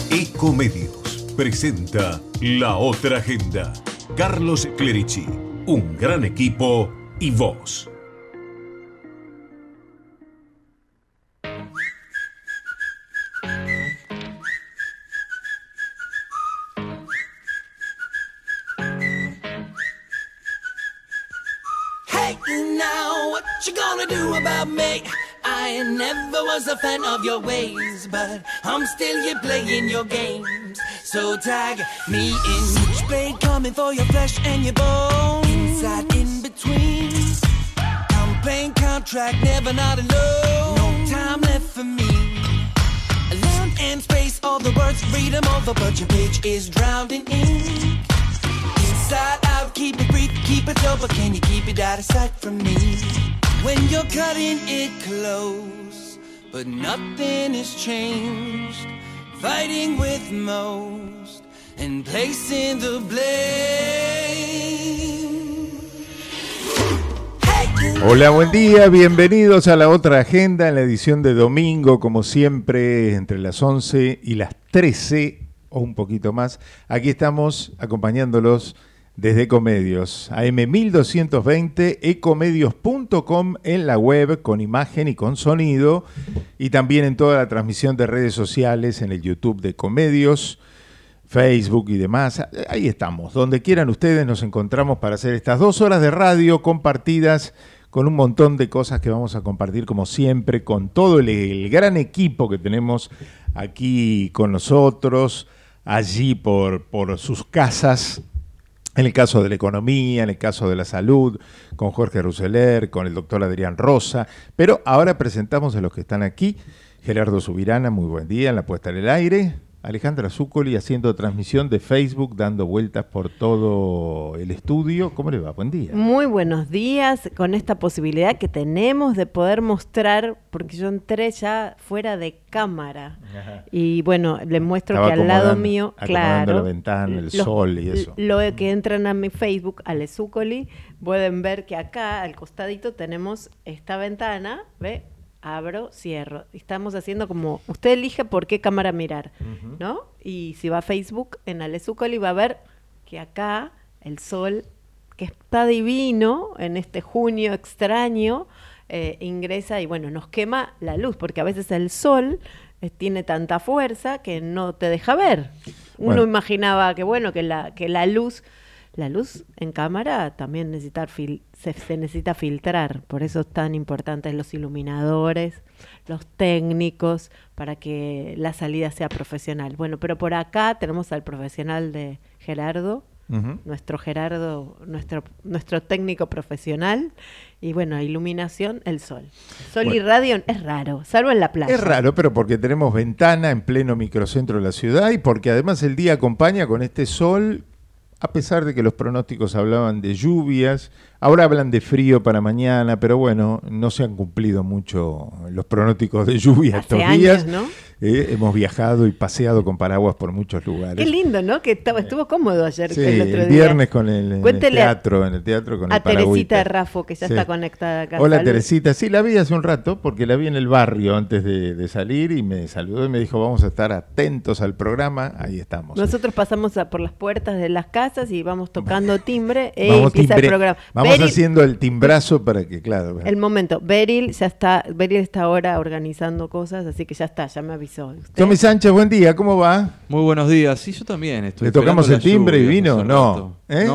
Ecomedios presenta La Otra Agenda. Carlos Clerici, un gran equipo y vos. Hey now, what you gonna do about me? I never was a fan of your ways, but I'm still here playing your games. So tag me in. Switchblade coming for your flesh and your bones. Inside, in between. I'm playing contract, never not alone. No time left for me. Land and space, all the words, read them over, but your page is drowned in ink. Inside out, keep it brief, keep it low, but can you keep it out of sight from me? When you're cutting it close, but nothing has changed. Fighting with most and placing the blame. Hola, buen día, bienvenidos a La Otra Agenda en la edición de domingo, como siempre, entre las 11 y las 13 o un poquito más. Aquí estamos acompañándolos desde Ecomedios, AM1220, ecomedios.com en la web con imagen y con sonido, y también en toda la transmisión de redes sociales, en el YouTube de Ecomedios, Facebook y demás. Ahí estamos, donde quieran ustedes nos encontramos para hacer estas 2 horas de radio compartidas con un montón de cosas que vamos a compartir como siempre con todo el gran equipo que tenemos aquí con nosotros, allí por sus casas. En el caso de la economía, en el caso de la salud, con Jorge Ruseler, con el doctor Adrián Rosa. Pero ahora presentamos a los que están aquí. Gerardo Subirana, muy buen día en la puesta en el aire. Alejandra Zúcoli haciendo transmisión de Facebook, dando vueltas por todo el estudio. ¿Cómo le va? Buen día. Muy buenos días, con esta posibilidad que tenemos de poder mostrar, porque yo entré ya fuera de cámara. Ajá. Y bueno, les muestro que al lado mío, claro, la ventana, el sol y eso. Lo que entran a mi Facebook, Ale Zúcoli, pueden ver que acá al costadito tenemos esta ventana, ¿ve? Abro, cierro. Estamos haciendo como, usted elige por qué cámara mirar, ¿no? Y si va a Facebook, en Ale Zúcoli va a ver que acá el sol, que está divino en este junio extraño, ingresa y bueno, nos quema la luz, porque a veces el sol tiene tanta fuerza que no te deja ver. Uno imaginaba que bueno, que la luz en cámara también se necesita filtrar, por eso es tan importantes los iluminadores, los técnicros, para que la salida sea profesional. Bueno, pero por acá tenemos al profesional de Gerardo, nuestro Gerardo, nuestro técnico profesional, y bueno, iluminación, el sol. Y radio es raro, salvo en la playa. Es raro, pero porque tenemos ventana en pleno microcentro de la ciudad y porque además el día acompaña con este sol. A pesar de que los pronósticos hablaban de lluvias, ahora hablan de frío para mañana, pero bueno, no se han cumplido mucho los pronósticos de lluvia estos días. ¿No? Hemos viajado y paseado con paraguas por muchos lugares. Qué lindo, ¿no? Que estuvo cómodo ayer. Sí, el otro día. Viernes con el teatro con el paragüita. A Teresita Raffo, que ya está conectada acá. Hola, Salud. Teresita. Sí, la vi hace un rato, porque la vi en el barrio antes de salir y me saludó y me dijo, vamos a estar atentos al programa. Ahí estamos. Nosotros pasamos por las puertas de las casas y vamos tocando timbre y empieza el programa. Vamos haciendo el timbrazo para que, claro. El momento. Beryl está ahora organizando cosas, así que ya me avisó. Tommy Sánchez, buen día, ¿cómo va? Muy buenos días. Sí, yo también estoy. ¿Le tocamos el timbre y vino? No.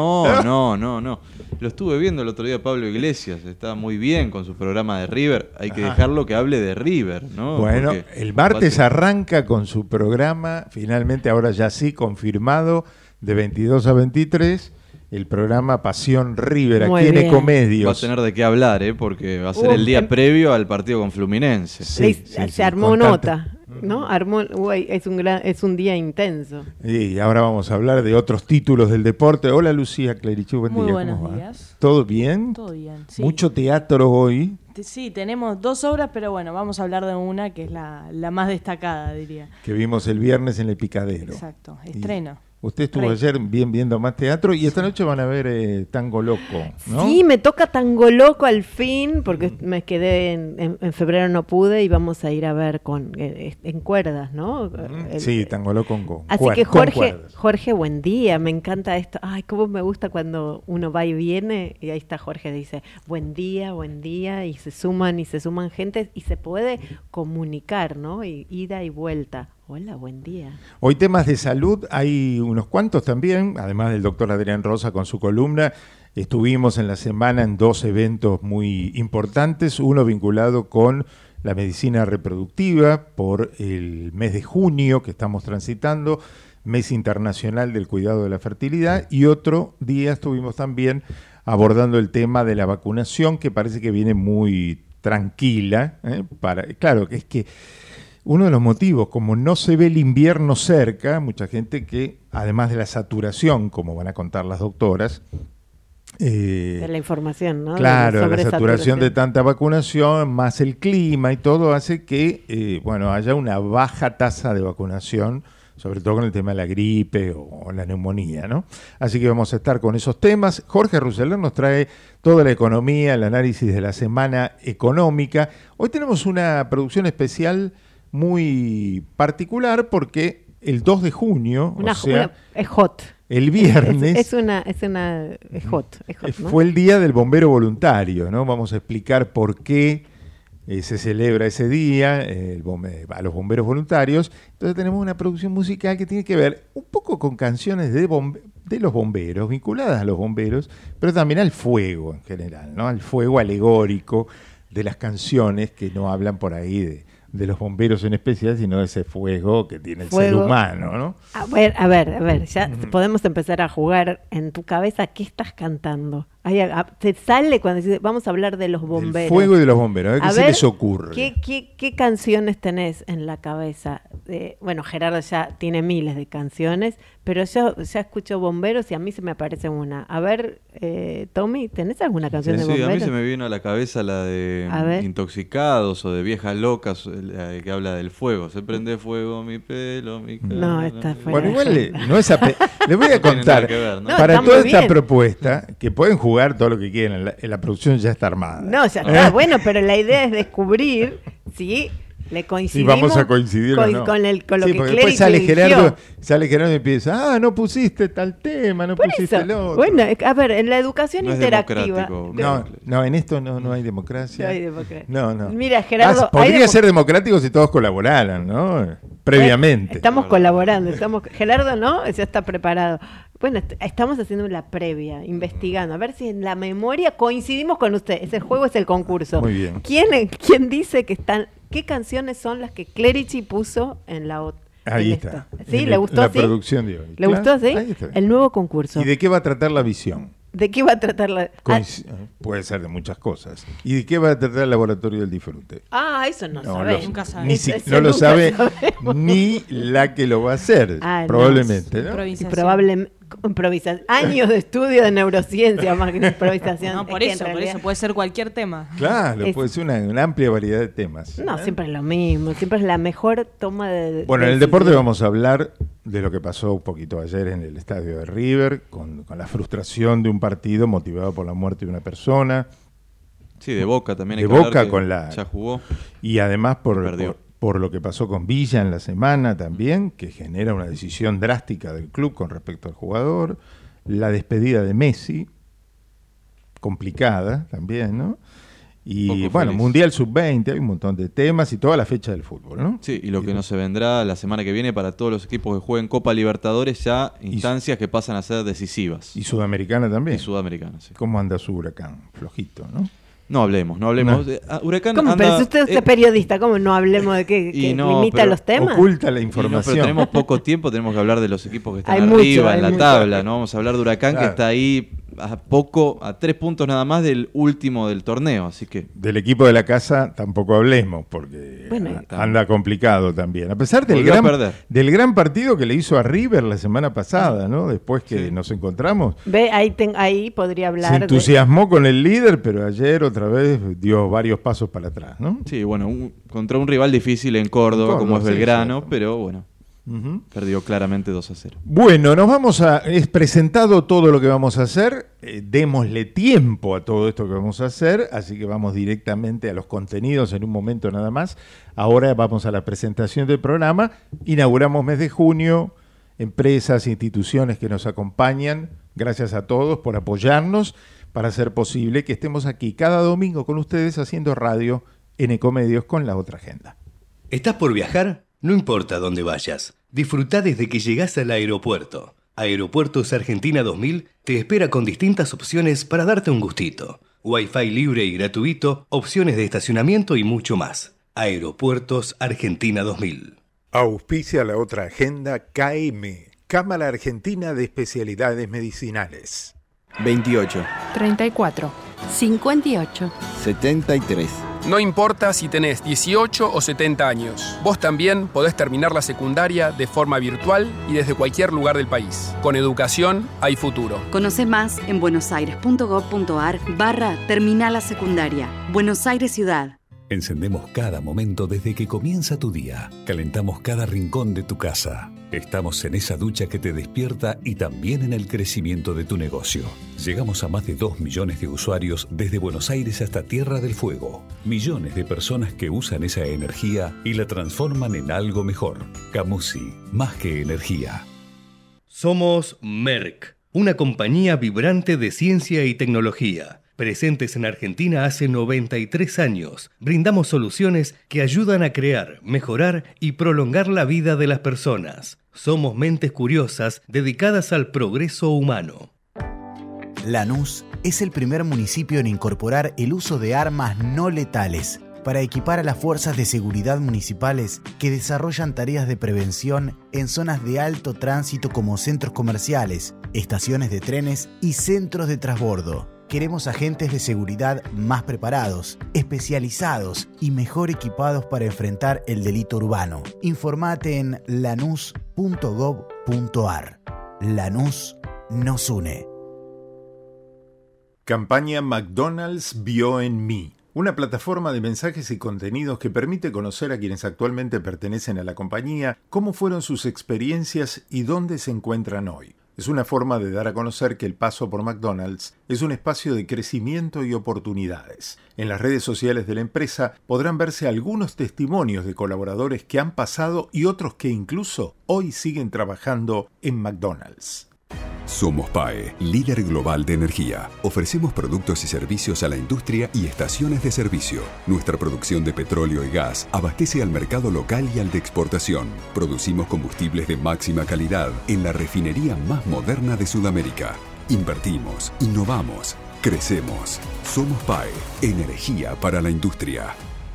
No. Lo estuve viendo el otro día Pablo Iglesias, está muy bien con su programa de River. Hay que dejarlo que hable de River, ¿no? Bueno, el martes arranca con su programa, finalmente ahora ya sí confirmado, de 22 a 23, el programa Pasión River, muy aquí bien. en Ecomedios. Va a tener de qué hablar, porque va a ser el día previo al partido con Fluminense. Se armó nota. ¿No? Es un día intenso. Y ahora vamos a hablar de otros títulos del deporte. Hola, Lucía Clerici, buen día. Muy buenos días. ¿Todo bien? Todo bien, sí. Mucho teatro hoy. Sí, tenemos 2 obras, pero bueno, vamos a hablar de una que es la más destacada, diría. Que vimos el viernes en El Picadero. Exacto, estreno. Usted estuvo ayer viendo más teatro y esta noche van a ver Tango Loco, ¿no? Sí, me toca Tango Loco al fin, porque me quedé en febrero, no pude, y vamos a ir a ver en cuerdas, ¿no? Sí, Tango Loco con Así cuerdas. que Con cuerdas. Jorge, buen día, me encanta esto. Ay, cómo me gusta cuando uno va y viene, y ahí está Jorge, dice, buen día, y se suman gente, y se puede comunicar, ¿no? Y ida y vuelta. Hola, buen día. Hoy temas de salud, hay unos cuantos también, además del doctor Adrián Rosa con su columna. Estuvimos en la semana en 2 eventos muy importantes, uno vinculado con la medicina reproductiva por el mes de junio que estamos transitando, mes internacional del cuidado de la fertilidad, y otro día estuvimos también abordando el tema de la vacunación, que parece que viene muy tranquila, claro, es que uno de los motivos, como no se ve el invierno cerca, mucha gente que, además de la saturación, como van a contar las doctoras, de la información, ¿no? Claro, la saturación de tanta vacunación, más el clima y todo hace que, haya una baja tasa de vacunación, sobre todo con el tema de la gripe o la neumonía, ¿no? Así que vamos a estar con esos temas. Jorge Rousseler nos trae toda la economía, el análisis de la semana económica. Hoy tenemos una producción especial muy particular porque el 2 de junio, es hot. El viernes es hot, ¿no? Fue el día del bombero voluntario, ¿no? Vamos a explicar por qué se celebra ese día a los bomberos voluntarios. Entonces tenemos una producción musical que tiene que ver un poco con canciones de los bomberos, vinculadas a los bomberos, pero también al fuego en general, ¿no? Al fuego alegórico de las canciones que no hablan por ahí de los bomberos en especial, sino de ese fuego que tiene el ser humano, ¿no? A ver, ya podemos empezar a jugar en tu cabeza. ¿Qué estás cantando? Te sale cuando dices, vamos a hablar de los bomberos. Del fuego y de los bomberos, ¿qué se les ocurre? ¿Qué canciones tenés en la cabeza? Gerardo ya tiene miles de canciones, pero yo ya escucho bomberos y a mí se me aparece una. A ver, Tommy, ¿tenés alguna canción de bomberos? Sí, a mí se me vino a la cabeza la de Intoxicados o de Viejas Locas, que habla del fuego. Se prende fuego mi pelo, mi cara. No, está fuera. Bueno, igual no es les voy a contar, ver, ¿no? para toda esta propuesta, que pueden jugar todo lo que quieran, la producción ya está armada. No, ya está, bueno, pero la idea es descubrir si le coincidimos. Si vamos a coincidir con, o no. con lo que porque Clérici después sale eligió. Gerardo y empieza, no pusiste tal tema, no Por pusiste eso, el otro. bueno, a ver, en la educación No es interactiva. No, en esto no hay democracia. No hay democracia. No. Mira, Gerardo, podría ser democrático si todos colaboraran, ¿no? Previamente. Estamos colaborando, Gerardo, ¿no? Ya está preparado. Bueno, estamos haciendo la previa, investigando, a ver si en la memoria coincidimos con usted. Ese juego es el concurso. Muy bien. ¿Quién dice que están, qué canciones son las que Clérici puso en la otra? Ahí está. ¿Sí? ¿Le gustó la así? producción de hoy. ¿Le gustó así? Ahí está. El nuevo concurso. ¿Y de qué va a tratar la visión? ¿De qué va a tratar la...? Puede ser de muchas cosas. ¿Y de qué va a tratar el Laboratorio del Disfrute? Eso no sabemos. Nunca sabemos. No lo sabe ni la que lo va a hacer, probablemente. ¿no? Probablemente. Años de estudio de neurociencia más que una improvisación. No, por eso puede ser cualquier tema. Claro, puede ser una amplia variedad de temas. No, siempre es lo mismo, siempre es la mejor toma de Bueno, en el deporte vamos a hablar de lo que pasó un poquito ayer en el estadio de River, con la frustración de un partido motivado por la muerte de una persona. Sí, de Boca también. De Boca con ya jugó. Y además por lo que pasó con Villa en la semana también, que genera una decisión drástica del club con respecto al jugador, la despedida de Messi, complicada también, ¿no? Y bueno, Mundial Sub-20, hay un montón de temas y toda la fecha del fútbol, ¿no? Sí, y lo que no se vendrá la semana que viene para todos los equipos que jueguen Copa Libertadores, ya instancias que pasan a ser decisivas. Y Sudamericana también. Y Sudamericana, sí. ¿Cómo anda su Huracán? Flojito, ¿no? No hablemos. Huracán ¿Cómo? anda, Pero si usted es periodista, ¿cómo no hablemos de que limita los temas? Oculta la información. Pero tenemos poco tiempo, tenemos que hablar de los equipos que están en la tabla, ¿no? Vamos a hablar de Huracán, que está ahí a 3 puntos nada más del último del torneo, así que... Del equipo de la casa tampoco hablemos, porque anda complicado también. A pesar del gran partido que le hizo a River la semana pasada, ¿no? Después que nos encontramos. Ve, ahí podría hablar. Se entusiasmó con el líder, pero ayer otra vez dio varios pasos para atrás, ¿no? Sí, bueno, contra un rival difícil en Córdoba, como es Belgrano, pero bueno. Perdió claramente 2-0. Bueno, es presentado todo lo que vamos a hacer, démosle tiempo a todo esto que vamos a hacer, así que vamos directamente a los contenidos en un momento nada más. Ahora vamos a la presentación del programa, inauguramos mes de junio, empresas, instituciones que nos acompañan, gracias a todos por apoyarnos para hacer posible que estemos aquí cada domingo con ustedes haciendo radio en Ecomedios con La Otra Agenda. ¿Estás por viajar? No importa dónde vayas, disfrutá desde que llegás al aeropuerto. Aeropuertos Argentina 2000 te espera con distintas opciones para darte un gustito. Wi-Fi libre y gratuito, opciones de estacionamiento y mucho más. Aeropuertos Argentina 2000. Auspicia La Otra Agenda KM, Cámara Argentina de Especialidades Medicinales. 28. 34. 58. 73. No importa si tenés 18 o 70 años, vos también podés terminar la secundaria de forma virtual y desde cualquier lugar del país. Con educación hay futuro. Conoce más en buenosaires.gov.ar/terminal la secundaria. Buenos Aires Ciudad. Encendemos cada momento desde que comienza tu día. Calentamos cada rincón de tu casa. Estamos en esa ducha que te despierta y también en el crecimiento de tu negocio. Llegamos a más de 2 millones de usuarios desde Buenos Aires hasta Tierra del Fuego. Millones de personas que usan esa energía y la transforman en algo mejor. Camusi, más que energía. Somos Merck, una compañía vibrante de ciencia y tecnología. Presentes en Argentina hace 93 años, brindamos soluciones que ayudan a crear, mejorar y prolongar la vida de las personas. Somos mentes curiosas dedicadas al progreso humano. Lanús es el primer municipio en incorporar el uso de armas no letales para equipar a las fuerzas de seguridad municipales que desarrollan tareas de prevención en zonas de alto tránsito como centros comerciales, estaciones de trenes y centros de transbordo. Queremos agentes de seguridad más preparados, especializados y mejor equipados para enfrentar el delito urbano. Informate en lanús.gov.ar. Lanús nos une. Campaña McDonald's vio en mí. Una plataforma de mensajes y contenidos que permite conocer a quienes actualmente pertenecen a la compañía, cómo fueron sus experiencias y dónde se encuentran hoy. Es una forma de dar a conocer que el paso por McDonald's es un espacio de crecimiento y oportunidades. En las redes sociales de la empresa podrán verse algunos testimonios de colaboradores que han pasado y otros que incluso hoy siguen trabajando en McDonald's. Somos PAE, líder global de energía. Ofrecemos productos y servicios a la industria y estaciones de servicio. Nuestra producción de petróleo y gas abastece al mercado local y al de exportación. Producimos combustibles de máxima calidad en la refinería más moderna de Sudamérica. Invertimos, innovamos, crecemos. Somos PAE, energía para la industria.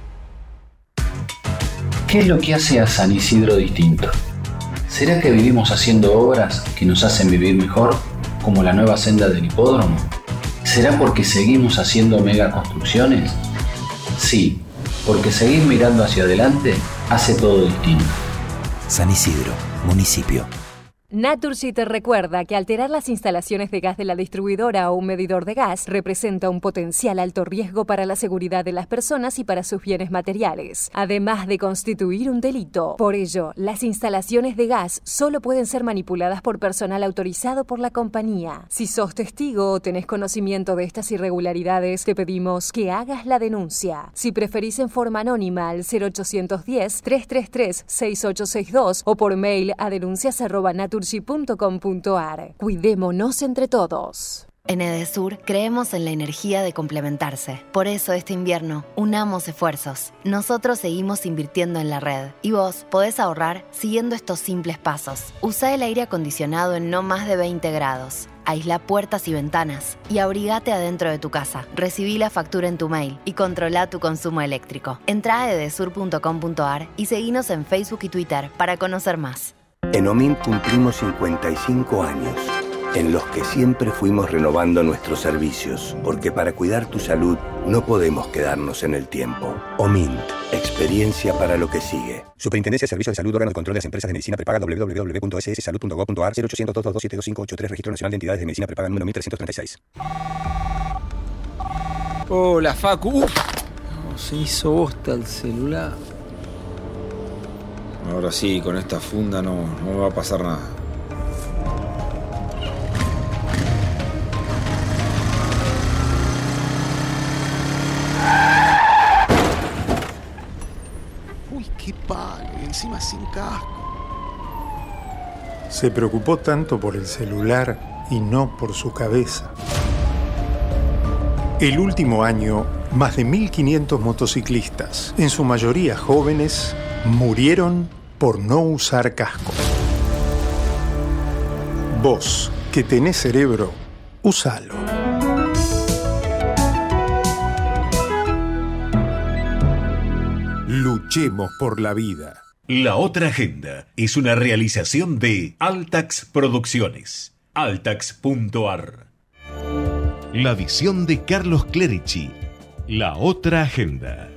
¿Qué es lo que hace a San Isidro distinto? ¿Será que vivimos haciendo obras que nos hacen vivir mejor, como la nueva senda del hipódromo? ¿Será porque seguimos haciendo megaconstrucciones? Sí, porque seguir mirando hacia adelante hace todo distinto. San Isidro, municipio. Naturgy te recuerda que alterar las instalaciones de gas de la distribuidora o un medidor de gas representa un potencial alto riesgo para la seguridad de las personas y para sus bienes materiales, además de constituir un delito. Por ello, las instalaciones de gas solo pueden ser manipuladas por personal autorizado por la compañía. Si sos testigo o tenés conocimiento de estas irregularidades, te pedimos que hagas la denuncia. Si preferís en forma anónima al 0810-333-6862 o por mail a denuncias@naturgy.com.ar. Cuidémonos entre todos. En Edesur creemos en la energía de complementarse. Por eso este invierno, unamos esfuerzos. Nosotros seguimos invirtiendo en la red. Y vos podés ahorrar siguiendo estos simples pasos. Usa el aire acondicionado en no más de 20 grados. Aísla puertas y ventanas. Y abrigate adentro de tu casa. Recibí la factura en tu mail y controla tu consumo eléctrico. Entrá a edesur.com.ar y seguinos en Facebook y Twitter para conocer más. En OMINT cumplimos 55 años, en los que siempre fuimos renovando nuestros servicios, porque para cuidar tu salud no podemos quedarnos en el tiempo. OMINT, experiencia para lo que sigue. Superintendencia de Servicios de Salud, órgano de control de las empresas de medicina prepaga, www.sssalud.gov.ar, 0800-227-2583, Registro Nacional de Entidades de Medicina Prepaga número 1336. Hola, Facu. Se hizo bosta el celular. Ahora sí, con esta funda no me va a pasar nada. Uy, qué palo, y encima sin casco. Se preocupó tanto por el celular y no por su cabeza. El último año, más de 1.500 motociclistas, en su mayoría jóvenes, murieron por no usar casco. Vos, que tenés cerebro, usalo. Luchemos por la vida. La Otra Agenda es una realización de Altax Producciones. Altax.ar. La visión de Carlos Clerici. La Otra Agenda.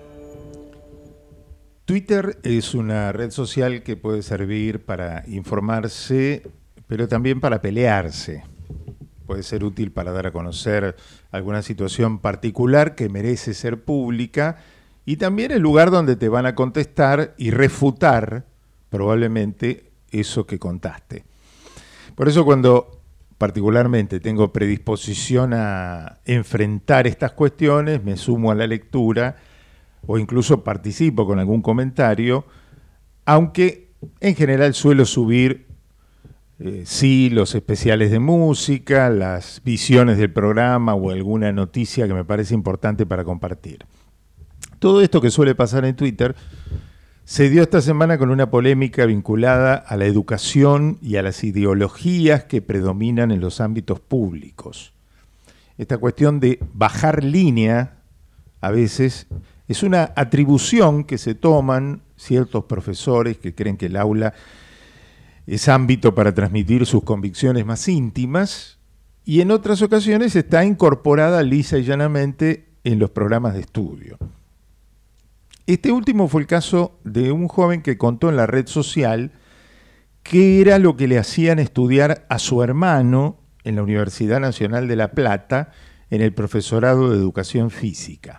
Twitter es una red social que puede servir para informarse, pero también para pelearse. Puede ser útil para dar a conocer alguna situación particular que merece ser pública y también el lugar donde te van a contestar y refutar probablemente eso que contaste. Por eso cuando particularmente tengo predisposición a enfrentar estas cuestiones, me sumo a la lectura o incluso participo con algún comentario, aunque en general suelo subir sí los especiales de música, las visiones del programa o alguna noticia que me parece importante para compartir. Todo esto que suele pasar en Twitter se dio esta semana con una polémica vinculada a la educación y a las ideologías que predominan en los ámbitos públicos. Esta cuestión de bajar línea, a veces, es una atribución que se toman ciertos profesores que creen que el aula es ámbito para transmitir sus convicciones más íntimas, y en otras ocasiones está incorporada lisa y llanamente en los programas de estudio. Este último fue el caso de un joven que contó en la red social qué era lo que le hacían estudiar a su hermano en la Universidad Nacional de La Plata en el profesorado de Educación Física.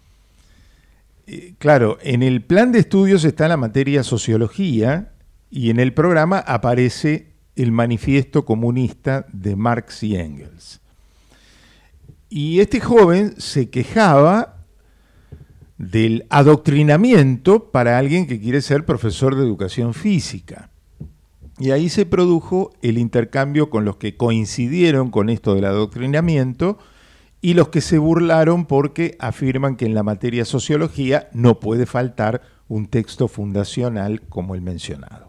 Claro, en el plan de estudios está la materia Sociología y en el programa aparece el Manifiesto Comunista de Marx y Engels. Y este joven se quejaba del adoctrinamiento para alguien que quiere ser profesor de educación física. Y ahí se produjo el intercambio con los que coincidieron con esto del adoctrinamiento y los que se burlaron porque afirman que en la materia sociología no puede faltar un texto fundacional como el mencionado.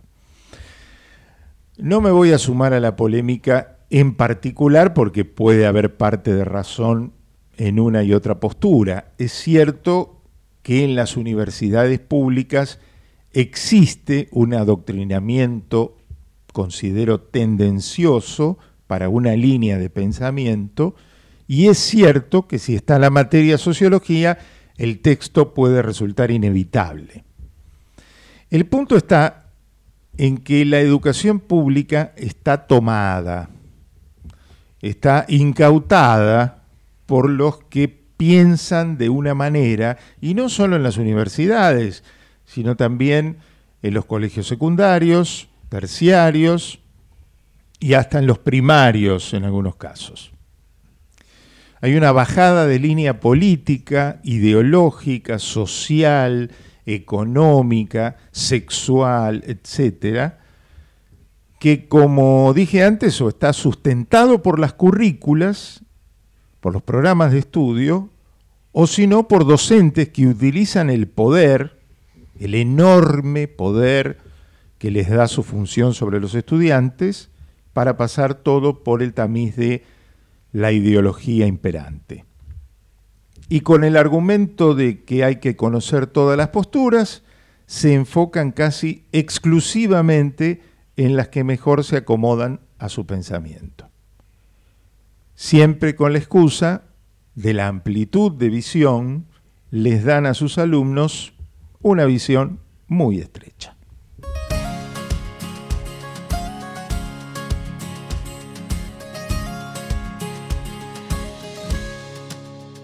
No me voy a sumar a la polémica en particular porque puede haber parte de razón en una y otra postura. Es cierto que en las universidades públicas existe un adoctrinamiento, considero tendencioso, para una línea de pensamiento, y es cierto que si está la materia sociología, el texto puede resultar inevitable. El punto está en que la educación pública está tomada, está incautada por los que piensan de una manera, y no solo en las universidades, sino también en los colegios secundarios, terciarios y hasta en los primarios en algunos casos. Hay una bajada de línea política, ideológica, social, económica, sexual, etcétera, que, como dije antes, o está sustentado por las currículas, por los programas de estudio, o si no por docentes que utilizan el poder, el enorme poder que les da su función sobre los estudiantes, para pasar todo por el tamiz de la ideología imperante. Y con el argumento de que hay que conocer todas las posturas, se enfocan casi exclusivamente en las que mejor se acomodan a su pensamiento. Siempre con la excusa de la amplitud de visión, les dan a sus alumnos una visión muy estrecha.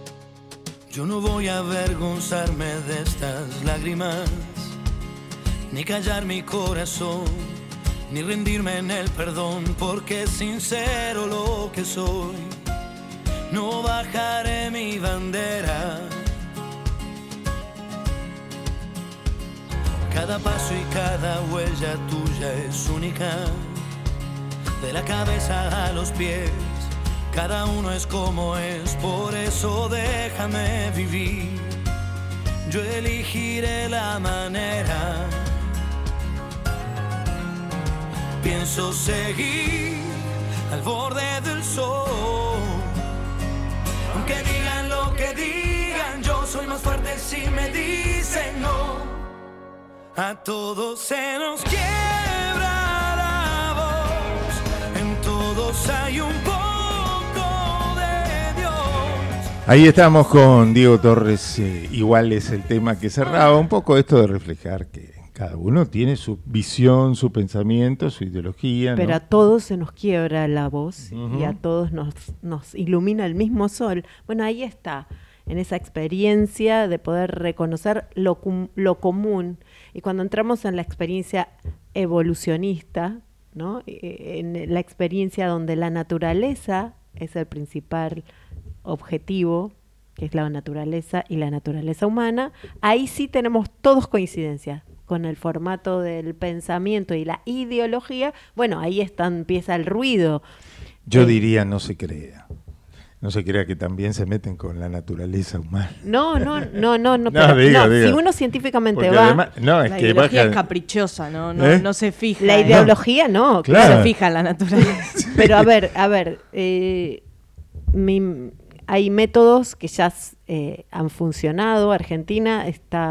Yo no voy a avergonzarme de estas lágrimas, ni callar mi corazón, ni rendirme en el perdón, porque es sincero lo que soy. No bajaré mi bandera. Cada paso y cada huella tuya es única, de la cabeza a los pies, cada uno es como es, por eso déjame vivir. Yo elegiré la manera. Pienso seguir al borde del sol, aunque digan lo que digan, yo soy más fuerte si me dicen no. A todos se nos quiebra la voz, en todos hay un poco de Dios. Ahí estamos con Diego Torres, igual es el tema que cerraba, un poco esto de reflejar que cada uno tiene su visión, su pensamiento, su ideología. Pero ¿no? a todos se nos quiebra la voz y a todos nos ilumina el mismo sol. Bueno, ahí está, en esa experiencia de poder reconocer lo común. Y cuando entramos en la experiencia evolucionista, ¿no? En la experiencia donde la naturaleza es el principal objetivo, que es la naturaleza y la naturaleza humana, ahí sí tenemos todos coincidencias con el formato del pensamiento y la ideología. Bueno, ahí empieza el ruido. Yo diría no se crea. No se crea que también se meten con la naturaleza humana. No, diga. Si uno científicamente porque va... además, la ideología es caprichosa, no se fija. La ideología no, claro. No se fija en la naturaleza. Pero a ver, hay métodos que ya han funcionado. Argentina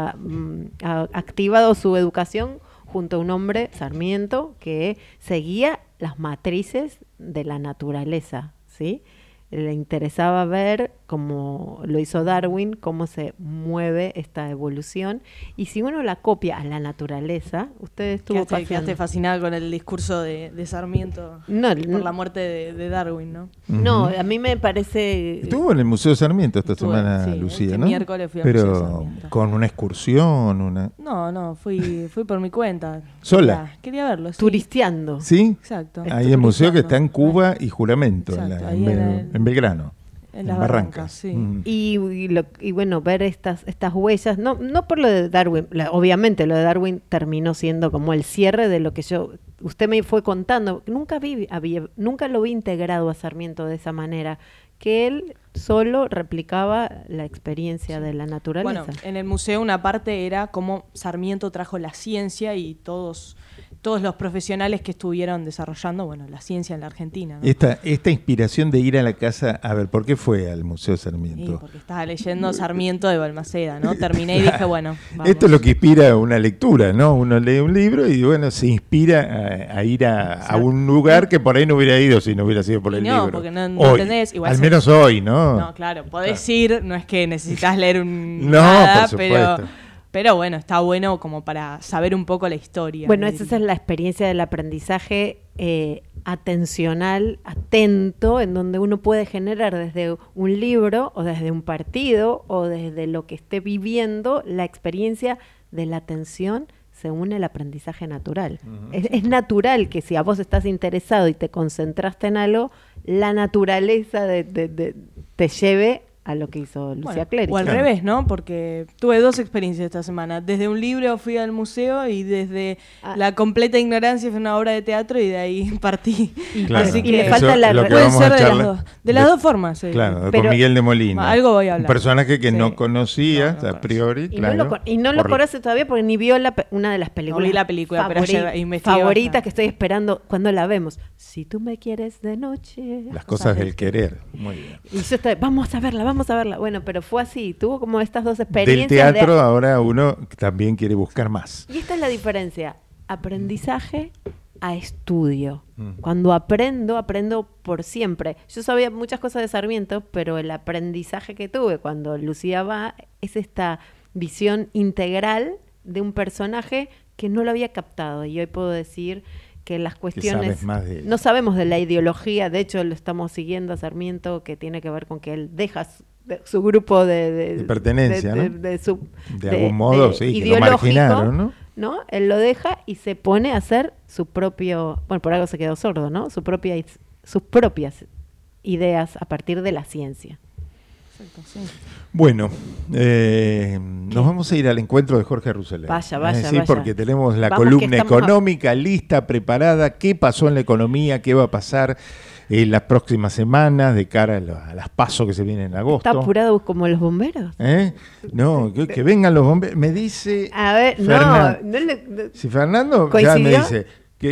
ha activado su educación junto a un hombre, Sarmiento, que seguía las matrices de la naturaleza, ¿sí? Le interesaba ver, como lo hizo Darwin, cómo se mueve esta evolución. Y si uno la copia a la naturaleza, usted estuvo quedaste fascinada con el discurso de Sarmiento por la muerte de Darwin, ¿no? No, a mí me parece... Estuvo en el Museo Sarmiento esta semana, sí, Lucía, ¿no? Miércoles fui al Museo Sarmiento. Pero con una excursión, No, fui por mi cuenta. ¿Sola? Quería verlo, sí. Turisteando. ¿Sí? Exacto. Ahí el museo que está en Cuba y Juramento, en En Belgrano. las Barrancas, sí. Y bueno, ver estas huellas, no por lo de Darwin, obviamente lo de Darwin terminó siendo como el cierre de lo que usted me fue contando, nunca lo vi integrado a Sarmiento de esa manera, que él solo replicaba la experiencia de la naturaleza. Bueno, en el museo una parte era cómo Sarmiento trajo la ciencia y todos los profesionales que estuvieron desarrollando, la ciencia en la Argentina, ¿no? Esta inspiración de ir a la casa, a ver, ¿por qué fue al Museo Sarmiento? Sí, porque estaba leyendo Sarmiento de Balmaceda, ¿no? Terminé y dije, vamos. Esto es lo que inspira una lectura, ¿no? Uno lee un libro y, se inspira a ir a un lugar que por ahí no hubiera ido si no hubiera sido por el libro. No, porque no hoy, entendés. Igual al menos hoy, ¿no? No, claro, podés ir, no es que necesitas leer nada, por supuesto. Pero está bueno como para saber un poco la historia. Bueno, esa es la experiencia del aprendizaje atencional, atento, en donde uno puede generar desde un libro o desde un partido o desde lo que esté viviendo la experiencia de la atención según el aprendizaje natural. Es natural que si a vos estás interesado y te concentraste en algo, la naturaleza te lleve a lo que hizo Lucía Clerici. O al revés, ¿no? Porque tuve dos experiencias esta semana. Desde un libro fui al museo y desde la completa ignorancia fue una obra de teatro y de ahí partí. Claro. Así que le falta puede ser de las dos formas. Sí. Claro, con Miguel de Molina. Algo voy a hablar. Un personaje que no conocías a priori. Y no lo conoce todavía porque ni vio una de las películas. No vi la película, favoritas que estoy esperando cuando la vemos. Si tú me quieres de noche. Las cosas del querer. Muy bien. Y yo estoy, vamos a verla. Bueno, pero fue así, tuvo como estas dos experiencias. Del teatro ahora uno también quiere buscar más. Y esta es la diferencia, aprendizaje a estudio. Cuando aprendo por siempre. Yo sabía muchas cosas de Sarmiento, pero el aprendizaje que tuve cuando Lucía va es esta visión integral de un personaje que no lo había captado. Y hoy puedo decir que las cuestiones no sabemos de la ideología, de hecho lo estamos siguiendo a Sarmiento, que tiene que ver con que él deja su grupo de pertenencia, ¿no? de algún modo, sí, que lo marginaron, ¿no? ¿no? Él lo deja y se pone a hacer su propio, bueno, por algo se quedó sordo, ¿no? Sus propias ideas a partir de la ciencia. Exacto, sí. Bueno, nos vamos a ir al encuentro de Jorge Rousselet. Vaya. Porque tenemos la columna económica lista, preparada. ¿Qué pasó en la economía? ¿Qué va a pasar en las próximas semanas de cara a las PASO que se vienen en agosto? ¿Está apurado como los bomberos? No, que vengan los bomberos. Me dice... A ver, si Fernando ¿coincidió? Ya me dice...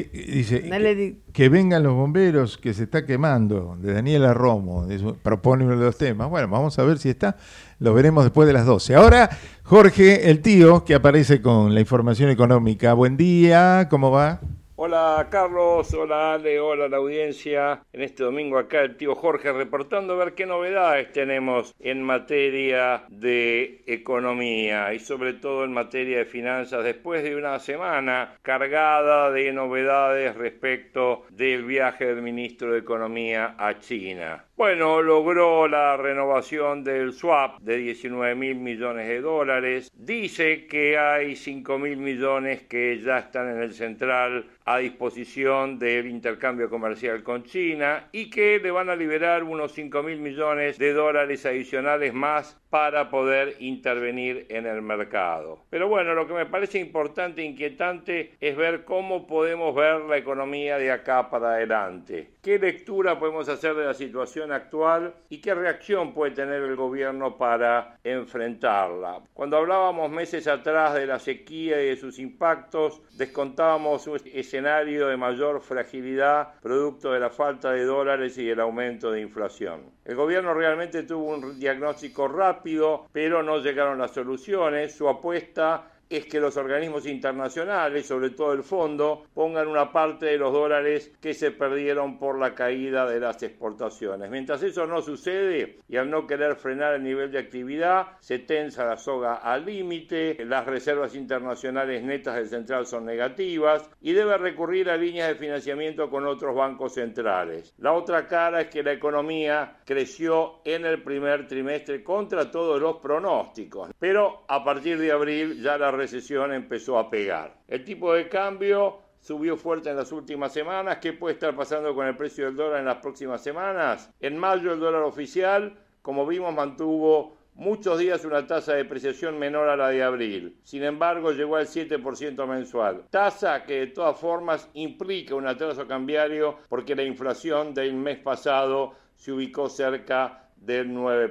Que vengan los bomberos, que se está quemando, de Daniela Romo, propone uno de los temas. Bueno, vamos a ver si está, lo veremos después de las 12. Ahora, Jorge, el tío, que aparece con la información económica. Buen día, ¿cómo va? Hola Carlos, hola Ale, hola la audiencia. En este domingo acá el tío Jorge reportando a ver qué novedades tenemos en materia de economía y sobre todo en materia de finanzas después de una semana cargada de novedades respecto del viaje del ministro de Economía a China. Bueno, logró la renovación del swap de 19.000 millones de dólares. Dice que hay 5.000 millones que ya están en el central a disposición del intercambio comercial con China y que le van a liberar unos 5.000 millones de dólares adicionales más para poder intervenir en el mercado. Pero bueno, lo que me parece importante e inquietante es ver cómo podemos ver la economía de acá para adelante. ¿Qué lectura podemos hacer de la situación actual y qué reacción puede tener el gobierno para enfrentarla? Cuando hablábamos meses atrás de la sequía y de sus impactos, descontábamos un escenario de mayor fragilidad producto de la falta de dólares y el aumento de inflación. El gobierno realmente tuvo un diagnóstico rápido, pero no llegaron las soluciones. Su apuesta es que los organismos internacionales, sobre todo el fondo, pongan una parte de los dólares que se perdieron por la caída de las exportaciones. Mientras eso no sucede y al no querer frenar el nivel de actividad, se tensa la soga al límite, las reservas internacionales netas del central son negativas y debe recurrir a líneas de financiamiento con otros bancos centrales. La otra cara es que la economía creció en el primer trimestre contra todos los pronósticos, pero a partir de abril ya la recesión empezó a pegar. El tipo de cambio subió fuerte en las últimas semanas. ¿Qué puede estar pasando con el precio del dólar en las próximas semanas? En mayo el dólar oficial, como vimos, mantuvo muchos días una tasa de depreciación menor a la de abril. Sin embargo, llegó al 7% mensual. Tasa que de todas formas implica un atraso cambiario porque la inflación del mes pasado se ubicó cerca del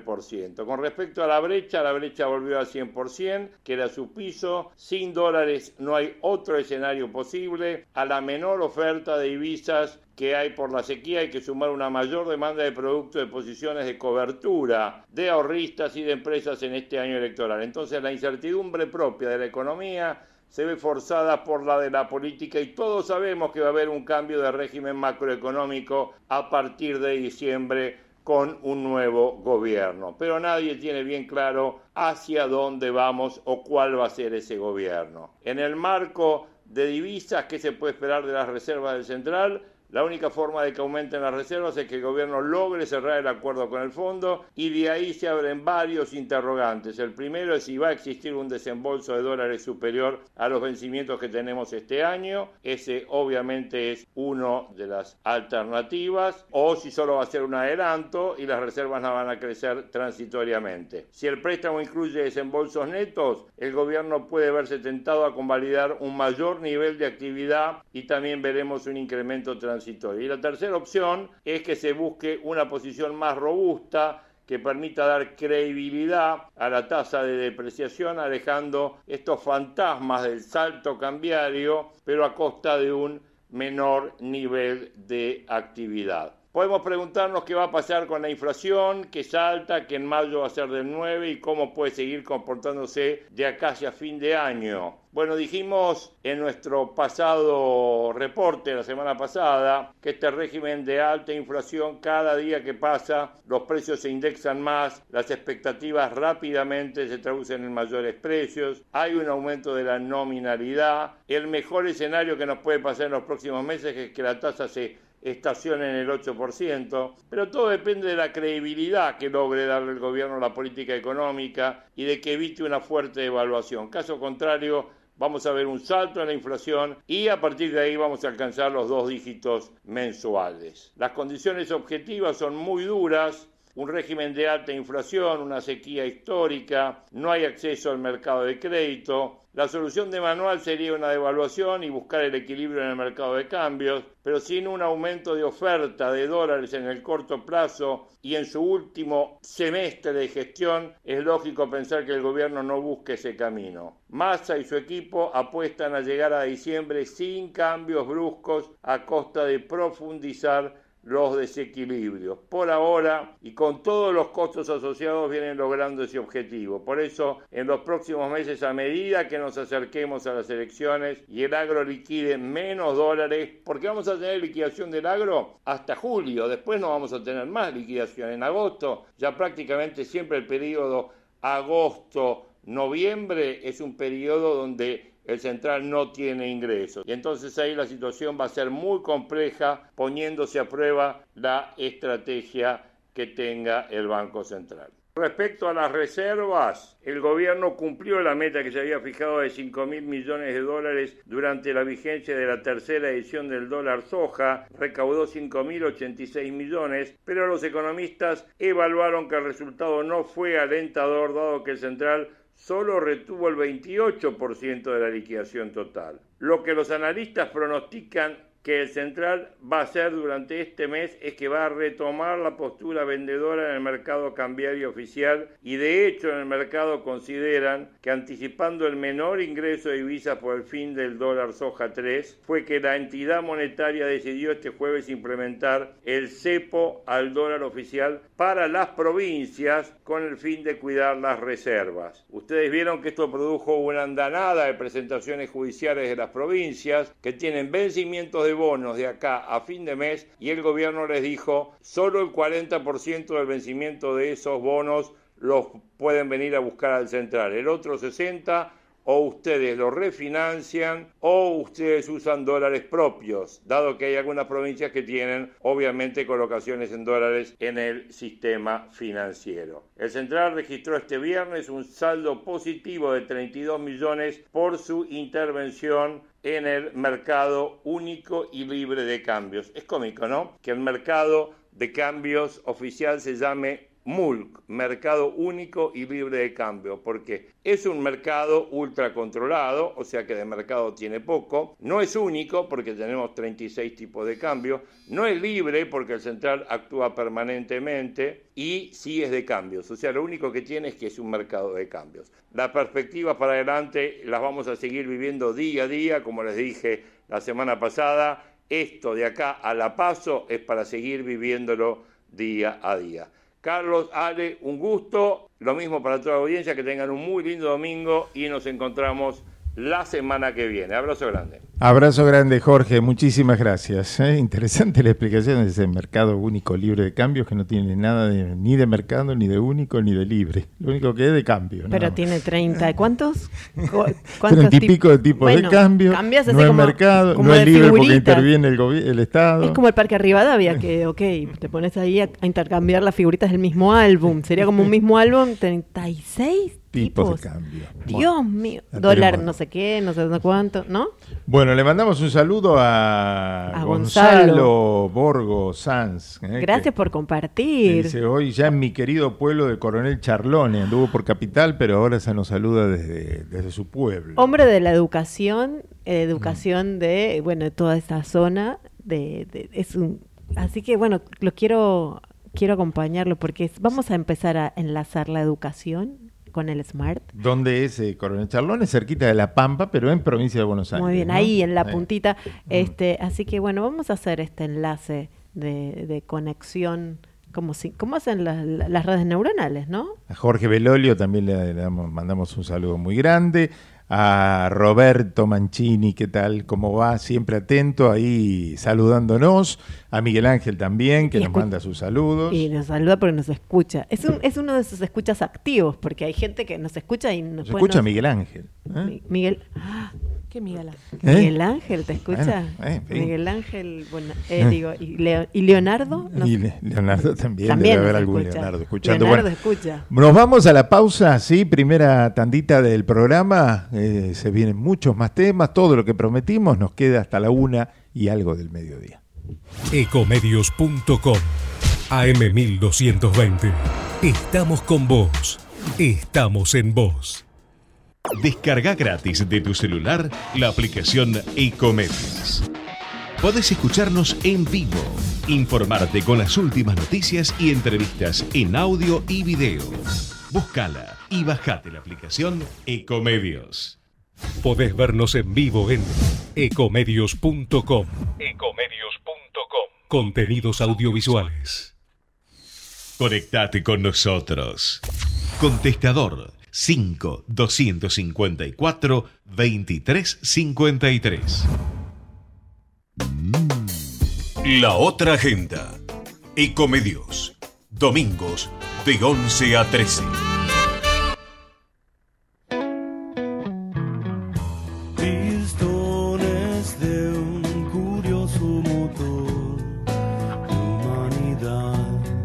9%. Con respecto a la brecha volvió al 100%, que era su piso. Sin dólares no hay otro escenario posible. A la menor oferta de divisas que hay por la sequía hay que sumar una mayor demanda de productos de posiciones de cobertura de ahorristas y de empresas en este año electoral. Entonces la incertidumbre propia de la economía se ve forzada por la de la política y todos sabemos que va a haber un cambio de régimen macroeconómico a partir de diciembre con un nuevo gobierno, pero nadie tiene bien claro hacia dónde vamos o cuál va a ser ese gobierno. En el marco de divisas, ¿qué se puede esperar de las reservas del central? La única forma de que aumenten las reservas es que el gobierno logre cerrar el acuerdo con el fondo y de ahí se abren varios interrogantes. El primero es si va a existir un desembolso de dólares superior a los vencimientos que tenemos este año. Ese obviamente es una de las alternativas. O si solo va a ser un adelanto y las reservas no van a crecer transitoriamente. Si el préstamo incluye desembolsos netos, el gobierno puede verse tentado a convalidar un mayor nivel de actividad y también veremos un incremento transitorio. Y la tercera opción es que se busque una posición más robusta que permita dar credibilidad a la tasa de depreciación, alejando estos fantasmas del salto cambiario, pero a costa de un menor nivel de actividad. Podemos preguntarnos qué va a pasar con la inflación, que salta, que en mayo va a ser del 9 y cómo puede seguir comportándose de acá hacia fin de año. Bueno, dijimos en nuestro pasado reporte, la semana pasada, que este régimen de alta inflación, cada día que pasa, los precios se indexan más, las expectativas rápidamente se traducen en mayores precios, hay un aumento de la nominalidad. El mejor escenario que nos puede pasar en los próximos meses es que la tasa se estaciona en el 8%, pero todo depende de la credibilidad que logre darle el gobierno a la política económica y de que evite una fuerte devaluación. Caso contrario, vamos a ver un salto en la inflación y a partir de ahí vamos a alcanzar los 2 dígitos mensuales. Las condiciones objetivas son muy duras. Un régimen de alta inflación, una sequía histórica, no hay acceso al mercado de crédito. La solución de Manuel sería una devaluación y buscar el equilibrio en el mercado de cambios, pero sin un aumento de oferta de dólares en el corto plazo y en su último semestre de gestión, es lógico pensar que el gobierno no busque ese camino. Massa y su equipo apuestan a llegar a diciembre sin cambios bruscos a costa de profundizar los desequilibrios. Por ahora, y con todos los costos asociados, vienen logrando ese objetivo. Por eso, en los próximos meses, a medida que nos acerquemos a las elecciones y el agro liquide menos dólares, porque vamos a tener liquidación del agro hasta julio, después no vamos a tener más liquidación. En agosto, ya prácticamente siempre el periodo agosto-noviembre es un periodo donde el central no tiene ingresos. Y entonces ahí la situación va a ser muy compleja, poniéndose a prueba la estrategia que tenga el Banco Central. Respecto a las reservas, el gobierno cumplió la meta que se había fijado de 5.000 millones de dólares durante la vigencia de la tercera edición del dólar soja, recaudó 5.086 millones, pero los economistas evaluaron que el resultado no fue alentador, dado que el central solo retuvo el 28% de la liquidación total. Lo que los analistas pronostican que el central va a hacer durante este mes es que va a retomar la postura vendedora en el mercado cambiario oficial y de hecho en el mercado consideran que anticipando el menor ingreso de divisas por el fin del dólar soja 3 fue que la entidad monetaria decidió este jueves implementar el cepo al dólar oficial para las provincias con el fin de cuidar las reservas. Ustedes vieron que esto produjo una andanada de presentaciones judiciales de las provincias que tienen vencimientos de bonos de acá a fin de mes y el gobierno les dijo solo el 40% del vencimiento de esos bonos los pueden venir a buscar al central, el otro 60% o ustedes lo refinancian o ustedes usan dólares propios, dado que hay algunas provincias que tienen obviamente colocaciones en dólares en el sistema financiero. El central registró este viernes un saldo positivo de 32 millones por su intervención en el mercado único y libre de cambios. Es cómico, ¿no? Que el mercado de cambios oficial se llame MULC, Mercado Único y Libre de Cambio, porque es un mercado ultra controlado, o sea que de mercado tiene poco, no es único porque tenemos 36 tipos de cambio, no es libre porque el central actúa permanentemente y sí es de cambios, o sea lo único que tiene es que es un mercado de cambios. Las perspectivas para adelante las vamos a seguir viviendo día a día, como les dije la semana pasada, esto de acá a la paso es para seguir viviéndolo día a día. Carlos, Ale, un gusto, lo mismo para toda la audiencia, que tengan un muy lindo domingo y nos encontramos la semana que viene. Abrazo grande. Abrazo grande, Jorge, muchísimas gracias. Interesante la explicación de ese mercado único libre de cambios que no tiene nada ni de mercado, ni de único, ni de libre. Lo único que es de cambio. Pero tiene 30, ¿cuántos? 30 y pico de tipos de cambio, no es mercado, no es libre porque interviene el Estado. Es como el Parque Rivadavia, que te pones ahí a intercambiar las figuritas del mismo álbum. Sería como un mismo álbum, 36 tipos de cambio. Dios mío. Dólar no sé qué, no sé cuánto, ¿no? Bueno, le mandamos un saludo a Gonzalo Borgo Sanz. Gracias por compartir. Dice, hoy ya en mi querido pueblo de Coronel Charlone, anduvo por capital, pero ahora se nos saluda desde su pueblo. Hombre de la educación de, bueno, de toda esta zona, así que bueno, quiero acompañarlo porque vamos a empezar a enlazar la educación con el Smart. ¿Dónde es Coronel Charlone? Cerquita de La Pampa, pero en provincia de Buenos Aires. Muy bien, ¿no? Ahí en la puntita. Así que bueno, vamos a hacer este enlace de conexión, como hacen las redes neuronales, ¿no? A Jorge Belolio también le mandamos un saludo muy grande. A Roberto Mancini, ¿qué tal? ¿Cómo va? Siempre atento ahí saludándonos. A Miguel Ángel también, que nos manda sus saludos. Y nos saluda porque nos escucha. Es uno de esos escuchas activos, porque hay gente que nos escucha y nos escucha Miguel Ángel. Miguel. ¿Qué Miguel Ángel? Miguel Ángel, ¿te escucha? Bueno, Miguel Ángel, bueno, ¿y Leonardo? No y sé. Leonardo también debe haber algún Leonardo escuchando. Leonardo Bueno, escucha. Nos vamos a la pausa, sí, primera tandita del programa. Se vienen muchos más temas, todo lo que prometimos nos queda hasta la 1 y algo del mediodía. Ecomedios.com AM1220. Estamos con vos. Estamos en vos. Descarga gratis de tu celular la aplicación Ecomedios. Podés escucharnos en vivo, informarte con las últimas noticias y entrevistas en audio y video. Búscala y bajate la aplicación Ecomedios. Podés vernos en vivo en ecomedios.com. Contenidos audiovisuales. Conectate con nosotros. Contestador 5-254-2353. La otra agenda. Ecomedios. Domingos de 11 a 13. Pistones de un curioso motor de humanidad.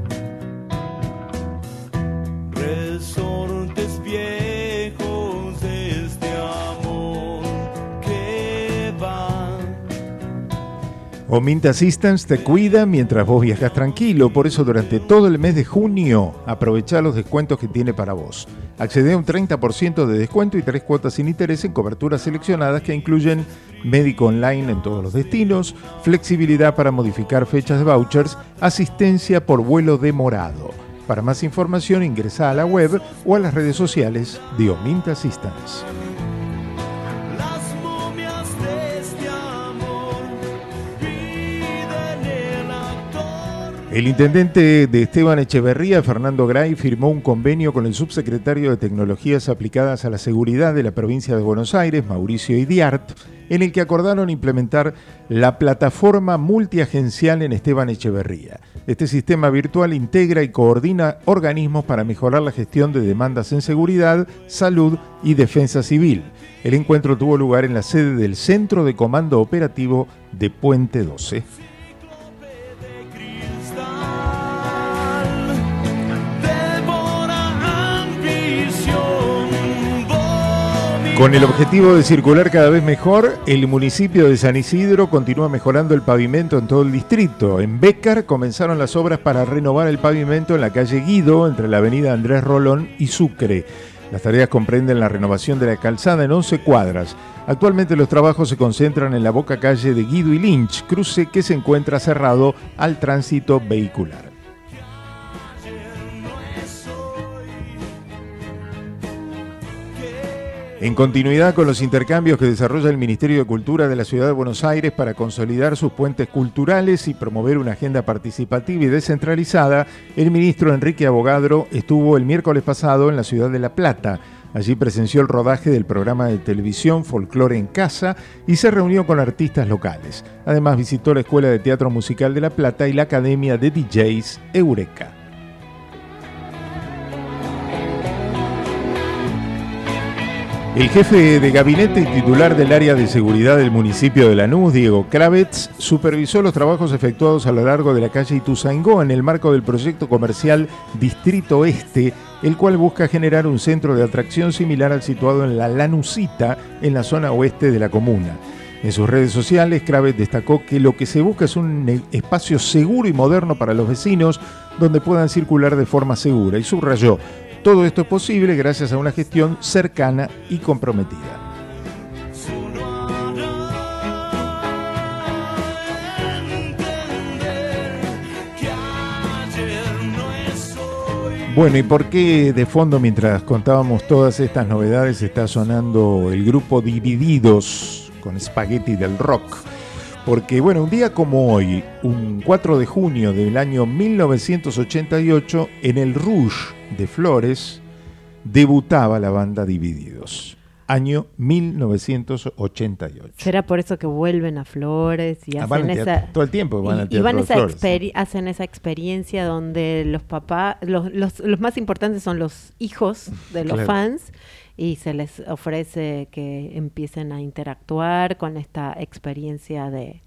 Resortes viejos de este amor que va. Omint Assistance te cuida mientras vos viajas tranquilo, por eso durante todo el mes de junio aprovecha los descuentos que tiene para vos. Accede a un 30% de descuento y 3 cuotas sin interés en coberturas seleccionadas que incluyen médico online en todos los destinos, flexibilidad para modificar fechas de vouchers, asistencia por vuelo demorado. Para más información ingresa a la web o a las redes sociales de Omint Assistance. El intendente de Esteban Echeverría, Fernando Gray, firmó un convenio con el subsecretario de Tecnologías Aplicadas a la Seguridad de la provincia de Buenos Aires, Mauricio Idiart, en el que acordaron implementar la plataforma multiagencial en Esteban Echeverría. Este sistema virtual integra y coordina organismos para mejorar la gestión de demandas en seguridad, salud y defensa civil. El encuentro tuvo lugar en la sede del Centro de Comando Operativo de Puente 12. Con el objetivo de circular cada vez mejor, el municipio de San Isidro continúa mejorando el pavimento en todo el distrito. En Bécar comenzaron las obras para renovar el pavimento en la calle Guido, entre la avenida Andrés Rolón y Sucre. Las tareas comprenden la renovación de la calzada en 11 cuadras. Actualmente los trabajos se concentran en la boca calle de Guido y Lynch, cruce que se encuentra cerrado al tránsito vehicular. En continuidad con los intercambios que desarrolla el Ministerio de Cultura de la Ciudad de Buenos Aires para consolidar sus puentes culturales y promover una agenda participativa y descentralizada, el ministro Enrique Abogadro estuvo el miércoles pasado en la ciudad de La Plata. Allí presenció el rodaje del programa de televisión Folclore en Casa y se reunió con artistas locales. Además visitó la Escuela de Teatro Musical de La Plata y la Academia de DJs Eureka. El jefe de gabinete y titular del área de seguridad del municipio de Lanús, Diego Kravets, supervisó los trabajos efectuados a lo largo de la calle Ituzaingó en el marco del proyecto comercial Distrito Este, el cual busca generar un centro de atracción similar al situado en la Lanusita, en la zona oeste de la comuna. En sus redes sociales, Kravets destacó que lo que se busca es un espacio seguro y moderno para los vecinos, donde puedan circular de forma segura, y subrayó: todo esto es posible gracias a una gestión cercana y comprometida. Bueno, ¿y por qué de fondo, mientras contábamos todas estas novedades, está sonando el grupo Divididos con Spaghetti del Rock? Porque, bueno, un día como hoy, un 4 de junio del año 1988, en el Rouge de Flores, debutaba la banda Divididos. Año 1988. ¿Será por eso que vuelven a Flores y hacen esa... Todo el tiempo van al Teatro van de Flores. Hacen esa experiencia donde los papás, los más importantes son los hijos de los fans, y se les ofrece que empiecen a interactuar con esta experiencia de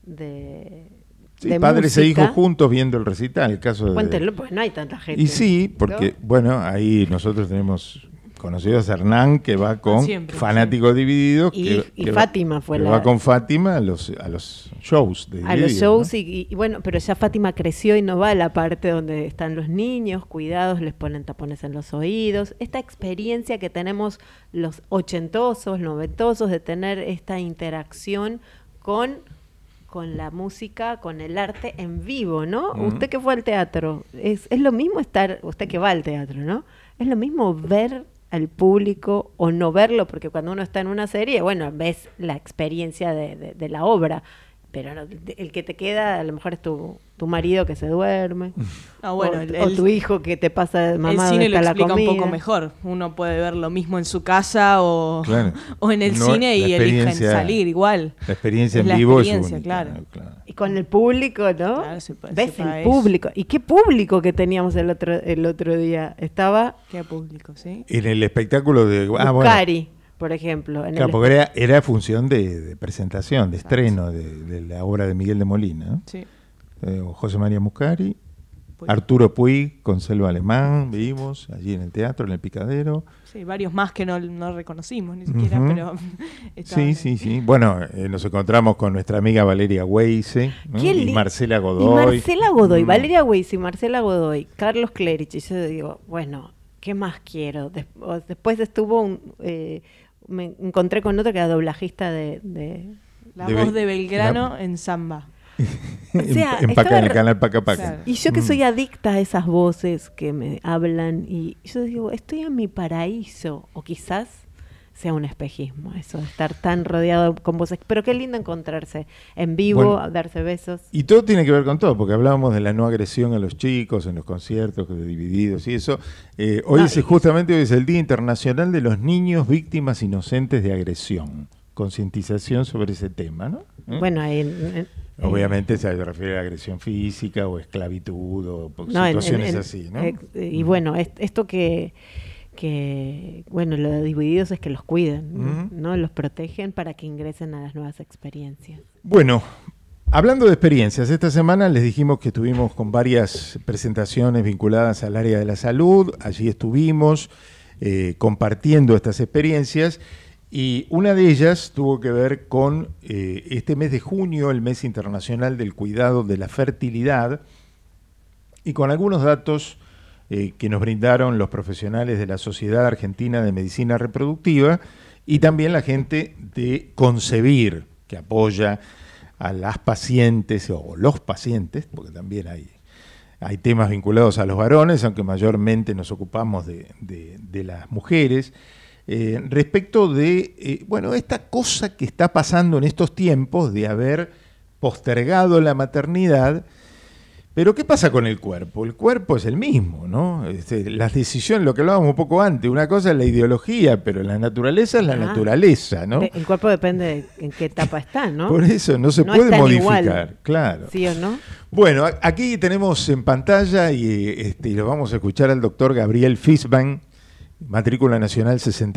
padres música. e hijos juntos viendo el recital, el caso de... Cuéntenlo, pues no hay tanta gente. Y sí, porque, ¿no? bueno, ahí nosotros tenemos conocidos a Hernán, que va con Fanáticos Divididos. Y Fátima fue va con Fátima a los shows de a Divididos, los shows, ¿no? y bueno, pero ya Fátima creció y no va a la parte donde están los niños, cuidados, les ponen tapones en los oídos. Esta experiencia que tenemos los ochentosos, noventosos, de tener esta interacción con la música, con el arte en vivo, ¿no? Usted que fue al teatro, es lo mismo usted que va al teatro, ¿no? Es lo mismo ver al público o no verlo, porque cuando uno está en una serie, bueno, ves la experiencia de la obra, pero el que te queda a lo mejor es tu marido que se duerme, o tu hijo que te pasa de mamá. El cine lo está explica la un poco mejor. Uno puede ver lo mismo en su casa o en el cine y eligen salir igual. La experiencia en vivo es única, claro. Y con el público, ¿no? Claro, ves el público. ¿Y qué público que teníamos el otro día? Estaba... ¿Qué público, sí? En el espectáculo de... Bucari, por ejemplo. Claro, porque era función de presentación, de estreno de la obra de Miguel de Molina, ¿no? Sí. José María Muscari, Arturo Puig con Selva Alemán, vimos allí en el teatro, en el Picadero. Sí, varios más que no reconocimos ni siquiera, pero... Sí. Bueno, nos encontramos con nuestra amiga Valeria Weise, ¿no? Y Marcela Godoy. Valeria Weise y Marcela Godoy, Carlos Clerici. Y yo digo, bueno, ¿qué más quiero? Después estuvo me encontré con otro que era doblajista de La voz de Belgrano en samba. O sea, en el canal Paca Paca. Claro. Y yo que soy adicta a esas voces que me hablan, y yo digo, estoy en mi paraíso, o quizás sea un espejismo eso de estar tan rodeado con voces, pero qué lindo encontrarse en vivo, darse besos. Y todo tiene que ver con todo, porque hablábamos de la no agresión a los chicos en los conciertos, de Divididos y eso. Hoy es el Día Internacional de los Niños Víctimas Inocentes de Agresión. Concientización sobre ese tema, ¿no? Bueno, obviamente se refiere a agresión física o esclavitud o situaciones así, ¿no? Y bueno, esto que bueno, lo de Divididos es que los cuiden, ¿no? Los protegen para que ingresen a las nuevas experiencias. Bueno, hablando de experiencias, esta semana les dijimos que estuvimos con varias presentaciones vinculadas al área de la salud. Allí estuvimos compartiendo estas experiencias. Y una de ellas tuvo que ver con este mes de junio, el mes internacional del cuidado de la fertilidad, y con algunos datos que nos brindaron los profesionales de la Sociedad Argentina de Medicina Reproductiva y también la gente de Concebir, que apoya a las pacientes o los pacientes, porque también hay temas vinculados a los varones, aunque mayormente nos ocupamos de las mujeres. Respecto de, esta cosa que está pasando en estos tiempos de haber postergado la maternidad, pero ¿qué pasa con el cuerpo? El cuerpo es el mismo, ¿no? Las decisiones, lo que hablábamos un poco antes, una cosa es la ideología, pero la naturaleza es la naturaleza, ¿no? El cuerpo depende de en qué etapa está, ¿no? Por eso no se puede modificar, igual, claro. ¿Sí o no? Bueno, aquí tenemos en pantalla y lo vamos a escuchar al doctor Gabriel Fischbein, matrícula nacional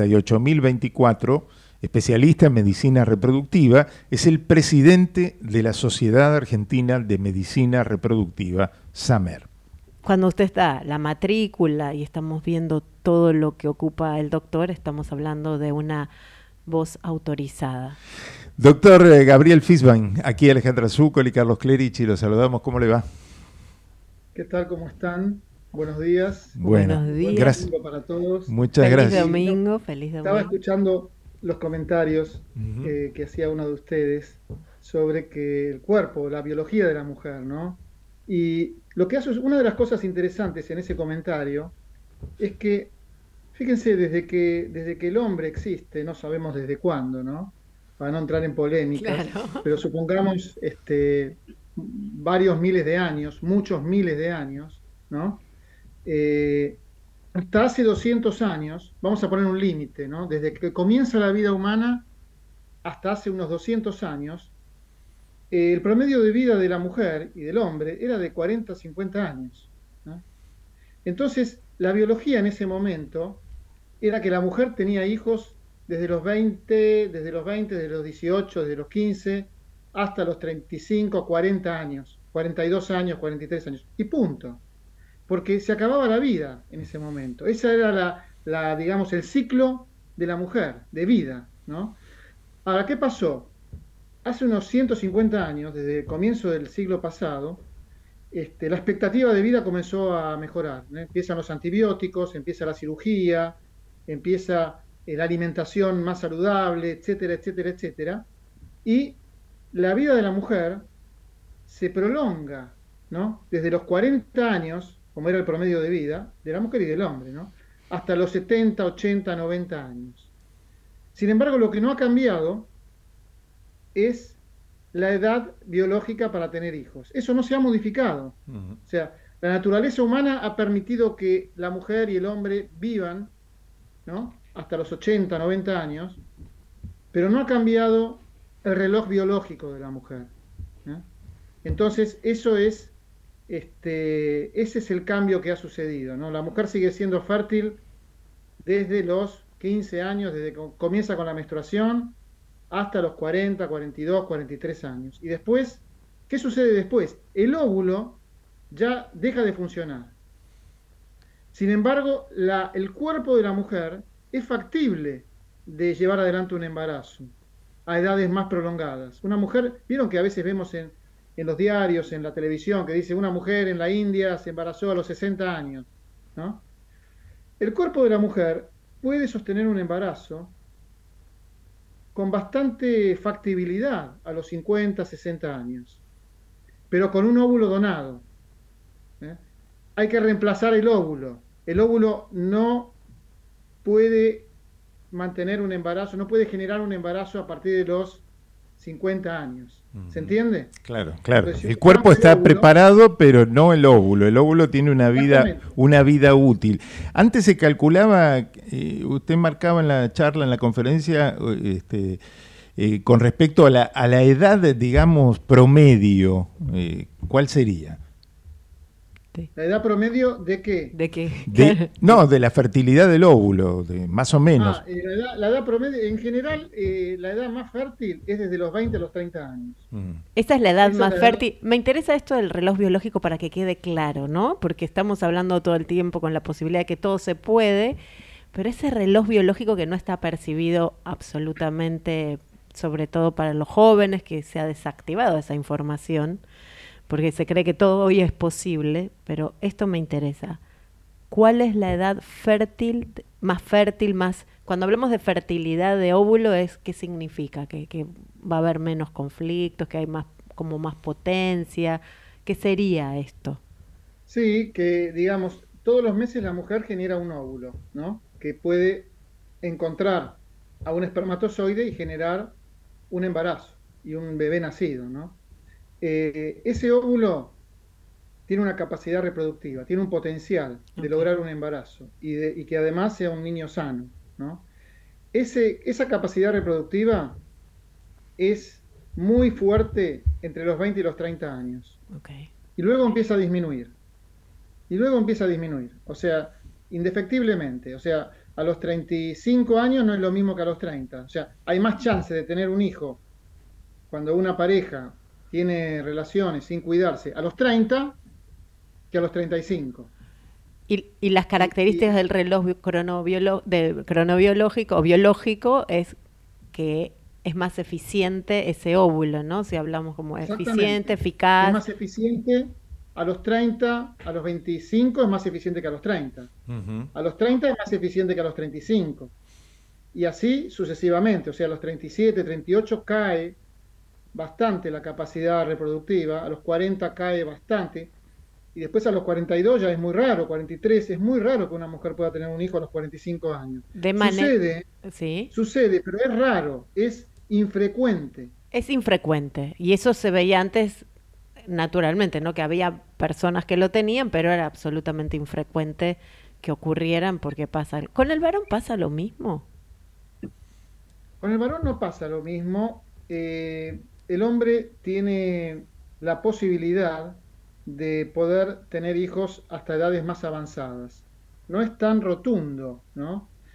68.024, especialista en medicina reproductiva, es el presidente de la Sociedad Argentina de Medicina Reproductiva, SAMER. Cuando usted está la matrícula y estamos viendo todo lo que ocupa el doctor, estamos hablando de una voz autorizada. Doctor Gabriel Fischbein, aquí Alejandra Zúcoli y Carlos Clerici, los saludamos, ¿cómo le va? ¿Qué tal? ¿Cómo están? Buenos días. Buenos días. Gracias. Para todos. Muchas gracias. Feliz domingo. Estaba escuchando los comentarios que hacía uno de ustedes sobre que el cuerpo, la biología de la mujer, ¿no? Y lo que hace es una de las cosas interesantes en ese comentario es que, fíjense, desde que el hombre existe, no sabemos desde cuándo, ¿no? Para no entrar en polémicas, claro. Pero supongamos varios miles de años, muchos miles de años, ¿no? Hasta hace 200 años, vamos a poner un límite, ¿no? Desde que comienza la vida humana hasta hace unos 200 años, el promedio de vida de la mujer y del hombre era de 40 a 50 años, ¿no? Entonces, la biología en ese momento era que la mujer tenía hijos desde los 20, desde los 18, desde los 15, hasta los 35, 40 años, 42 años, 43 años, y punto. Porque se acababa la vida en ese momento. Esa era digamos, el ciclo de la mujer, de vida, ¿no? Ahora, ¿qué pasó? Hace unos 150 años, desde el comienzo del siglo pasado, la expectativa de vida comenzó a mejorar, ¿no? Empiezan los antibióticos, empieza la cirugía, empieza la alimentación más saludable, etcétera, etcétera, etcétera. Y la vida de la mujer se prolonga, ¿no? Desde los 40 años, como era el promedio de vida de la mujer y del hombre, ¿no? Hasta los 70, 80, 90 años. Sin embargo, lo que no ha cambiado es la edad biológica para tener hijos. Eso no se ha modificado. O sea, la naturaleza humana ha permitido que la mujer y el hombre vivan, ¿no? Hasta los 80, 90 años, pero no ha cambiado el reloj biológico de la mujer, ¿no? Entonces, ese es el cambio que ha sucedido, ¿no? La mujer sigue siendo fértil desde los 15 años, desde que comienza con la menstruación, hasta los 40, 42, 43 años. Y después, ¿qué sucede después? El óvulo ya deja de funcionar. Sin embargo, el cuerpo de la mujer es factible de llevar adelante un embarazo a edades más prolongadas. Una mujer, vieron que a veces vemos en los diarios, en la televisión, que dice una mujer en la India se embarazó a los 60 años, ¿no? El cuerpo de la mujer puede sostener un embarazo con bastante factibilidad a los 50, 60 años, pero con un óvulo donado, ¿eh? Hay que reemplazar el óvulo. El óvulo no puede mantener un embarazo, no puede generar un embarazo a partir de los 50 años. ¿Se entiende? Claro, claro. Entonces, El cuerpo está óvulo, preparado, pero no el óvulo. El óvulo tiene una vida útil. Antes se calculaba, usted marcaba en la charla, en la conferencia, con respecto a la edad, digamos, promedio, ¿cuál sería? ¿La edad promedio de qué? ¿De qué? De la fertilidad del óvulo, más o menos. La edad promedio, en general, la edad más fértil es desde los 20 a los 30 años. Esa es la edad más fértil. Me interesa esto del reloj biológico para que quede claro, ¿no? Porque estamos hablando todo el tiempo con la posibilidad de que todo se puede, pero ese reloj biológico que no está percibido absolutamente, sobre todo para los jóvenes, que se ha desactivado esa información, porque se cree que todo hoy es posible, pero esto me interesa. ¿Cuál es la edad fértil, más? Cuando hablamos de fertilidad de óvulo, ¿qué significa? ¿Que va a haber menos conflictos, que hay más potencia? ¿Qué sería esto? Sí, que digamos, todos los meses la mujer genera un óvulo, ¿no? Que puede encontrar a un espermatozoide y generar un embarazo y un bebé nacido, ¿no? Ese óvulo tiene una capacidad reproductiva, tiene un potencial de lograr un embarazo y que además sea un niño sano, ¿no? Esa capacidad reproductiva es muy fuerte entre los 20 y los 30 años. Y luego empieza a disminuir. O sea, indefectiblemente. O sea, a los 35 años no es lo mismo que a los 30. O sea, hay más chance de tener un hijo cuando una pareja tiene relaciones sin cuidarse a los 30 que a los 35. Y las características del reloj cronobiológico o biológico es que es más eficiente ese óvulo, ¿no? Si hablamos como eficiente, eficaz. Es más eficiente a los 30, a los 25 es más eficiente que a los 30. A los 30 es más eficiente que a los 35. Y así sucesivamente. O sea, a los 37, 38 cae bastante la capacidad reproductiva, a los 40 cae bastante, y después a los 42 ya es muy raro, 43 es muy raro que una mujer pueda tener un hijo a los 45 años. Sucede, pero es raro, es infrecuente. Es infrecuente, y eso se veía antes naturalmente, ¿no? Que había personas que lo tenían, pero era absolutamente infrecuente que ocurrieran porque pasa. ¿Con el varón pasa lo mismo? Con el varón no pasa lo mismo. El hombre tiene la posibilidad de poder tener hijos hasta edades más avanzadas. No es tan rotundo, ¿no?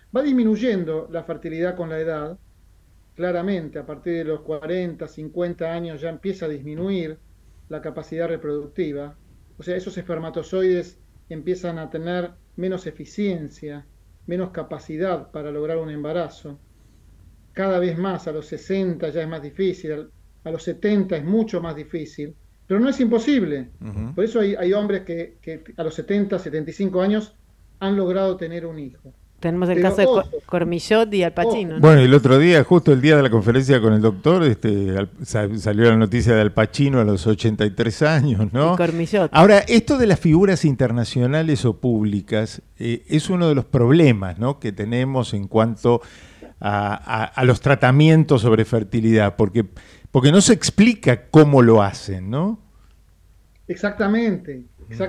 Va disminuyendo la fertilidad con la edad, claramente, a partir de los 40, 50 años ya empieza a disminuir la capacidad reproductiva. O sea, esos espermatozoides empiezan a tener menos eficiencia, menos capacidad para lograr un embarazo. Cada vez más, a los 60 ya es más difícil, a los 70 es mucho más difícil, pero no es imposible. Por eso hay hombres que a los 70, 75 años han logrado tener un hijo. Tenemos el caso de Cormillot y Al Pacino, ¿no? Bueno, el otro día, justo el día de la conferencia con el doctor, salió la noticia de Al Pacino a los 83 años, ¿no? Y Cormillot. Ahora, esto de las figuras internacionales o públicas es uno de los problemas, ¿no?, que tenemos en cuanto a los tratamientos sobre fertilidad, porque no se explica cómo lo hacen, ¿no? Exactamente.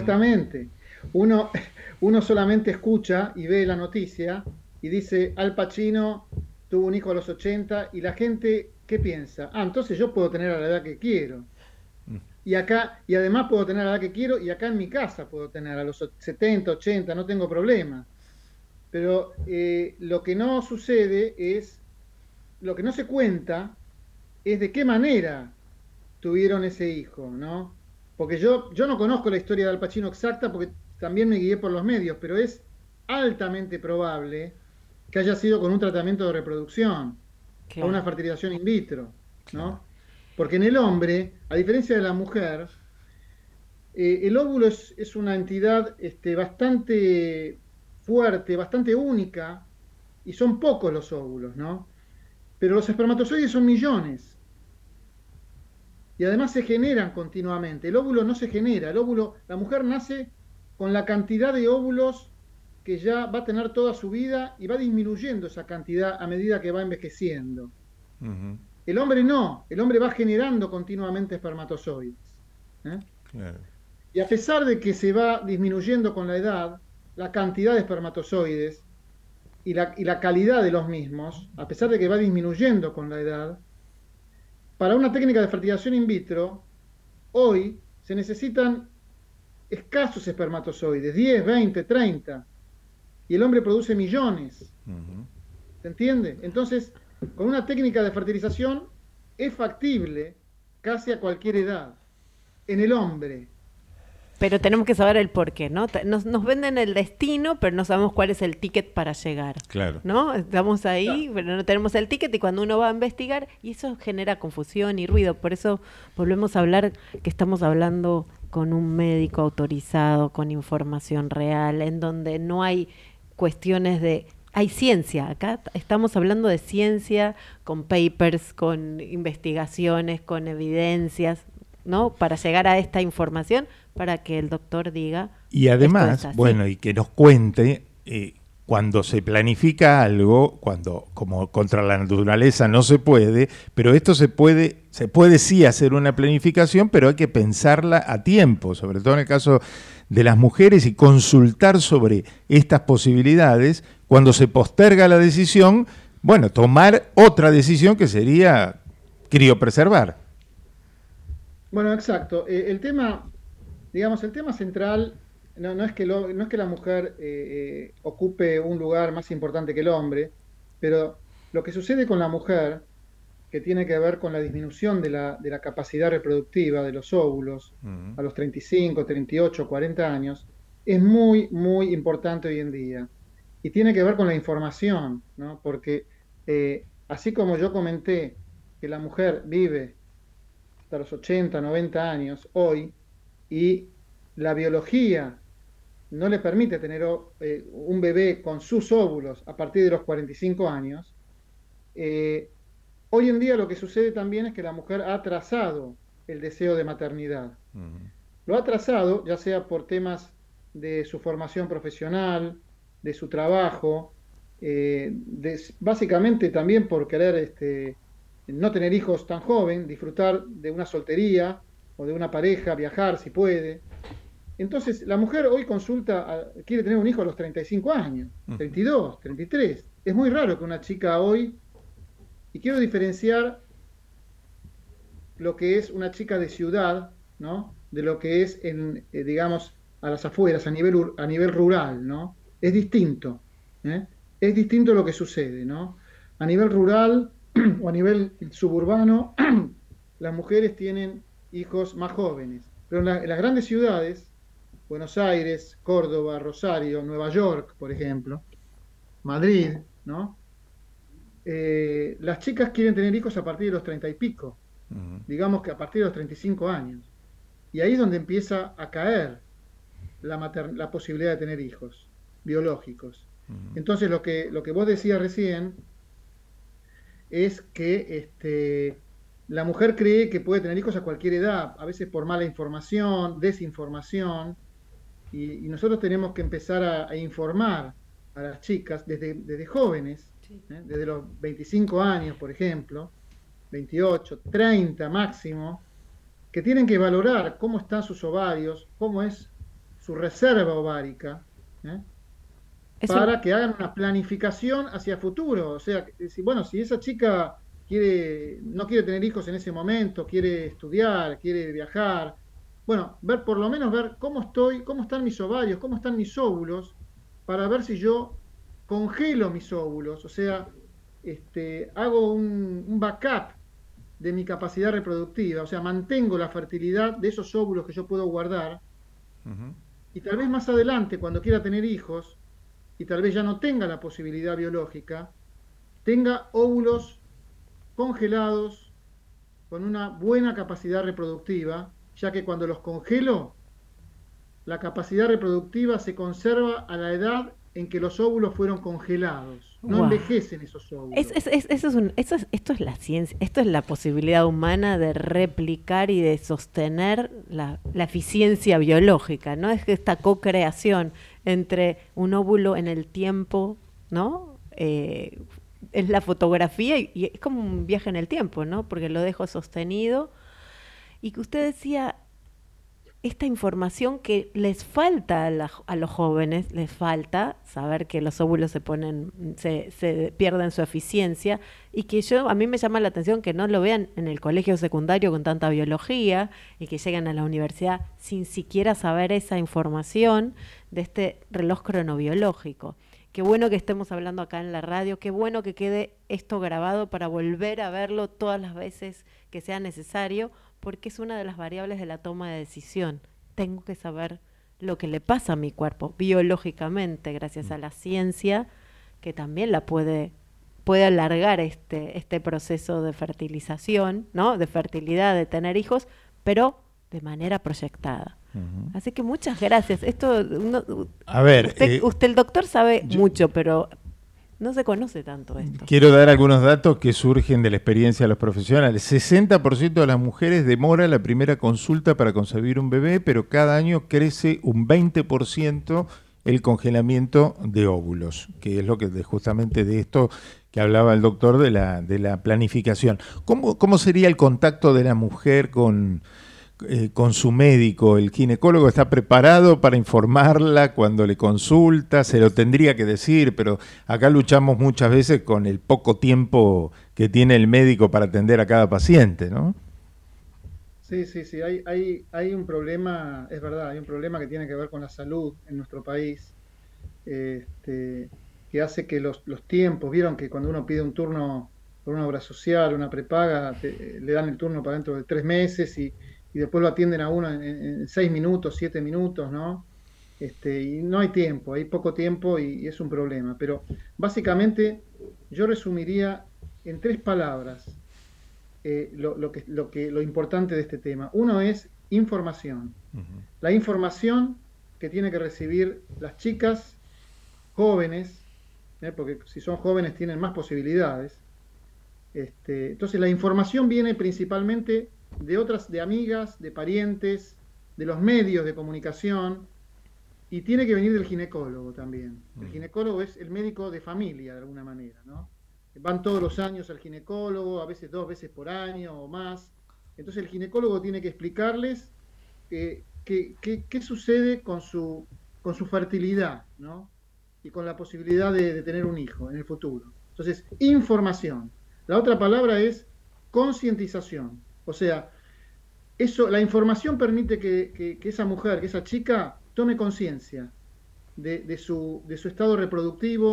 Uno solamente escucha y ve la noticia y dice, Al Pacino tuvo un hijo a los 80, y la gente, ¿qué piensa? Entonces yo puedo tener a la edad que quiero. Y además puedo tener a la edad que quiero, y acá en mi casa puedo tener a los 70, 80, no tengo problema. Pero lo que no sucede es, lo que no se cuenta es de qué manera tuvieron ese hijo, ¿no? Porque yo no conozco la historia de Al Pacino exacta, porque también me guié por los medios, pero es altamente probable que haya sido con un tratamiento de reproducción, o una fertilización in vitro, ¿no? Porque en el hombre, a diferencia de la mujer, el óvulo es una entidad bastante fuerte, bastante única, y son pocos los óvulos, ¿no? Pero los espermatozoides son millones. Y además se generan continuamente. El óvulo no se genera. La mujer nace con la cantidad de óvulos que ya va a tener toda su vida, y va disminuyendo esa cantidad a medida que va envejeciendo. El hombre no. El hombre va generando continuamente espermatozoides. Claro. Y a pesar de que se va disminuyendo con la edad, la cantidad de espermatozoides y la calidad de los mismos, a pesar de que va disminuyendo con la edad, para una técnica de fertilización in vitro, hoy se necesitan escasos espermatozoides, 10, 20, 30, y el hombre produce millones. ¿Se entiende? Entonces, con una técnica de fertilización es factible casi a cualquier edad, en el hombre. Pero tenemos que saber el porqué, ¿no? Nos venden el destino, pero no sabemos cuál es el ticket para llegar. Claro. ¿No? Estamos ahí, pero no tenemos el ticket, y cuando uno va a investigar, y eso genera confusión y ruido. Por eso volvemos a hablar que estamos hablando con un médico autorizado, con información real, en donde no hay cuestiones de... Hay ciencia, acá estamos hablando de ciencia, con papers, con investigaciones, con evidencias, ¿no? Para llegar a esta información, para que el doctor diga... Y además, bueno, y que nos cuente cuando se planifica algo, cuando como contra la naturaleza no se puede, pero esto se puede sí hacer una planificación, pero hay que pensarla a tiempo, sobre todo en el caso de las mujeres, y consultar sobre estas posibilidades. Cuando se posterga la decisión, bueno, tomar otra decisión que sería criopreservar. Bueno, exacto. El tema central no es que la mujer ocupe un lugar más importante que el hombre, pero lo que sucede con la mujer, que tiene que ver con la disminución de la capacidad reproductiva de los óvulos a los 35, 38, 40 años, es muy, muy importante hoy en día. Y tiene que ver con la información, ¿no? Porque así como yo comenté que la mujer vive hasta los 80, 90 años hoy, y la biología no le permite tener un bebé con sus óvulos a partir de los 45 años, hoy en día lo que sucede también es que la mujer ha atrasado el deseo de maternidad. Lo ha atrasado, ya sea por temas de su formación profesional, de su trabajo, básicamente también por querer no tener hijos tan joven, disfrutar de una soltería o de una pareja, viajar si puede. Entonces, la mujer hoy quiere tener un hijo a los 35 años, 32, 33. Es muy raro que una chica hoy, y quiero diferenciar lo que es una chica de ciudad, ¿no?, de lo que es, digamos, a las afueras, a nivel rural, ¿no? Es distinto. es distinto lo que sucede, ¿no? A nivel rural o a nivel suburbano, las mujeres tienen hijos más jóvenes, pero en las grandes ciudades, Buenos Aires, Córdoba, Rosario, Nueva York, por ejemplo, Madrid, ¿no? Las chicas quieren tener hijos a partir de los 30 y pico, digamos que a partir de los 35 años. Y ahí es donde empieza a caer la posibilidad de tener hijos biológicos. Entonces lo que vos decías recién es que la mujer cree que puede tener hijos a cualquier edad, a veces por mala información, desinformación, y nosotros tenemos que empezar a informar a las chicas desde jóvenes, desde los 25 años, por ejemplo, 28, 30 máximo, que tienen que valorar cómo están sus ovarios, cómo es su reserva ovárica, para que hagan una planificación hacia futuro. O sea, si esa chica no quiere tener hijos en ese momento, quiere estudiar, quiere viajar, por lo menos ver cómo están mis ovarios, cómo están mis óvulos, para ver si yo congelo mis óvulos, o sea, hago un backup de mi capacidad reproductiva, o sea, mantengo la fertilidad de esos óvulos que yo puedo guardar, y tal vez más adelante, cuando quiera tener hijos, y tal vez ya no tenga la posibilidad biológica, tenga óvulos congelados con una buena capacidad reproductiva, ya que cuando los congelo, la capacidad reproductiva se conserva a la edad en que los óvulos fueron congelados. No envejecen esos óvulos. Esto es la ciencia, esto es la posibilidad humana de replicar y de sostener la eficiencia biológica, ¿no? Es esta co-creación entre un óvulo en el tiempo, ¿no? Es la fotografía y es como un viaje en el tiempo, ¿no? Porque lo dejo sostenido. Y que usted decía, esta información que les falta a los jóvenes, les falta saber que los óvulos se pierden su eficiencia, y que a mí me llama la atención que no lo vean en el colegio secundario con tanta biología y que lleguen a la universidad sin siquiera saber esa información de este reloj cronobiológico. Qué bueno que estemos hablando acá en la radio, qué bueno que quede esto grabado para volver a verlo todas las veces que sea necesario, porque es una de las variables de la toma de decisión. Tengo que saber lo que le pasa a mi cuerpo biológicamente, gracias a la ciencia, que también la puede alargar este proceso de fertilización, ¿no? De fertilidad, de tener hijos, pero de manera proyectada. Así que muchas gracias. Usted, el doctor, sabe mucho, pero no se conoce tanto esto. Quiero dar algunos datos que surgen de la experiencia de los profesionales. 60% de las mujeres demora la primera consulta para concebir un bebé, pero cada año crece un 20% el congelamiento de óvulos, que es lo que justamente de esto que hablaba el doctor de la planificación. ¿Cómo sería el contacto de la mujer con su médico? ¿El ginecólogo está preparado para informarla cuando le consulta? Se lo tendría que decir, pero acá luchamos muchas veces con el poco tiempo que tiene el médico para atender a cada paciente, ¿no? Sí, hay un problema, es verdad, hay un problema que tiene que ver con la salud en nuestro país, que hace que los tiempos, vieron que cuando uno pide un turno por una obra social, una prepaga, le dan el turno para dentro de 3 meses y después lo atienden a uno en 6 minutos, 7 minutos, ¿no? Y no hay tiempo, hay poco tiempo y es un problema. Pero básicamente yo resumiría en 3 palabras lo importante de este tema. Uno es información. La información que tienen que recibir las chicas jóvenes, porque si son jóvenes tienen más posibilidades. Entonces la información viene principalmente de amigas, de parientes, de los medios de comunicación, y tiene que venir del ginecólogo también. El ginecólogo es el médico de familia, de alguna manera, ¿no? Van todos los años al ginecólogo, a veces 2 veces por año o más. Entonces el ginecólogo tiene que explicarles qué sucede con su fertilidad, ¿no? Y con la posibilidad de tener un hijo en el futuro. Entonces, información. La otra palabra es concientización. O sea, la información permite que esa mujer, que esa chica, tome conciencia de su estado reproductivo,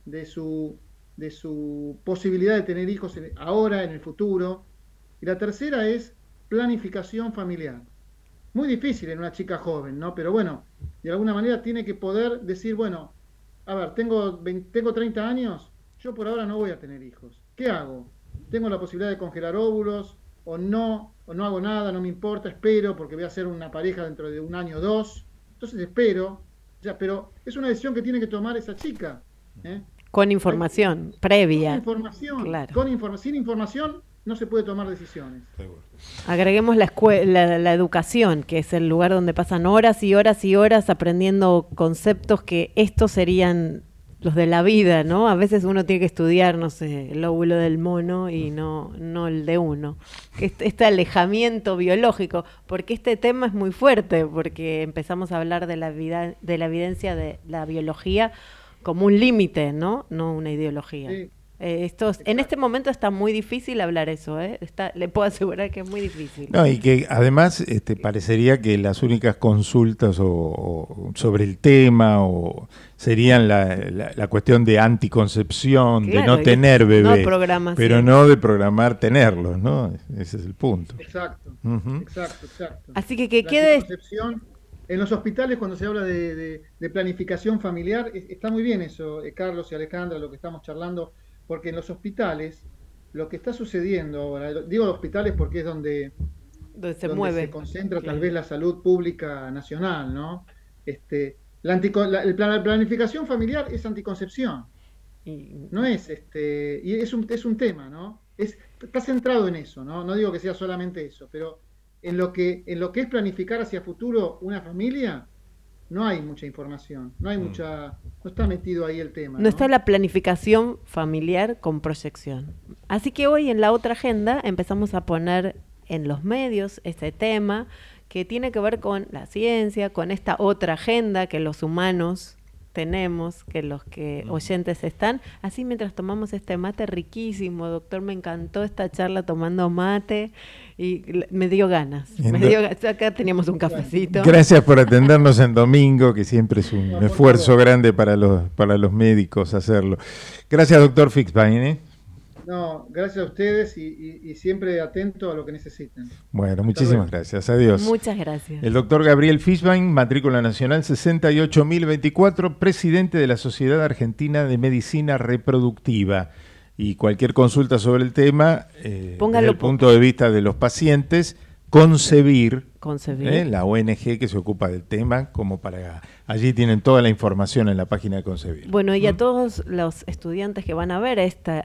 de su posibilidad de tener hijos ahora, en el futuro. Y la tercera es planificación familiar. Muy difícil en una chica joven, ¿no? Pero bueno, de alguna manera tiene que poder decir, bueno, a ver, tengo 30 años, yo por ahora no voy a tener hijos. ¿Qué hago? ¿Tengo la posibilidad de congelar óvulos o no hago nada, no me importa, espero porque voy a hacer una pareja dentro de 1 año o 2? Entonces espero, pero es una decisión que tiene que tomar esa chica. Con información previa. Con información, claro. Sin información no se puede tomar decisiones. Agreguemos la educación, que es el lugar donde pasan horas y horas y horas aprendiendo conceptos que estos serían los de la vida, ¿no? A veces uno tiene que estudiar, no sé, el óvulo del mono y no el de uno. Este alejamiento biológico, porque este tema es muy fuerte, porque empezamos a hablar de la evidencia de la biología como un límite, no una ideología. Sí. En este momento está muy difícil hablar eso, le puedo asegurar que es muy difícil. No, y que además parecería que las únicas consultas o sobre el tema serían la cuestión de anticoncepción, claro, de no tener bebé, pero no de programar tenerlos, ¿no? Ese es el punto. Exacto, exacto. Así que quede... En los hospitales, cuando se habla de planificación familiar, está muy bien eso, Carlos y Alejandra, lo que estamos charlando, porque en los hospitales, lo que está sucediendo ahora, digo hospitales porque es donde se concentra tal vez la salud pública nacional, ¿no? La planificación familiar es anticoncepción, no es y es un tema, ¿no? Está centrado en eso, ¿no? No digo que sea solamente eso, pero en lo que es planificar hacia futuro una familia, no hay mucha información, no está metido ahí el tema. No está la planificación familiar con proyección. Así que hoy en la otra agenda empezamos a poner en los medios este tema que tiene que ver con la ciencia, con esta otra agenda que los humanos tenemos, que los que oyentes están. Así mientras tomamos este mate riquísimo, doctor, me encantó esta charla tomando mate y me dio ganas. Acá teníamos un cafecito. Gracias por atendernos en domingo, que siempre es un esfuerzo grande para los médicos hacerlo. Gracias, doctor Fixbein. No, gracias a ustedes y siempre atento a lo que necesiten. Bueno, muchísimas gracias. Adiós. Muchas gracias. El doctor Gabriel Fixbein, matrícula nacional 68024, presidente de la Sociedad Argentina de Medicina Reproductiva. Y cualquier consulta sobre el tema, desde el punto de vista de los pacientes, Concebir. La ONG que se ocupa del tema, allí tienen toda la información en la página de Concebir. Bueno, y a todos los estudiantes que van a ver esta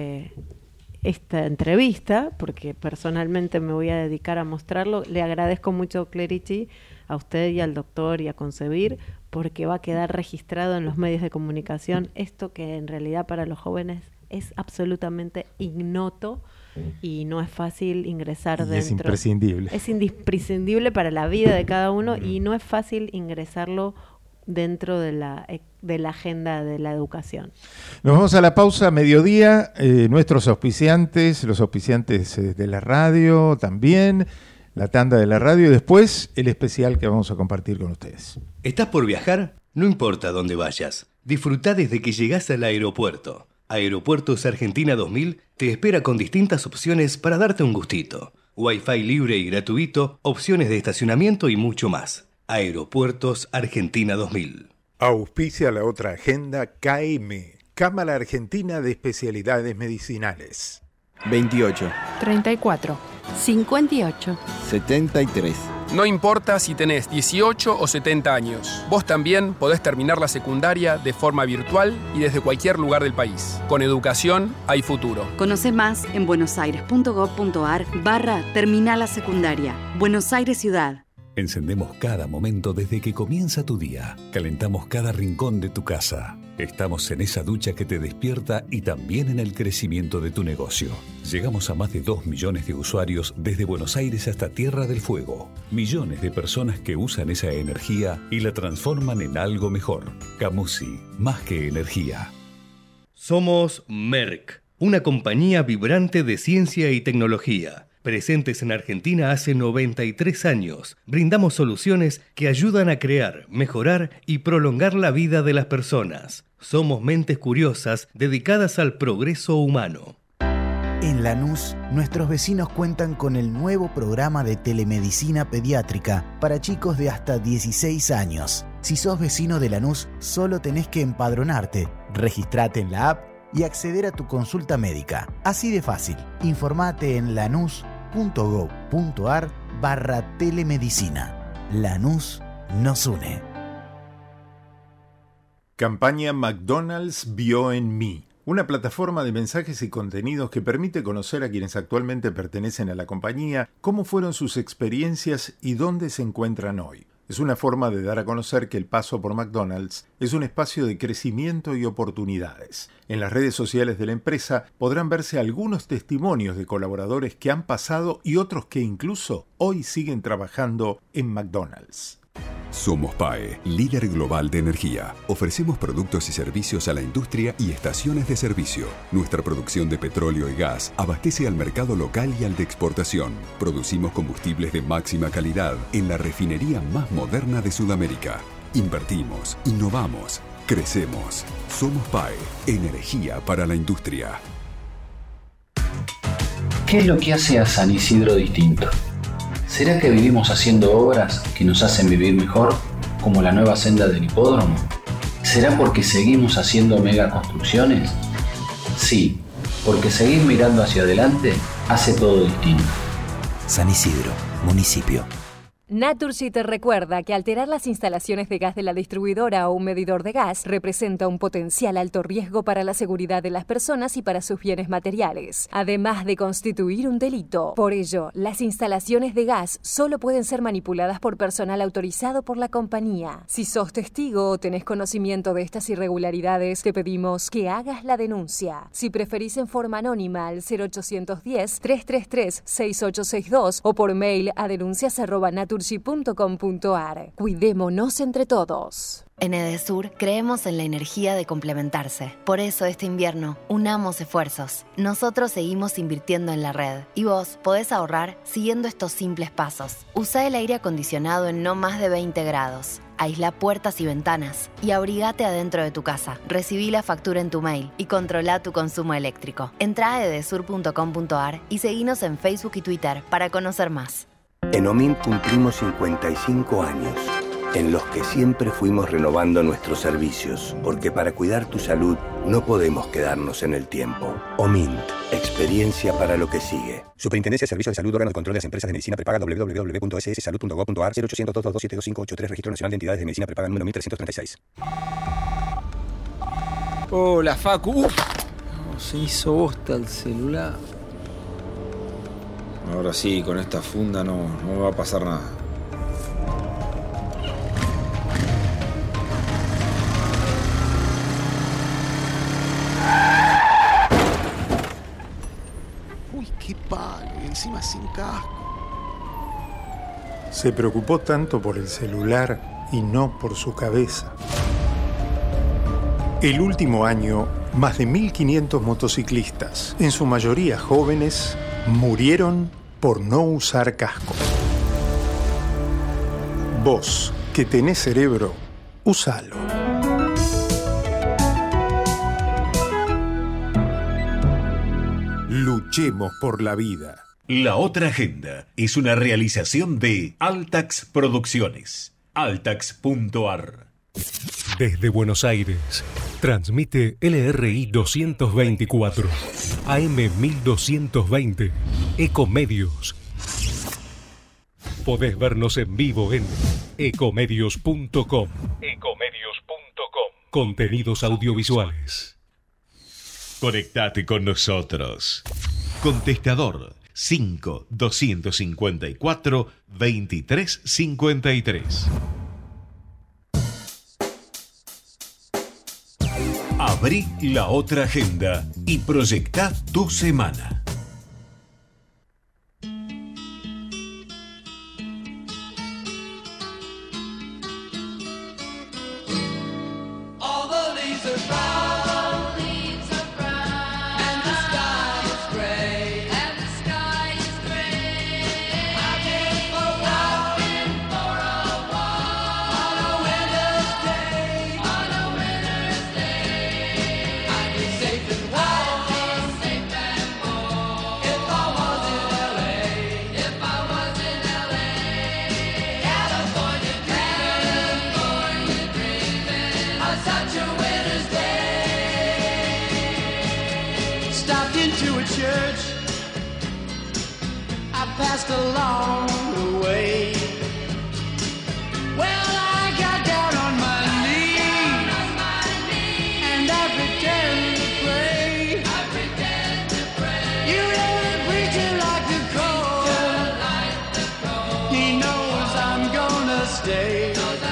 entrevista, porque personalmente me voy a dedicar a mostrarlo, le agradezco mucho, Clerici, a usted y al doctor y a Concebir, porque va a quedar registrado en los medios de comunicación esto que en realidad para los jóvenes es absolutamente ignoto y no es fácil ingresar dentro. Es imprescindible. Es imprescindible para la vida de cada uno y no es fácil ingresarlo dentro de la agenda de la educación. Nos vamos a la pausa, mediodía. Nuestros auspiciantes, los auspiciantes de la radio también, la tanda de la radio y después el especial que vamos a compartir con ustedes. ¿Estás por viajar? No importa dónde vayas. Disfrutá desde que llegás al aeropuerto. Aeropuertos Argentina 2000 te espera con distintas opciones para darte un gustito. Wi-Fi libre y gratuito, opciones de estacionamiento y mucho más. Aeropuertos Argentina 2000. Auspicia la otra agenda KM, Cámara Argentina de Especialidades Medicinales. 28. 34. 58. 73. No importa si tenés 18 o 70 años, vos también podés terminar la secundaria de forma virtual y desde cualquier lugar del país. Con educación hay futuro. Conoce más en buenosaires.gov.ar/terminal la secundaria. Buenos Aires Ciudad. Encendemos cada momento desde que comienza tu día. Calentamos cada rincón de tu casa. Estamos en esa ducha que te despierta y también en el crecimiento de tu negocio. Llegamos a más de 2 millones de usuarios desde Buenos Aires hasta Tierra del Fuego. Millones de personas que usan esa energía y la transforman en algo mejor. Camusi, más que energía. Somos Merck, una compañía vibrante de ciencia y tecnología. Presentes en Argentina hace 93 años, brindamos soluciones que ayudan a crear, mejorar y prolongar la vida de las personas. Somos mentes curiosas dedicadas al progreso humano. En Lanús, nuestros vecinos cuentan con el nuevo programa de telemedicina pediátrica para chicos de hasta 16 años. Si sos vecino de Lanús, solo tenés que empadronarte, registrate en la app y acceder a tu consulta médica. Así de fácil. Informate en lanús.gov.ar/telemedicina. Lanús nos une. Campaña McDonald's vio en mí. Una plataforma de mensajes y contenidos que permite conocer a quienes actualmente pertenecen a la compañía, cómo fueron sus experiencias y dónde se encuentran hoy. Es una forma de dar a conocer que el paso por McDonald's es un espacio de crecimiento y oportunidades. En las redes sociales de la empresa podrán verse algunos testimonios de colaboradores que han pasado y otros que incluso hoy siguen trabajando en McDonald's. Somos PAE, líder global de energía. Ofrecemos productos y servicios a la industria y estaciones de servicio. Nuestra producción de petróleo y gas abastece al mercado local y al de exportación. Producimos combustibles de máxima calidad en la refinería más moderna de Sudamérica. Invertimos, innovamos, crecemos. Somos PAE, energía para la industria. ¿Qué es lo que hace a San Isidro distinto? ¿Será que vivimos haciendo obras que nos hacen vivir mejor, como la nueva senda del hipódromo? ¿Será porque seguimos haciendo megaconstrucciones? Sí, porque seguir mirando hacia adelante hace todo distinto. San Isidro, municipio. Naturgy te recuerda que alterar las instalaciones de gas de la distribuidora o un medidor de gas representa un potencial alto riesgo para la seguridad de las personas y para sus bienes materiales, además de constituir un delito. Por ello, las instalaciones de gas solo pueden ser manipuladas por personal autorizado por la compañía. Si sos testigo o tenés conocimiento de estas irregularidades, te pedimos que hagas la denuncia. Si preferís en forma anónima al 0810-333-6862 o por mail a denuncias@naturgy.com.ar. Cuidémonos entre todos. En Edesur creemos en la energía de complementarse. Por eso este invierno, unamos esfuerzos. Nosotros seguimos invirtiendo en la red y vos podés ahorrar siguiendo estos simples pasos. Usa el aire acondicionado en no más de 20 grados. Aísla puertas y ventanas y abrigate adentro de tu casa. Recibí la factura en tu mail y controla tu consumo eléctrico. Entrá a edesur.com.ar y seguinos en Facebook y Twitter para conocer más. En OMINT cumplimos 55 años, en los que siempre fuimos renovando nuestros servicios, porque para cuidar tu salud no podemos quedarnos en el tiempo. OMINT, experiencia para lo que sigue. Superintendencia de Servicios de Salud, órgano de control de las empresas de medicina prepaga, www.sssalud.gov.ar, 0800-222-7583, Registro Nacional de Entidades de Medicina Prepaga, número 1336. Hola, Facu. Se hizo bosta el celular. Ahora sí, con esta funda no me va a pasar nada. Uy, qué palo, y encima sin casco. Se preocupó tanto por el celular y no por su cabeza. El último año, más de 1.500 motociclistas, en su mayoría jóvenes, murieron por no usar casco. Vos, que tenés cerebro, úsalo. Luchemos por la vida. La Otra Agenda es una realización de Altax Producciones. Altax.ar. Desde Buenos Aires, transmite LRI 224, AM 1220, Ecomedios. Podés vernos en vivo en ecomedios.com. Contenidos audiovisuales. Conectate con nosotros. Contestador 5-254-2353. Abrí La Otra Agenda y proyectá tu semana. passed along the way. Well, I got down on my knees and I pretend to pray. You know the preacher like the cold. He knows I'm gonna stay.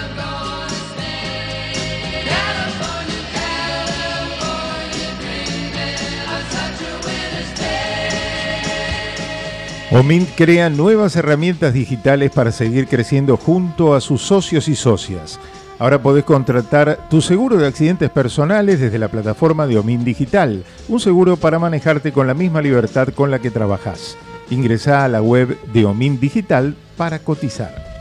Omint crea nuevas herramientas digitales para seguir creciendo junto a sus socios y socias. Ahora podés contratar tu seguro de accidentes personales desde la plataforma de Omint Digital, un seguro para manejarte con la misma libertad con la que trabajás. Ingresá a la web de Omint Digital para cotizar.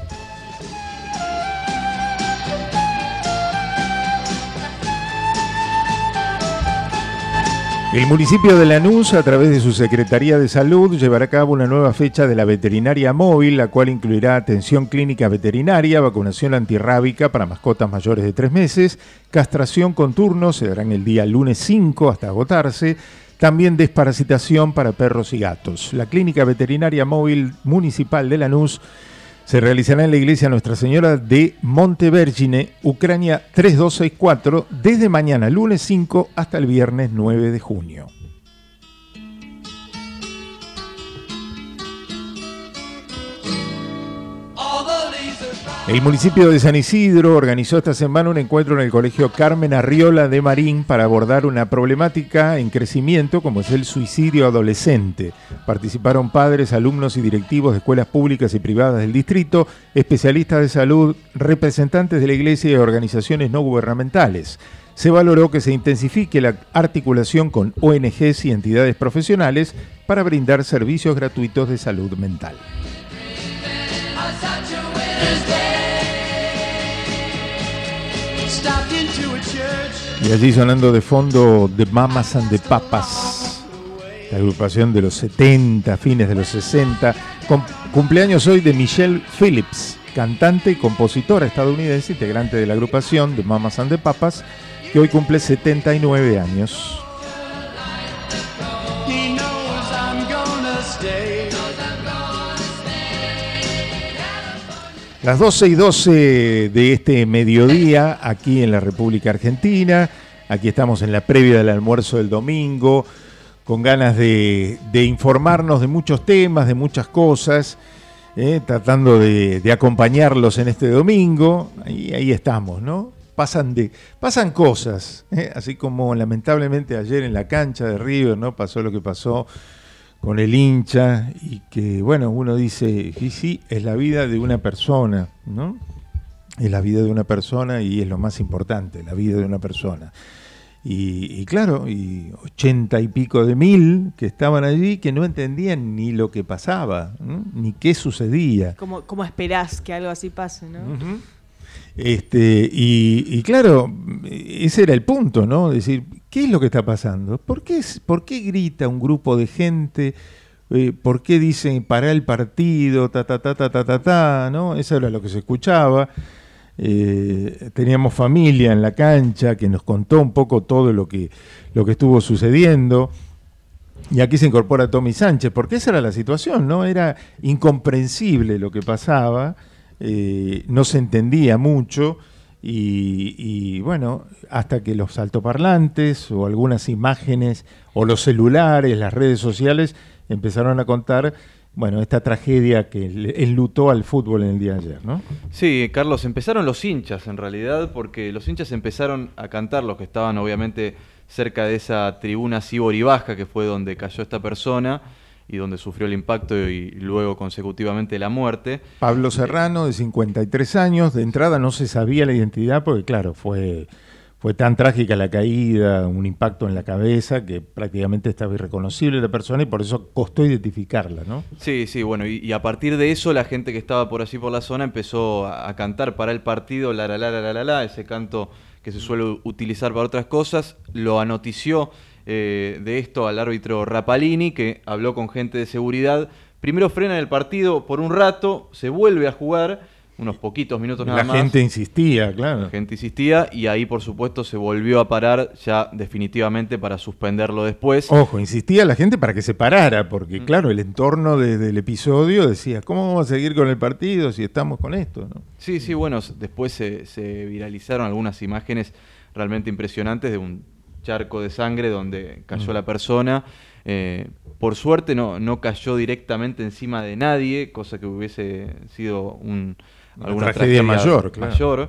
El municipio de Lanús, a través de su Secretaría de Salud, llevará a cabo una nueva fecha de la veterinaria móvil, la cual incluirá atención clínica veterinaria, vacunación antirrábica para mascotas mayores de 3 meses, castración con turnos, se darán el día lunes 5 hasta agotarse, también desparasitación para perros y gatos. La clínica veterinaria móvil municipal de Lanús se realizará en la iglesia Nuestra Señora de Montevergine, Ucrania 3264, desde mañana lunes 5 hasta el viernes 9 de junio. El municipio de San Isidro organizó esta semana un encuentro en el Colegio Carmen Arriola de Marín para abordar una problemática en crecimiento como es el suicidio adolescente. Participaron padres, alumnos y directivos de escuelas públicas y privadas del distrito, especialistas de salud, representantes de la iglesia y organizaciones no gubernamentales. Se valoró que se intensifique la articulación con ONGs y entidades profesionales para brindar servicios gratuitos de salud mental. Y allí sonando de fondo The Mamas and the Papas, la agrupación de los 70, fines de los 60, cumpleaños hoy de Michelle Phillips, cantante y compositora estadounidense, integrante de la agrupación The Mamas and the Papas, que hoy cumple 79 años. Las 12:12 de este mediodía, aquí en la República Argentina. Aquí estamos en la previa del almuerzo del domingo, con ganas de informarnos de muchos temas, de muchas cosas, tratando de acompañarlos en este domingo. Ahí estamos, ¿no? Pasan cosas, así como lamentablemente ayer en la cancha de River, ¿no? Pasó lo que pasó con el hincha, y que, bueno, uno dice, sí, es la vida de una persona, ¿no? Es la vida de una persona y es lo más importante, la vida de una persona. Y claro, y 80 y pico de mil que estaban allí que no entendían ni lo que pasaba, ¿no? Ni qué sucedía. ¿Cómo esperás que algo así pase, no? Uh-huh. Y claro, ese era el punto, ¿no? Decir, ¿qué es lo que está pasando? ¿Por qué grita un grupo de gente? ¿Por qué dicen pará el partido? ¿No? Eso era lo que se escuchaba. Teníamos familia en la cancha que nos contó un poco todo lo que estuvo sucediendo. Y aquí se incorpora Tommy Sánchez, porque esa era la situación, ¿no? Era incomprensible lo que pasaba. No se entendía mucho y bueno, hasta que los altoparlantes o algunas imágenes o los celulares, las redes sociales empezaron a contar, bueno, esta tragedia que enlutó al fútbol en el día de ayer, ¿no? Sí, Carlos, empezaron los hinchas en realidad, porque los hinchas empezaron a cantar, los que estaban obviamente cerca de esa tribuna Cibor y Baja, que fue donde cayó esta persona y donde sufrió el impacto y luego consecutivamente la muerte. Pablo Serrano, de 53 años, de entrada no se sabía la identidad porque, claro, fue tan trágica la caída, un impacto en la cabeza, que prácticamente estaba irreconocible la persona y por eso costó identificarla, ¿no? Sí, bueno, y a partir de eso la gente que estaba por allí por la zona empezó a cantar para el partido, la, ese canto que se suele utilizar para otras cosas. Lo anotició de esto al árbitro Rapalini, que habló con gente de seguridad. Primero frena el partido por un rato, se vuelve a jugar, unos poquitos minutos nada más. La gente insistía, claro. La gente insistía y ahí, por supuesto, se volvió a parar ya definitivamente para suspenderlo después. Ojo, insistía la gente para que se parara, porque claro, el entorno del episodio decía, ¿cómo vamos a seguir con el partido si estamos con esto? ¿No? Sí, bueno, después se viralizaron algunas imágenes realmente impresionantes de un charco de sangre donde cayó la persona. Por suerte no cayó directamente encima de nadie, cosa que hubiese sido alguna tragedia mayor. Claro.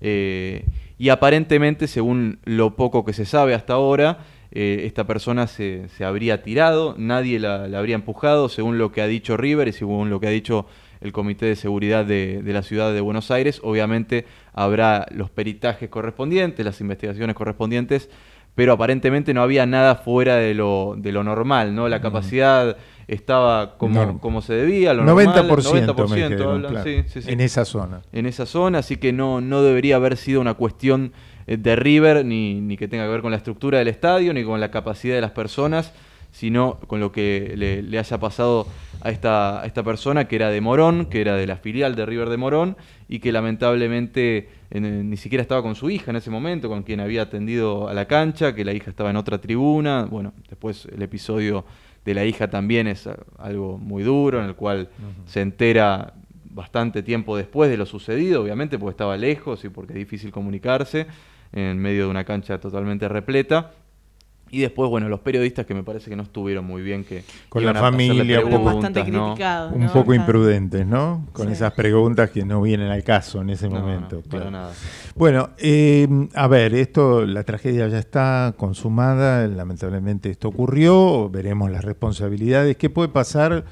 Y aparentemente, según lo poco que se sabe hasta ahora, esta persona se habría tirado, nadie la habría empujado, según lo que ha dicho River y según lo que ha dicho el Comité de Seguridad de la Ciudad de Buenos Aires. Obviamente habrá los peritajes correspondientes, las investigaciones correspondientes, pero aparentemente no había nada fuera de lo normal, ¿no? La capacidad estaba como se debía, lo 90%, 90% me dijeron, hablan, claro. sí. En esa zona. En esa zona, así que no debería haber sido una cuestión de River, ni que tenga que ver con la estructura del estadio, ni con la capacidad de las personas, sino con lo que le haya pasado a esta persona, que era de Morón, que era de la filial de River de Morón, y que lamentablemente ni siquiera estaba con su hija en ese momento, con quien había atendido a la cancha, que la hija estaba en otra tribuna. Bueno, después el episodio de la hija también es algo muy duro, en el cual se entera bastante tiempo después de lo sucedido, obviamente, porque estaba lejos y porque es difícil comunicarse en medio de una cancha totalmente repleta. Y después, bueno, los periodistas que me parece que no estuvieron muy bien, que con la familia, bastante criticados, un poco imprudentes, ¿no? Con esas preguntas que no vienen al caso en ese momento. No, para nada. Bueno, a ver, la tragedia ya está consumada, lamentablemente esto ocurrió, veremos las responsabilidades. ¿Qué puede pasar?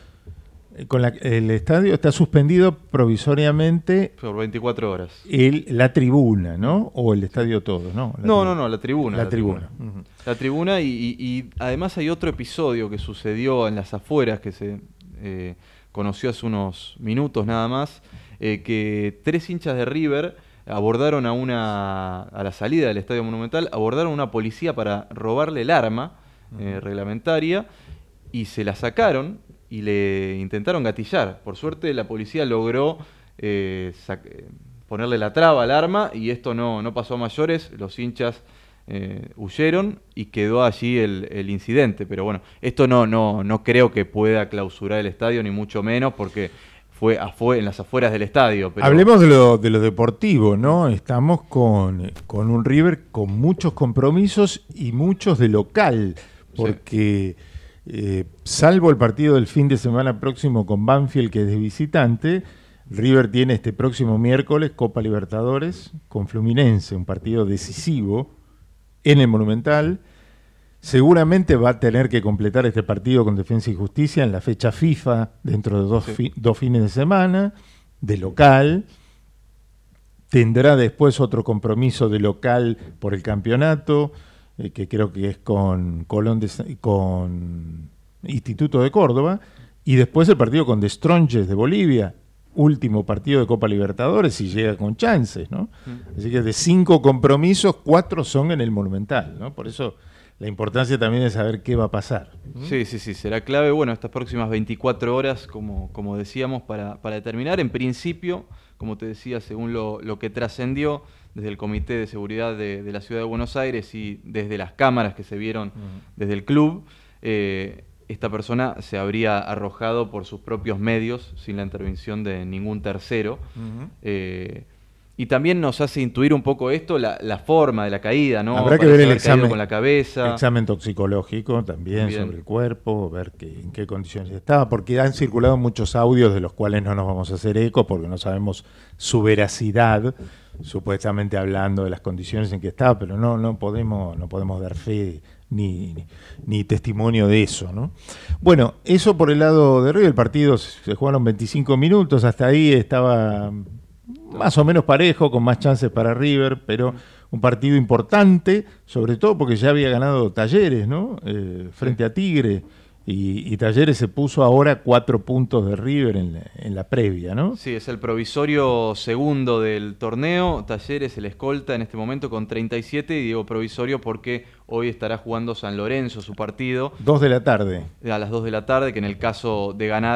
El estadio está suspendido provisoriamente por 24 horas. La tribuna, ¿no? O el estadio todo, ¿no? La tribuna. La tribuna. La tribuna y además hay otro episodio que sucedió en las afueras que se conoció hace unos minutos nada más, que 3 hinchas de River abordaron a la salida del Estadio Monumental, abordaron a una policía para robarle el arma reglamentaria y se la sacaron y le intentaron gatillar. Por suerte la policía logró ponerle la traba al arma y esto no pasó a mayores. Los hinchas huyeron y quedó allí el incidente. Pero bueno, esto no creo que pueda clausurar el estadio, ni mucho menos, porque fue en las afueras del estadio. Pero... Hablemos de lo deportivo, ¿no? Estamos con un River con muchos compromisos y muchos de local, porque... salvo el partido del fin de semana próximo con Banfield, que es de visitante, River tiene este próximo miércoles Copa Libertadores con Fluminense, un partido decisivo en el Monumental. Seguramente va a tener que completar este partido con Defensa y Justicia en la fecha FIFA dentro de dos fines de semana, de local. Tendrá después otro compromiso de local por el campeonato, que creo que es con Instituto de Córdoba, y después el partido con The Strongest de Bolivia, último partido de Copa Libertadores, y llega con chances, ¿no? Así que de 5 compromisos, 4 son en el Monumental, ¿no? Por eso la importancia también es saber qué va a pasar. Sí, será clave, bueno, estas próximas 24 horas, como decíamos, para determinar. En principio, como te decía, según lo que trascendió desde el Comité de Seguridad de la Ciudad de Buenos Aires y desde las cámaras que se vieron desde el club, esta persona se habría arrojado por sus propios medios, sin la intervención de ningún tercero. Y también nos hace intuir un poco esto, la forma de la caída, ¿no? Habrá que ver el examen con la cabeza. Examen toxicológico también sobre el cuerpo, ver en qué condiciones estaba, porque han circulado muchos audios de los cuales no nos vamos a hacer eco porque no sabemos su veracidad, supuestamente hablando de las condiciones en que estaba, pero no podemos dar fe ni testimonio de eso, ¿no? Bueno, eso por el lado de River. El partido se jugaron 25 minutos, hasta ahí estaba más o menos parejo, con más chances para River, pero un partido importante, sobre todo porque ya había ganado Talleres, ¿no? Frente a Tigre, y Talleres se puso ahora 4 puntos de River en la previa, ¿no? Sí, es el provisorio segundo del torneo. Talleres el escolta en este momento con 37, y digo provisorio porque hoy estará jugando San Lorenzo su partido. 2 de la tarde. A las 2 de la tarde, que en el caso de ganar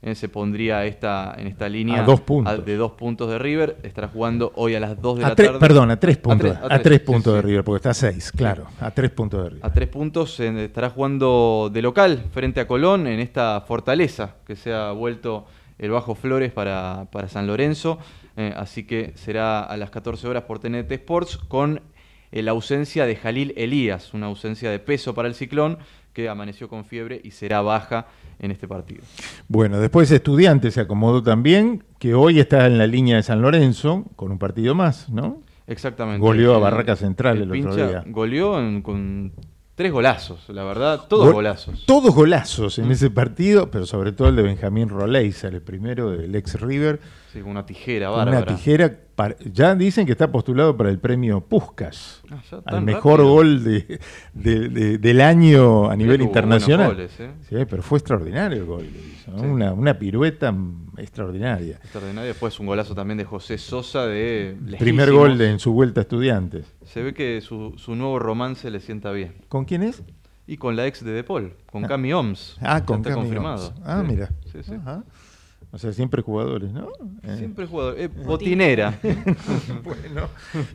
se pondría en esta línea a 2 puntos. de 2 puntos de River. Estará jugando hoy a las 2 de la tarde. Perdón, a 3 puntos. A 3 puntos sí, de River, porque está a 6, claro. A 3 puntos de River. A 3 puntos estará jugando de local frente a Colón en esta fortaleza que se ha vuelto el Bajo Flores para San Lorenzo. Así que será a las 14 horas por TNT Sports con la ausencia de Jalil Elías, una ausencia de peso para el Ciclón, que amaneció con fiebre y será baja en este partido. Bueno, después Estudiantes se acomodó también, que hoy está en la línea de San Lorenzo, con un partido más, ¿no? Exactamente. Goleó a Barraca Central el otro día. Goleó con 3 golazos, la verdad, todos golazos. Todos golazos en ese partido, pero sobre todo el de Benjamín Roleiser, el primero del ex River. Sí, con una tijera bárbara. Una tijera, ya dicen que está postulado para el premio Puskás, al mejor rápido. Gol del año a nivel internacional. Goles, Sí, pero fue extraordinario el gol, ¿no? Sí. Una pirueta extraordinaria. Extraordinario, después un golazo también de José Sosa de lejísimos. Primer gol en su vuelta a Estudiantes. Se ve que su nuevo romance le sienta bien. ¿Con quién es? Y con la ex de De Paul, con Cami Oms. Con está Cami confirmado. Oms. Ah, sí. mira. Sí, sí. Ajá. O sea, siempre jugadores, ¿no? Siempre jugadores. Botinera. Bueno.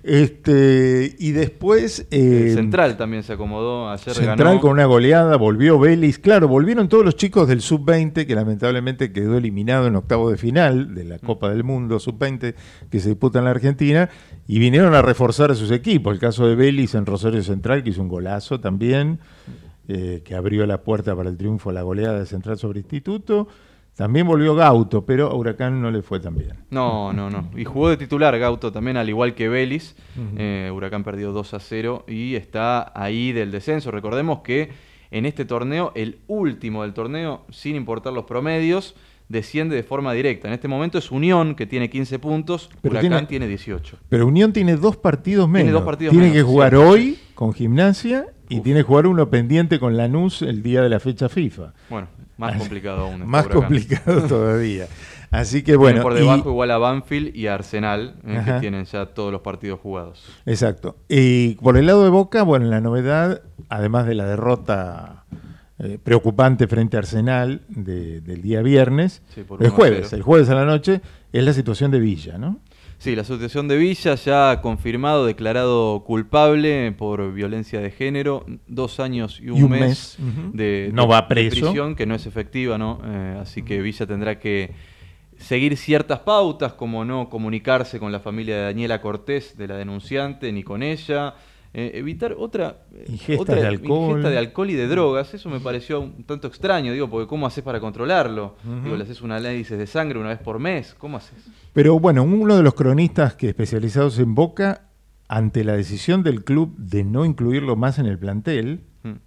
Y después... Central también se acomodó. Ayer Central ganó. con una goleada, volvió Vélez. Claro, volvieron todos los chicos del Sub-20, que lamentablemente quedó eliminado en octavo de final de la Copa del Mundo Sub-20, que se disputa en la Argentina, y vinieron a reforzar a sus equipos. El caso de Vélez en Rosario Central, que hizo un golazo también, que abrió la puerta para el triunfo, la goleada de Central sobre Instituto. También volvió Gauto, pero a Huracán no le fue tan bien. No. Y jugó de titular Gauto también, al igual que Vélez. Huracán perdió 2-0 y está ahí del descenso. Recordemos que en este torneo, el último del torneo, sin importar los promedios, desciende de forma directa. En este momento es Unión, que tiene 15 puntos, pero Huracán tiene 18. Pero Unión tiene 2 partidos menos. Tiene menos, que jugar ¿cierto? hoy con Gimnasia y tiene que jugar uno pendiente con Lanús el día de la fecha FIFA. Bueno, más complicado aún. Más complicado todavía. Así que bueno. Por debajo igual a Banfield y a Arsenal, que tienen ya todos los partidos jugados. Exacto. Y por el lado de Boca, bueno, la novedad, además de la derrota preocupante frente a Arsenal del día viernes, el jueves a la noche, es la situación de Villa, ¿no? Sí, la situación de Villa ya confirmado, declarado culpable por violencia de género, 2 años y un mes de prisión, que no es efectiva, ¿no? Así que Villa tendrá que seguir ciertas pautas, como no comunicarse con la familia de Daniela Cortés, de la denunciante, ni con ella. Evitar otra ingesta de alcohol y de drogas. Eso me pareció un tanto extraño, porque ¿cómo haces para controlarlo? Le haces un análisis de sangre una vez por mes, ¿cómo haces? Pero bueno, uno de los cronistas especializados en Boca, ante la decisión del club de no incluirlo más en el plantel,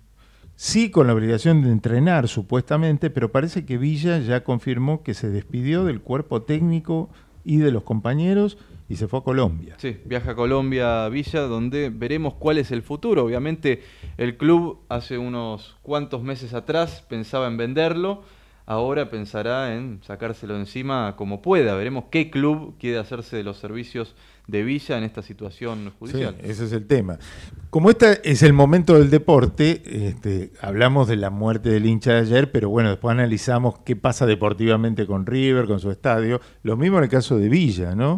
sí con la obligación de entrenar supuestamente, pero parece que Villa ya confirmó que se despidió del cuerpo técnico y de los compañeros y se fue a Colombia. Sí, viaja a Colombia, Villa, donde veremos cuál es el futuro. Obviamente el club hace unos cuantos meses atrás pensaba en venderlo, ahora pensará en sacárselo encima como pueda. Veremos qué club quiere hacerse de los servicios de Villa en esta situación judicial. Sí, ese es el tema. Como este es el momento del deporte, hablamos de la muerte del hincha de ayer, pero bueno, después analizamos qué pasa deportivamente con River, con su estadio. Lo mismo en el caso de Villa, ¿no?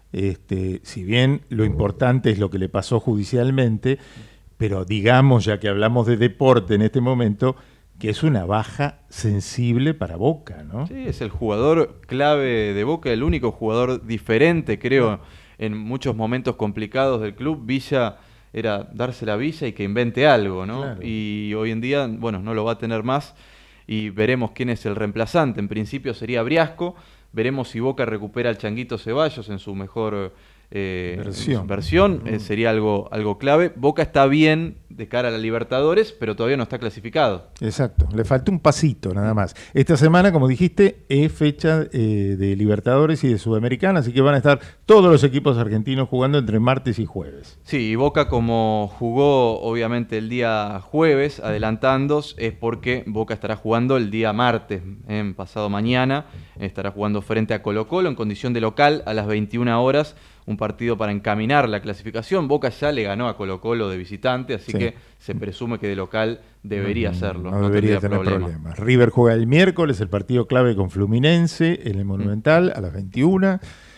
Si bien lo importante es lo que le pasó judicialmente, pero digamos, ya que hablamos de deporte en este momento, que es una baja sensible para Boca, ¿no? Sí, es el jugador clave de Boca, el único jugador diferente, creo, en muchos momentos complicados del club. Villa era dársela a Villa y que invente algo, ¿no? Claro. Y hoy en día, bueno, no lo va a tener más y veremos quién es el reemplazante. En principio sería Briasco. Veremos si Boca recupera al Changuito Ceballos en su mejor versión. Sería algo clave. Boca está bien de cara a la Libertadores, pero todavía no está clasificado. Exacto, le falta un pasito nada más. Esta semana, como dijiste, es fecha de Libertadores y de Sudamericana, así que van a estar todos los equipos argentinos jugando entre martes y jueves. Sí, y Boca, como jugó obviamente el día jueves, adelantándose, es porque Boca estará jugando el día martes, pasado mañana, estará jugando frente a Colo-Colo en condición de local a las 21 horas, un partido para encaminar la clasificación. Boca ya le ganó a Colo-Colo de visitante, así que que se presume que de local debería hacerlo. No debería tener problemas. River juega el miércoles el partido clave con Fluminense en el Monumental a las 21.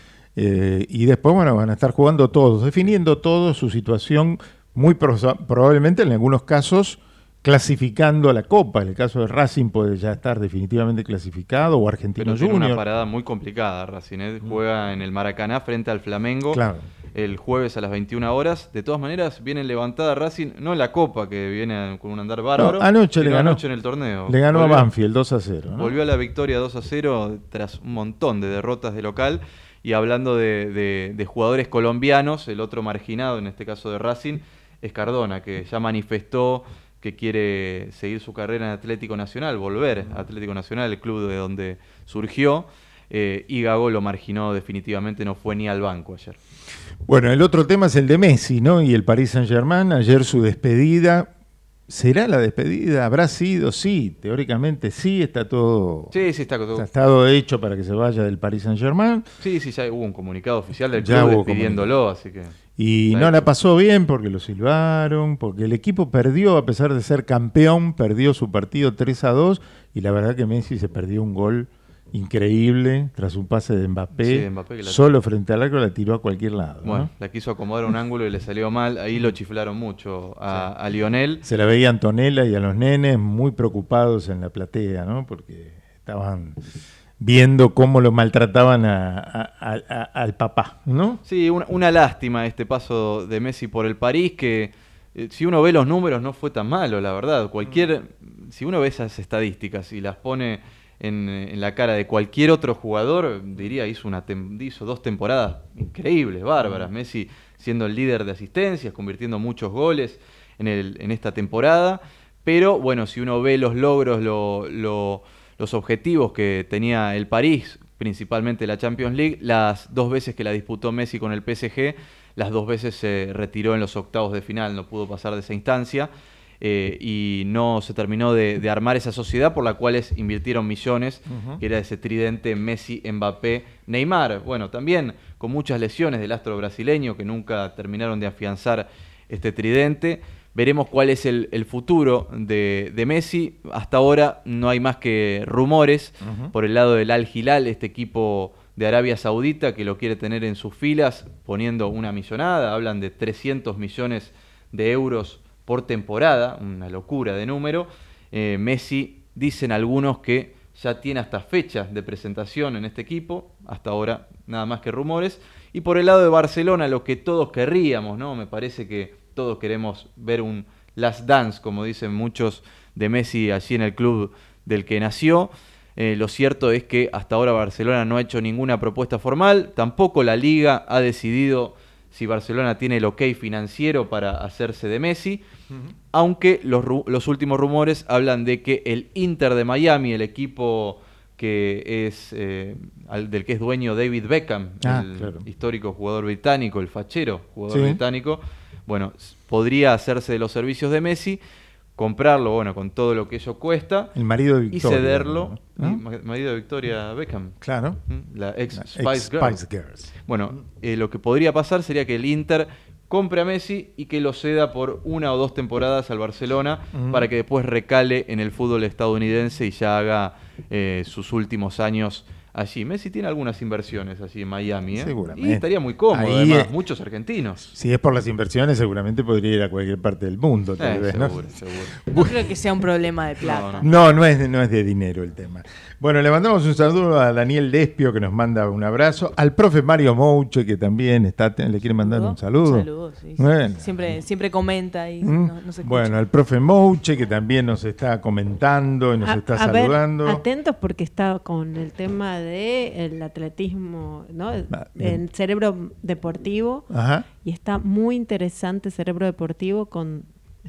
Y después, bueno, van a estar jugando todos, definiendo todos su situación, muy probablemente en algunos casos clasificando a la Copa. En el caso de Racing puede ya estar definitivamente clasificado, o Argentino Pero Junior. Tiene una parada muy complicada Racing, juega en el Maracaná frente al Flamengo. Claro. El jueves a las 21 horas. De todas maneras, viene levantada Racing, no en la Copa, que viene con un andar bárbaro. No, anoche le ganó. Anoche en el torneo. Le ganó a Banfield 2-0. ¿no? Volvió a la victoria 2-0 tras un montón de derrotas de local. Y hablando de jugadores colombianos, el otro marginado, en este caso de Racing, es Cardona, que ya manifestó que quiere seguir su carrera en Atlético Nacional, volver a Atlético Nacional, el club de donde surgió. Y Gago lo marginó definitivamente, no fue ni al banco ayer. Bueno, el otro tema es el de Messi, ¿no? Y el Paris Saint-Germain, ayer su despedida. ¿Será la despedida? ¿Habrá sido? Sí, teóricamente sí, está todo... Sí, está todo. Está todo hecho para que se vaya del Paris Saint-Germain. Sí, ya hubo un comunicado oficial del club despidiéndolo, así que... Y no la pasó bien porque lo silbaron, porque el equipo perdió, a pesar de ser campeón, perdió su partido 3-2, y la verdad que Messi se perdió un gol increíble tras un pase de Mbappé, que solo frente al arco la tiró a cualquier lado. Bueno, ¿no? la quiso acomodar a un ángulo y le salió mal, ahí lo chiflaron mucho a Lionel. Se la veía a Antonella y a los nenes muy preocupados en la platea, ¿no? Porque estaban viendo cómo lo maltrataban al papá, ¿no? Sí, una lástima este paso de Messi por el París, que si uno ve los números no fue tan malo, la verdad. Si uno ve esas estadísticas y las pone en la cara de cualquier otro jugador, diría, hizo 2 temporadas increíbles, bárbaras. Messi siendo el líder de asistencias, convirtiendo muchos goles en esta temporada. Pero bueno, si uno ve los logros, los objetivos que tenía el París, principalmente la Champions League, las 2 veces que la disputó Messi con el PSG, las 2 veces se retiró en los octavos de final, no pudo pasar de esa instancia. Y no se terminó de armar esa sociedad por la cual invirtieron millones, que era ese tridente Messi, Mbappé, Neymar. Bueno, también con muchas lesiones del astro brasileño que nunca terminaron de afianzar este tridente. Veremos cuál es el futuro de Messi. Hasta ahora no hay más que rumores por el lado del Al Hilal, este equipo de Arabia Saudita que lo quiere tener en sus filas, poniendo una millonada. Hablan de 300 millones de euros por temporada, una locura de número. Messi, dicen algunos que ya tiene hasta fechas de presentación en este equipo, hasta ahora nada más que rumores. Y por el lado de Barcelona, lo que todos querríamos, ¿no? Me parece que todos queremos ver un last dance, como dicen muchos, de Messi allí en el club del que nació. Lo cierto es que hasta ahora Barcelona no ha hecho ninguna propuesta formal, tampoco la Liga ha decidido si Barcelona tiene el ok financiero para hacerse de Messi, aunque los últimos rumores hablan de que el Inter de Miami, el equipo que es del que es dueño David Beckham, histórico jugador británico, el fachero jugador británico, bueno, podría hacerse de los servicios de Messi, comprarlo, bueno, con todo lo que ello cuesta, el marido de Victoria, y cederlo, ¿no? Marido de Victoria Beckham, claro, la ex Spice Girls. Bueno, lo que podría pasar sería que el Inter compre a Messi y que lo ceda por 1 o 2 temporadas al Barcelona para que después recale en el fútbol estadounidense y ya haga sus últimos años allí. Messi tiene algunas inversiones allí en Miami, Seguramente. Y estaría muy cómodo, ahí, además, muchos argentinos. Si es por las inversiones, seguramente podría ir a cualquier parte del mundo, tal vez, seguro. No creo que sea un problema de plata. No es de dinero el tema. Bueno, le mandamos un saludo a Daniel Despio, que nos manda un abrazo, al profe Mario Mouche, que también le quiere mandar un saludo. Un saludo, sí. Bueno. Siempre comenta y no se escucha. Bueno, al profe Mouche, que también nos está comentando y nos está saludando. Ver, atentos porque está con el tema del atletismo, ¿no? En Cerebro Deportivo. Ajá. Y está muy interesante Cerebro Deportivo con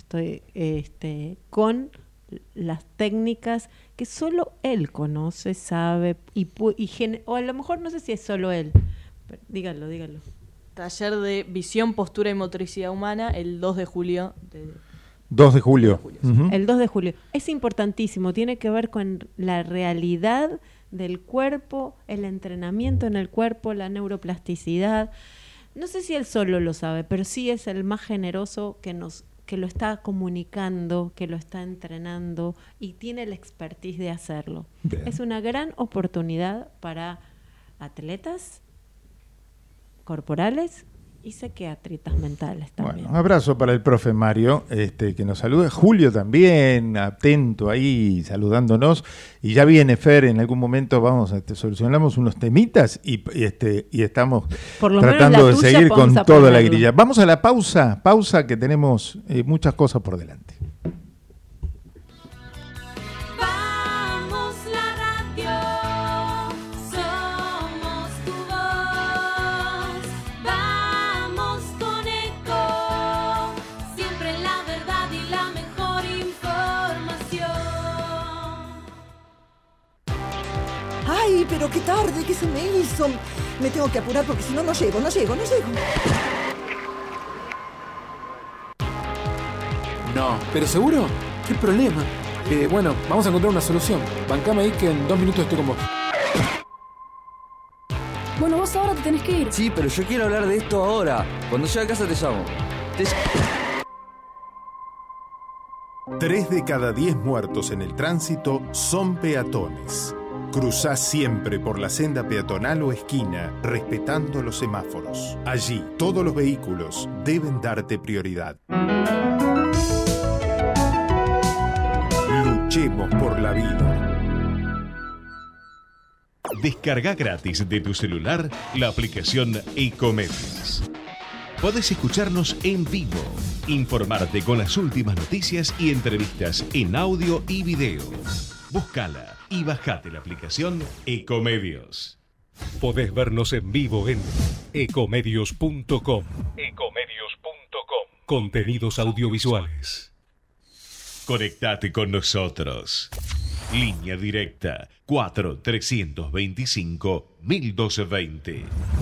las técnicas que solo él conoce, sabe o a lo mejor no sé si es solo él. Pero dígalo. Taller de visión, postura y motricidad humana el 2 de julio. 2 de julio. El 2 de julio. Es importantísimo, tiene que ver con la realidad del cuerpo, el entrenamiento en el cuerpo, la neuroplasticidad. No sé si él solo lo sabe, pero sí es el más generoso que nos que lo está comunicando, que lo está entrenando y tiene la expertise de hacerlo. Bien. Es una gran oportunidad para atletas corporales y psiquiatras mentales también. Bueno, un abrazo para el profe Mario, que nos saluda. Julio también, atento ahí, saludándonos. Y ya viene Fer, en algún momento solucionamos unos temitas y estamos tratando de seguir con toda la grilla. Vamos a la pausa que tenemos muchas cosas por delante. ¡Ay, pero qué tarde! ¿Qué se me hizo? Me tengo que apurar porque si no, no llego. No, ¿pero seguro? ¿Qué problema? Bueno, vamos a encontrar una solución. Bancame ahí que en 2 minutos estoy con vos. Bueno, vos ahora te tenés que ir. Sí, pero yo quiero hablar de esto ahora. Cuando llegue a casa te llamo. 3 de cada 10 muertos en el tránsito son peatones. Cruzá siempre por la senda peatonal o esquina, respetando los semáforos. Allí, todos los vehículos deben darte prioridad. Luchemos por la vida. Descarga gratis de tu celular la aplicación Ecomedios. Podés escucharnos en vivo, informarte con las últimas noticias y entrevistas en audio y video. Búscala y bajate la aplicación Ecomedios. Podés vernos en vivo en ecomedios.com. Contenidos audiovisuales. Conectate con nosotros. Línea directa 4-325-1220.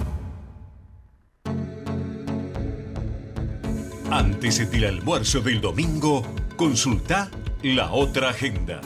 Antes del almuerzo del domingo, consulta la otra agenda.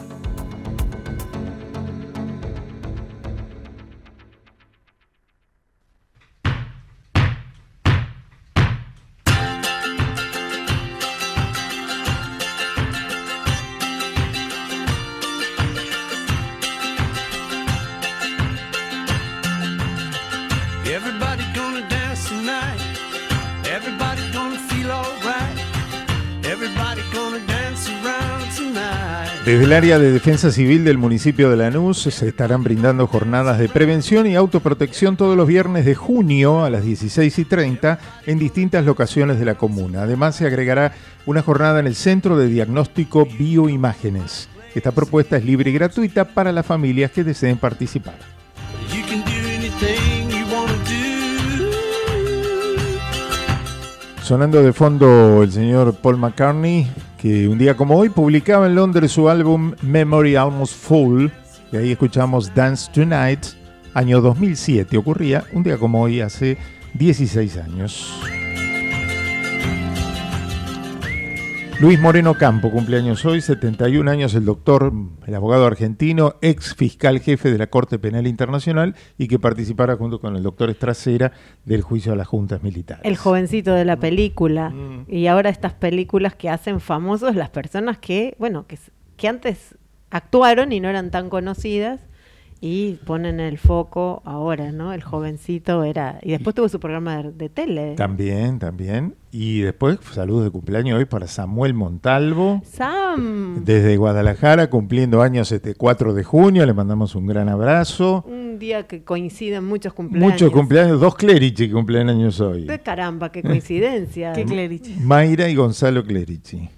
Desde el área de defensa civil del municipio de Lanús se estarán brindando jornadas de prevención y autoprotección todos los viernes de junio a las 16:30 en distintas locaciones de la comuna. Además se agregará una jornada en el Centro de Diagnóstico Bioimágenes. Esta propuesta es libre y gratuita para las familias que deseen participar. Sonando de fondo el señor Paul McCartney, que un día como hoy publicaba en Londres su álbum Memory Almost Full, y ahí escuchamos Dance Tonight, año 2007, ocurría un día como hoy hace 16 años. Luis Moreno Campo, cumpleaños hoy, 71 años, el doctor, el abogado argentino, ex fiscal jefe de la Corte Penal Internacional y que participara junto con el doctor Estracera del juicio a las juntas militares. El jovencito de la película. Y ahora estas películas que hacen famosos las personas que, bueno, que antes actuaron y no eran tan conocidas y ponen el foco ahora, ¿no? El jovencito era... Y después tuvo su programa de tele. También. Y después, saludos de cumpleaños hoy para Samuel Montalvo. ¡Sam! Desde Guadalajara, cumpliendo años este 4 de junio. Le mandamos un gran abrazo. Un día que coinciden muchos cumpleaños. Muchos cumpleaños, 2 Clerici que cumplen años hoy. De caramba, qué coincidencia. ¿Qué Clerici? Mayra y Gonzalo Clerici.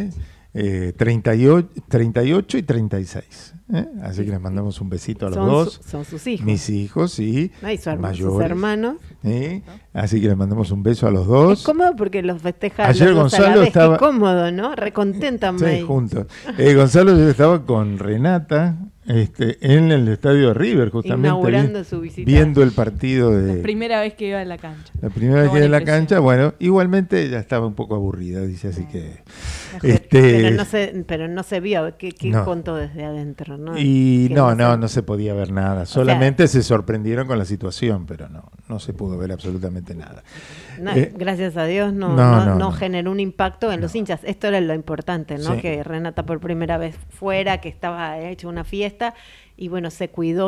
38 y 36. Así que les mandamos un besito a los dos. Son sus hijos. Mis hijos, sí. Y sus hermanos. Así que les mandamos un beso a los dos. Es cómodo porque los festeja ayer los Gonzalo a la vez. estaba Qué cómodo, ¿no? Recontentan. Sí, juntos. Gonzalo estaba con Renata, en el estadio de River, justamente. Inaugurando su visita. Viendo el partido de... La primera vez que iba a la cancha. La primera vez que iba a la cancha, bueno, igualmente ya estaba un poco aburrida, dice, así que... Pero no se vio, ¿qué contó desde adentro? ¿No? Y no se podía ver nada, solamente se sorprendieron con la situación, pero no se pudo ver absolutamente nada. Gracias a Dios no generó un impacto en los hinchas. Esto era lo importante, ¿no? Sí. Que Renata por primera vez fuera, que estaba hecho una fiesta y bueno, se cuidó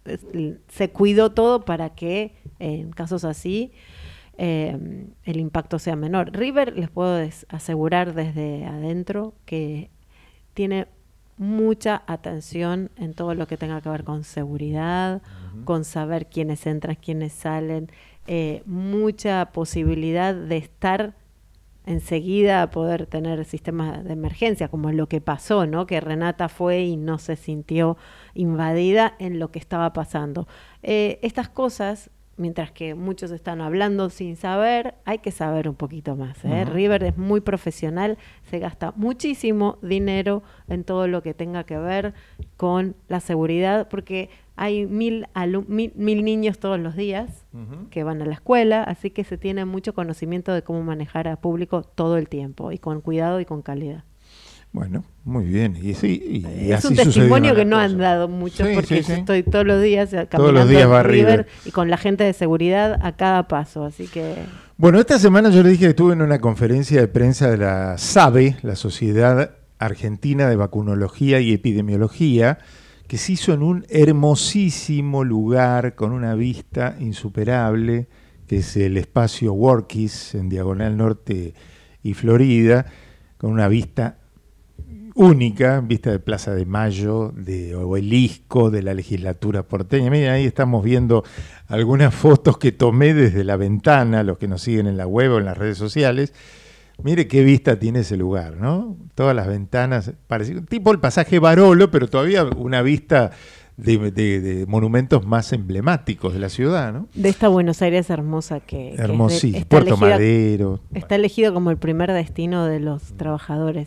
todo para que en casos así el impacto sea menor. River, les puedo asegurar desde adentro que tiene mucha atención en todo lo que tenga que ver con seguridad, con saber quiénes entran, quiénes salen, mucha posibilidad de estar enseguida a poder tener sistemas de emergencia, como es lo que pasó, ¿no? Que Renata fue y no se sintió invadida en lo que estaba pasando. Estas cosas, mientras que muchos están hablando sin saber, hay que saber un poquito más, ¿eh? River es muy profesional, se gasta muchísimo dinero en todo lo que tenga que ver con la seguridad, porque hay mil niños todos los días que van a la escuela, así que se tiene mucho conocimiento de cómo manejar a público todo el tiempo, y con cuidado y con calidad. Bueno, muy bien. Y es así un testimonio que no han dado mucho, porque yo estoy todos los días caminando en River y con la gente de seguridad a cada paso, así que... Bueno, esta semana yo le dije que estuve en una conferencia de prensa de la SABE, la Sociedad Argentina de Vacunología y Epidemiología, que se hizo en un hermosísimo lugar con una vista insuperable, que es el espacio Workies en Diagonal Norte y Florida, con una vista única, vista de Plaza de Mayo, de Obelisco, de la legislatura porteña. Miren, ahí estamos viendo algunas fotos que tomé desde la ventana, los que nos siguen en la web o en las redes sociales. Mire qué vista tiene ese lugar, ¿no? Todas las ventanas, tipo el pasaje Barolo, pero todavía una vista de monumentos más emblemáticos de la ciudad, ¿no? De esta Buenos Aires hermosa que hermosísimo, Puerto Madero. Está elegido como el primer destino de los trabajadores,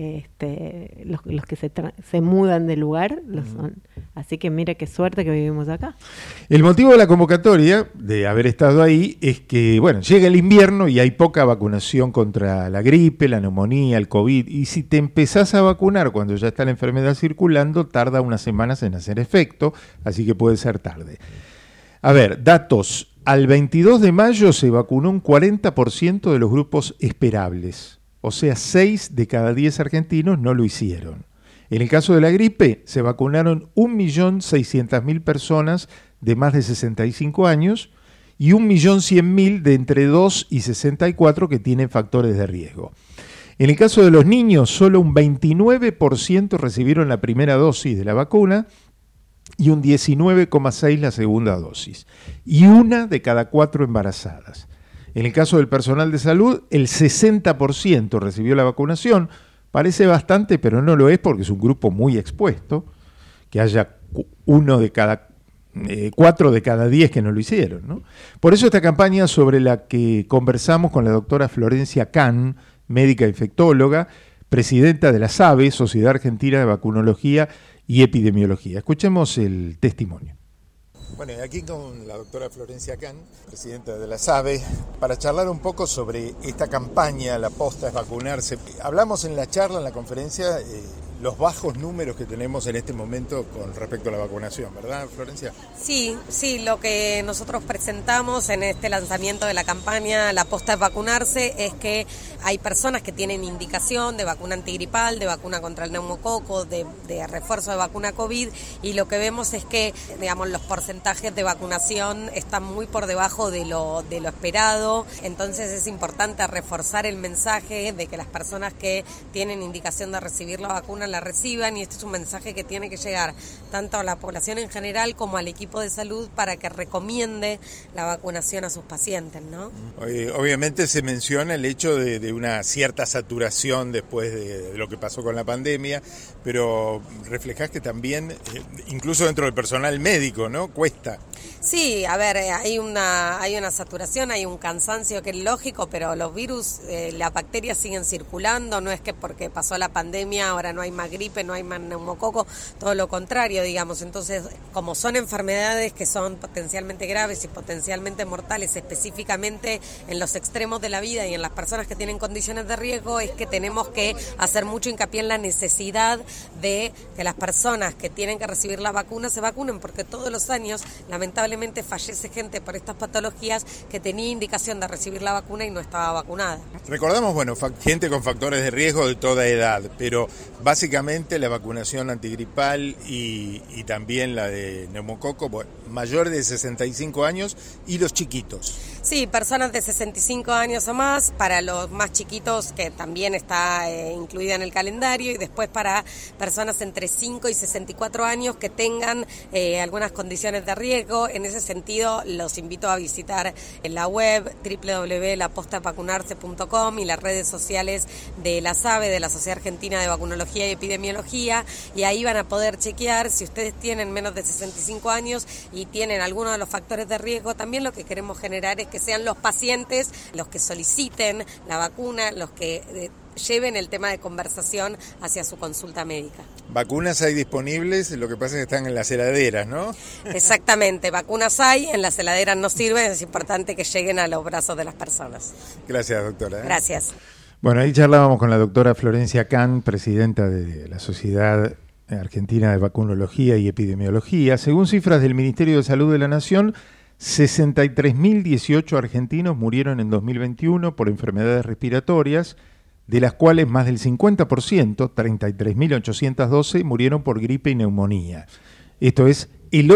los que se mudan de lugar, son. Así que mire qué suerte que vivimos acá. El motivo de la convocatoria, de haber estado ahí, es que, bueno, llega el invierno y hay poca vacunación contra la gripe, la neumonía, el COVID, y si te empezás a vacunar cuando ya está la enfermedad circulando, tarda unas semanas en hacer efecto, así que puede ser tarde. A ver, datos. Al 22 de mayo se vacunó un 40% de los grupos esperables, o sea, 6 de cada 10 argentinos no lo hicieron. En el caso de la gripe, se vacunaron 1.600.000 personas de más de 65 años y 1.100.000 de entre 2 y 64 que tienen factores de riesgo. En el caso de los niños, solo un 29% recibieron la primera dosis de la vacuna y un 19,6% la segunda dosis, y 1 de cada 4 embarazadas. En el caso del personal de salud, el 60% recibió la vacunación. Parece bastante, pero no lo es porque es un grupo muy expuesto, que haya 4 de cada 10 que no lo hicieron, ¿no? Por eso esta campaña sobre la que conversamos con la doctora Florencia Can, médica infectóloga, presidenta de la SABE, Sociedad Argentina de Vacunología y Epidemiología. Escuchemos el testimonio. Bueno, y aquí con la doctora Florencia Can, presidenta de la SABE, para charlar un poco sobre esta campaña, la posta es vacunarse. Hablamos en la charla, en la conferencia, los bajos números que tenemos en este momento con respecto a la vacunación, ¿verdad, Florencia? Sí, lo que nosotros presentamos en este lanzamiento de la campaña La posta es vacunarse es que hay personas que tienen indicación de vacuna antigripal, de vacuna contra el neumococo, de refuerzo de vacuna COVID, y lo que vemos es que, digamos, los porcentajes de vacunación están muy por debajo de lo esperado. Entonces es importante reforzar el mensaje de que las personas que tienen indicación de recibir la vacuna la reciban, y este es un mensaje que tiene que llegar tanto a la población en general como al equipo de salud para que recomiende la vacunación a sus pacientes, ¿no? Obviamente se menciona el hecho de una cierta saturación después de lo que pasó con la pandemia, pero reflejás que también, incluso dentro del personal médico, ¿no? Cuesta. Sí, a ver, hay una saturación, hay un cansancio que es lógico, pero los virus, las bacterias siguen circulando, no es que porque pasó la pandemia ahora no hay más gripe, no hay más neumococo, todo lo contrario, digamos. Entonces, como son enfermedades que son potencialmente graves y potencialmente mortales, específicamente en los extremos de la vida y en las personas que tienen condiciones de riesgo, es que tenemos que hacer mucho hincapié en la necesidad de que las personas que tienen que recibir la vacuna se vacunen, porque todos los años, lamentablemente, fallece gente por estas patologías que tenía indicación de recibir la vacuna y no estaba vacunada. Recordamos, bueno, gente con factores de riesgo de toda edad, pero básicamente la vacunación antigripal y también la de neumococo, bueno, mayores de 65 años y los chiquitos. Sí, personas de 65 años o más, para los más chiquitos que también está incluida en el calendario, y después para personas entre 5 y 64 años que tengan algunas condiciones de riesgo. En ese sentido, los invito a visitar la web www.lapostavacunarse.com y las redes sociales de la SABE, de la Sociedad Argentina de Vacunología y Epidemiología, y ahí van a poder chequear si ustedes tienen menos de 65 años y tienen alguno de los factores de riesgo. También lo que queremos generar es que sean los pacientes los que soliciten la vacuna, los que lleven el tema de conversación hacia su consulta médica. Vacunas hay disponibles, lo que pasa es que están en las heladeras, ¿no? Exactamente, vacunas hay, en las heladeras no sirven, es importante que lleguen a los brazos de las personas. Gracias, doctora. Gracias. Bueno, ahí charlábamos con la doctora Florencia Kahn, presidenta de la Sociedad Argentina de Vacunología y Epidemiología. Según cifras del Ministerio de Salud de la Nación, 63.018 argentinos murieron en 2021 por enfermedades respiratorias, de las cuales más del 50%, 33.812, murieron por gripe y neumonía. Esto es el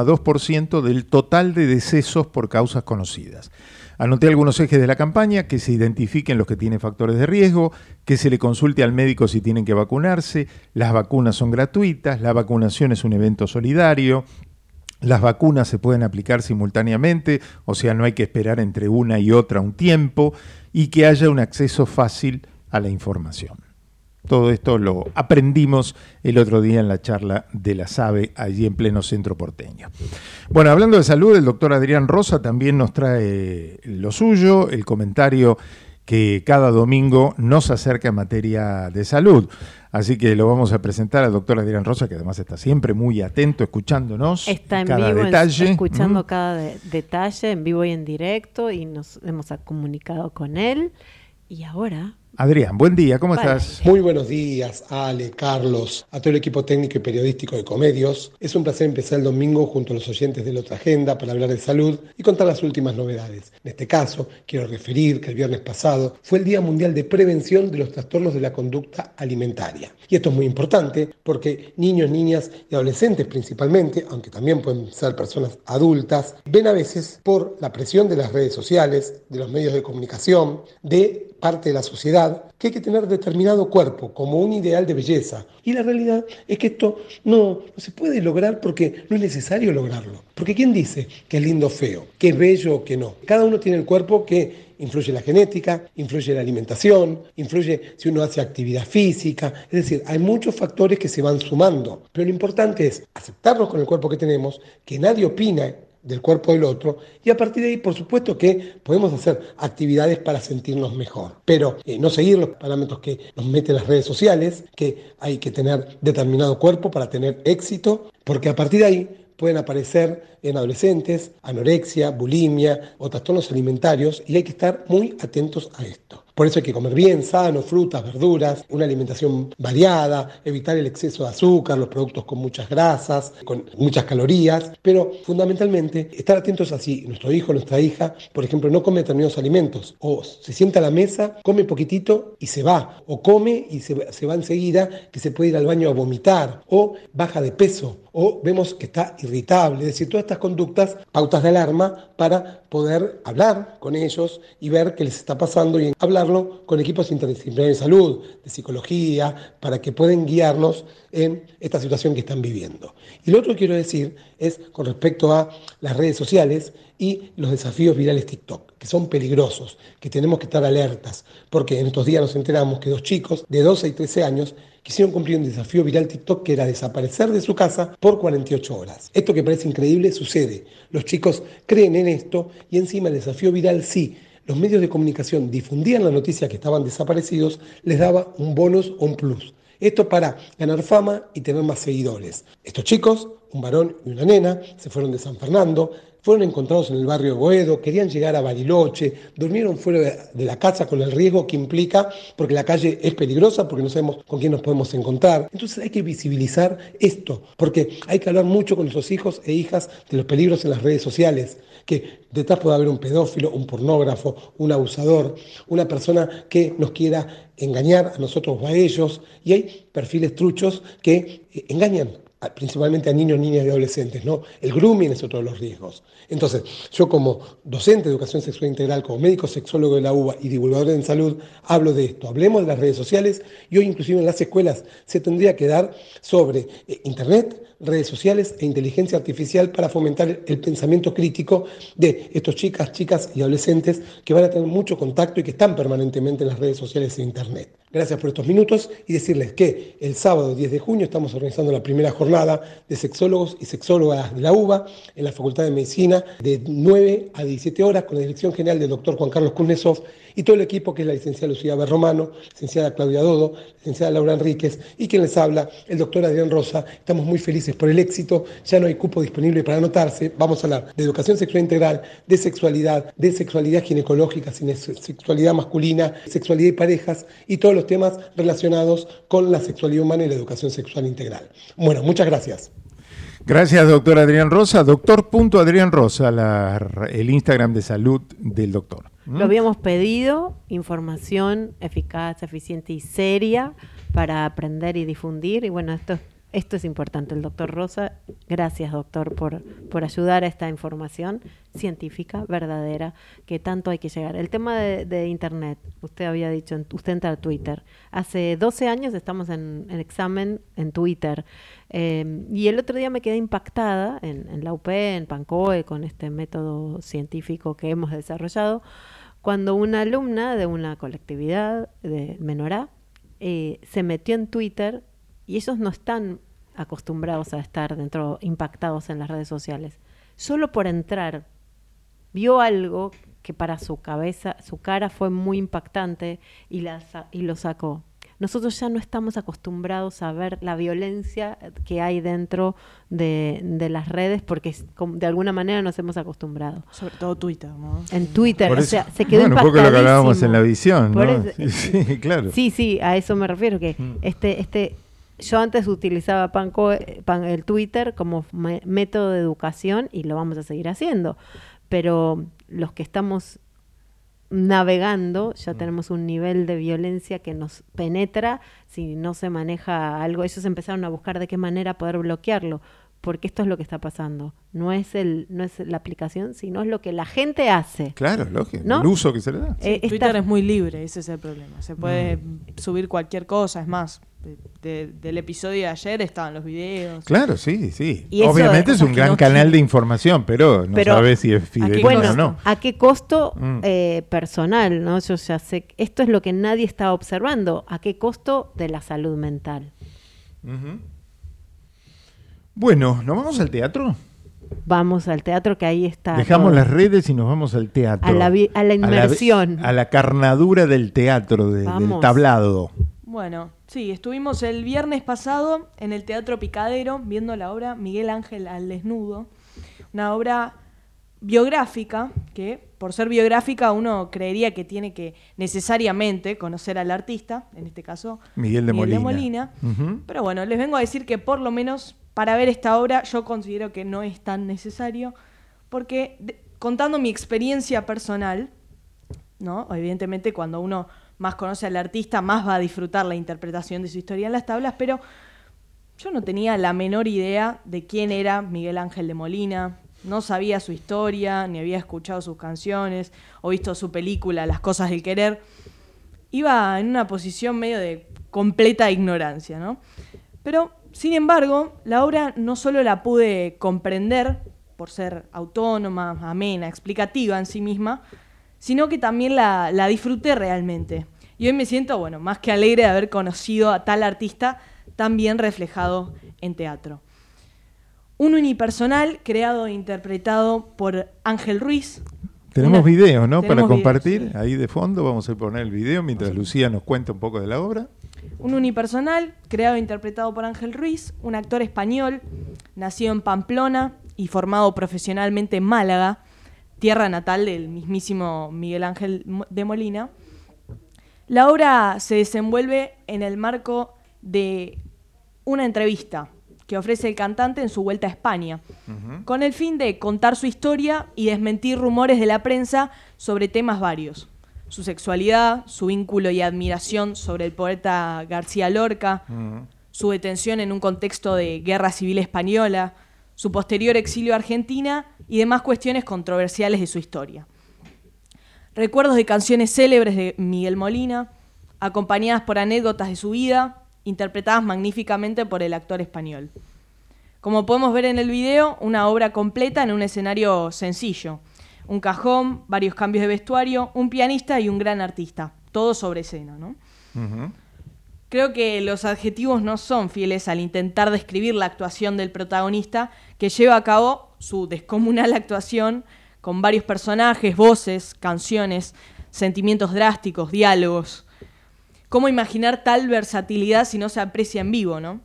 8,2% del total de decesos por causas conocidas. Anoté algunos ejes de la campaña: que se identifiquen los que tienen factores de riesgo, que se le consulte al médico si tienen que vacunarse, las vacunas son gratuitas, la vacunación es un evento solidario, las vacunas se pueden aplicar simultáneamente, o sea, no hay que esperar entre una y otra un tiempo, y que haya un acceso fácil a la información. Todo esto lo aprendimos el otro día en la charla de la SABE, allí en pleno centro porteño. Bueno, hablando de salud, el doctor Adrián Rosa también nos trae lo suyo, el comentario que cada domingo nos acerca en materia de salud. Así que lo vamos a presentar al doctor Adrián Rosa, que además está siempre muy atento, escuchándonos. Está en cada vivo, detalle. Escuchando cada detalle, en vivo y en directo, y nos hemos comunicado con él. Y ahora... Adrián, buen día, ¿cómo estás? Muy buenos días, Ale, Carlos, a todo el equipo técnico y periodístico de Comedios. Es un placer empezar el domingo junto a los oyentes de La Otra Agenda para hablar de salud y contar las últimas novedades. En este caso, quiero referir que el viernes pasado fue el Día Mundial de Prevención de los Trastornos de la Conducta Alimentaria. Y esto es muy importante porque niños, niñas y adolescentes principalmente, aunque también pueden ser personas adultas, ven a veces por la presión de las redes sociales, de los medios de comunicación, de parte de la sociedad, que hay que tener determinado cuerpo como un ideal de belleza. Y la realidad es que esto no se puede lograr porque no es necesario lograrlo. Porque ¿quién dice que es lindo o feo, que es bello o que no? Cada uno tiene el cuerpo que influye la genética, influye la alimentación, influye si uno hace actividad física. Es decir, hay muchos factores que se van sumando. Pero lo importante es aceptarnos con el cuerpo que tenemos, que nadie opina del cuerpo del otro, y a partir de ahí, por supuesto que podemos hacer actividades para sentirnos mejor, pero no seguir los parámetros que nos meten las redes sociales, que hay que tener determinado cuerpo para tener éxito, porque a partir de ahí pueden aparecer en adolescentes anorexia, bulimia o trastornos alimentarios, y hay que estar muy atentos a esto. Por eso hay que comer bien, sano, frutas, verduras, una alimentación variada, evitar el exceso de azúcar, los productos con muchas grasas, con muchas calorías, pero fundamentalmente estar atentos a si nuestro hijo, nuestra hija, por ejemplo, no come determinados alimentos, o se sienta a la mesa, come poquitito y se va, o come y se va enseguida, que se puede ir al baño a vomitar, o baja de peso, o vemos que está irritable. Es decir, todas estas conductas, pautas de alarma para poder hablar con ellos y ver qué les está pasando, y hablarlo con equipos interdisciplinarios de salud, de psicología, para que puedan guiarnos en esta situación que están viviendo. Y lo otro que quiero decir es con respecto a las redes sociales y los desafíos virales TikTok, que son peligrosos, que tenemos que estar alertas, porque en estos días nos enteramos que 2 chicos de 12 y 13 años quisieron cumplir un desafío viral TikTok, que era desaparecer de su casa por 48 horas. Esto, que parece increíble, sucede. Los chicos creen en esto, y encima el desafío viral, sí, los medios de comunicación difundían la noticia que estaban desaparecidos, les daba un bonus o un plus. Esto para ganar fama y tener más seguidores. Estos chicos, un varón y una nena, se fueron de San Fernando, fueron encontrados en el barrio de Boedo, querían llegar a Bariloche, durmieron fuera de la casa con el riesgo que implica, porque la calle es peligrosa, porque no sabemos con quién nos podemos encontrar. Entonces hay que visibilizar esto, porque hay que hablar mucho con nuestros hijos e hijas de los peligros en las redes sociales, que detrás puede haber un pedófilo, un pornógrafo, un abusador, una persona que nos quiera engañar a nosotros o a ellos, y hay perfiles truchos que engañan principalmente a niños, niñas y adolescentes, ¿no? El grooming es otro de los riesgos. Entonces, yo como docente de educación sexual integral, como médico sexólogo de la UBA y divulgador en salud, hablo de esto. Hablemos de las redes sociales y hoy inclusive en las escuelas se tendría que dar sobre internet, redes sociales e inteligencia artificial para fomentar el pensamiento crítico de estos chicas y adolescentes que van a tener mucho contacto y que están permanentemente en las redes sociales e internet. Gracias por estos minutos y decirles que el sábado 10 de junio estamos organizando la primera jornada de sexólogos y sexólogas de la UBA en la Facultad de Medicina de 9 a 17 horas con la dirección general del doctor Juan Carlos Kuznetsov y todo el equipo que es la licenciada Lucía Berromano, licenciada Claudia Dodo, licenciada Laura Enríquez y quien les habla, el doctor Adrián Rosa. Estamos muy felices por el éxito, ya no hay cupo disponible para anotarse. Vamos a hablar de educación sexual integral, de sexualidad ginecológica, sexualidad masculina, sexualidad y parejas y todos los temas relacionados con la sexualidad humana y la educación sexual integral. Bueno, muchas gracias. Gracias, doctor Adrián Rosa. Doctor.Adrián Rosa, el Instagram de salud del doctor. Lo habíamos pedido, información eficaz, eficiente y seria para aprender y difundir. Y bueno, esto es importante. El doctor Rosa, gracias doctor por ayudar a esta información científica, verdadera, que tanto hay que llegar. El tema de internet, usted había dicho, usted entra a Twitter. Hace 12 años estamos en examen en Twitter. Y el otro día me quedé impactada en la UP, en Pancoe, con este método científico que hemos desarrollado, cuando una alumna de una colectividad de menor A se metió en Twitter y ellos no están acostumbrados a estar impactados en las redes sociales. Solo por entrar vio algo que para su cara fue muy impactante y lo sacó. Nosotros ya no estamos acostumbrados a ver la violencia que hay dentro de las redes porque de alguna manera nos hemos acostumbrado. Sobre todo Twitter, ¿no? En Twitter, por o eso, sea, se quedó un poco lo que hablábamos en la visión, ¿no? Eso, sí, claro. Sí, a eso me refiero, que yo antes utilizaba el Twitter como método de educación y lo vamos a seguir haciendo, pero los que estamos navegando ya tenemos un nivel de violencia que nos penetra si no se maneja algo. Ellos empezaron a buscar de qué manera poder bloquearlo, porque esto es lo que está pasando. No es la aplicación, sino es lo que la gente hace. Claro, lógico, ¿no? El uso que se le da. Twitter es muy libre, ese es el problema. Se puede subir cualquier cosa, es más, del episodio de ayer estaban los videos. Claro, sí. Y obviamente es un gran canal de información, pero no sabes si es fidedigno o no. ¿A qué costo personal? ¿No? Yo ya sé, esto es lo que nadie está observando. ¿A qué costo de la salud mental? Uh-huh. Bueno, ¿nos vamos al teatro? Vamos al teatro, que ahí está. Dejamos todo. las redes y nos vamos al teatro. A la inmersión. A la carnadura del teatro, del tablado. Bueno, sí, estuvimos el viernes pasado en el Teatro Picadero viendo la obra Miguel Ángel al desnudo. Una obra biográfica que, por ser biográfica, uno creería que tiene que necesariamente conocer al artista, en este caso Miguel de Molina. Uh-huh. Pero bueno, les vengo a decir que por lo menos para ver esta obra yo considero que no es tan necesario, porque contando mi experiencia personal, ¿no? Evidentemente cuando uno más conoce al artista, más va a disfrutar la interpretación de su historia en las tablas, pero yo no tenía la menor idea de quién era Miguel Ángel de Molina, no sabía su historia, ni había escuchado sus canciones, o visto su película Las cosas del querer. Iba en una posición medio de completa ignorancia, ¿no? Pero, sin embargo, la obra no solo la pude comprender por ser autónoma, amena, explicativa en sí misma, sino que también la disfruté realmente. Y hoy me siento, bueno, más que alegre de haber conocido a tal artista tan bien reflejado en teatro. Un unipersonal creado e interpretado por Ángel Ruiz. Tenemos videos, ¿no? Para compartir. Ahí de fondo vamos a poner el video mientras Lucía nos cuenta un poco de la obra. Un unipersonal creado e interpretado por Ángel Ruiz, un actor español, nacido en Pamplona y formado profesionalmente en Málaga, tierra natal del mismísimo Miguel Ángel de Molina. La obra se desenvuelve en el marco de una entrevista que ofrece el cantante en su vuelta a España, con el fin de contar su historia y desmentir rumores de la prensa sobre temas varios. Su sexualidad, su vínculo y admiración sobre el poeta García Lorca, su detención en un contexto de guerra civil española, su posterior exilio a Argentina y demás cuestiones controversiales de su historia. Recuerdos de canciones célebres de Miguel Molina, acompañadas por anécdotas de su vida, interpretadas magníficamente por el actor español. Como podemos ver en el video, una obra completa en un escenario sencillo. Un cajón, varios cambios de vestuario, un pianista y un gran artista. Todo sobre escena, ¿no? Creo que los adjetivos no son fieles al intentar describir la actuación del protagonista, que lleva a cabo su descomunal actuación con varios personajes, voces, canciones, sentimientos drásticos, diálogos. ¿Cómo imaginar tal versatilidad si no se aprecia en vivo, no?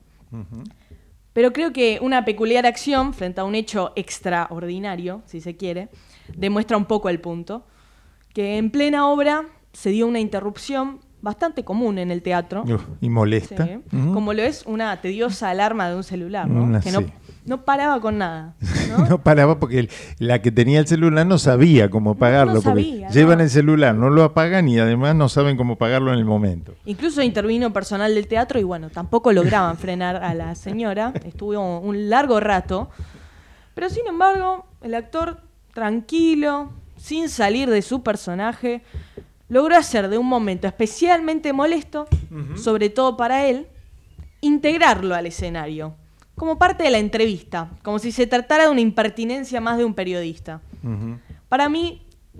Pero creo que una peculiar acción frente a un hecho extraordinario, si se quiere, demuestra un poco el punto, que en plena obra se dio una interrupción bastante común en el teatro. Y molesta. Sí, como lo es una tediosa alarma de un celular, ¿no? Que no paraba con nada, ¿no? No paraba porque la que tenía el celular no sabía cómo pagarlo. No sabía, porque llevan el celular, no lo apagan y además no saben cómo pagarlo en el momento. Incluso intervino personal del teatro y bueno, tampoco lograban frenar a la señora. Estuvo un largo rato. Pero sin embargo, el actor, tranquilo, sin salir de su personaje, logró hacer de un momento especialmente molesto, sobre todo para él, integrarlo al escenario, como parte de la entrevista, como si se tratara de una impertinencia más de un periodista. Para mí,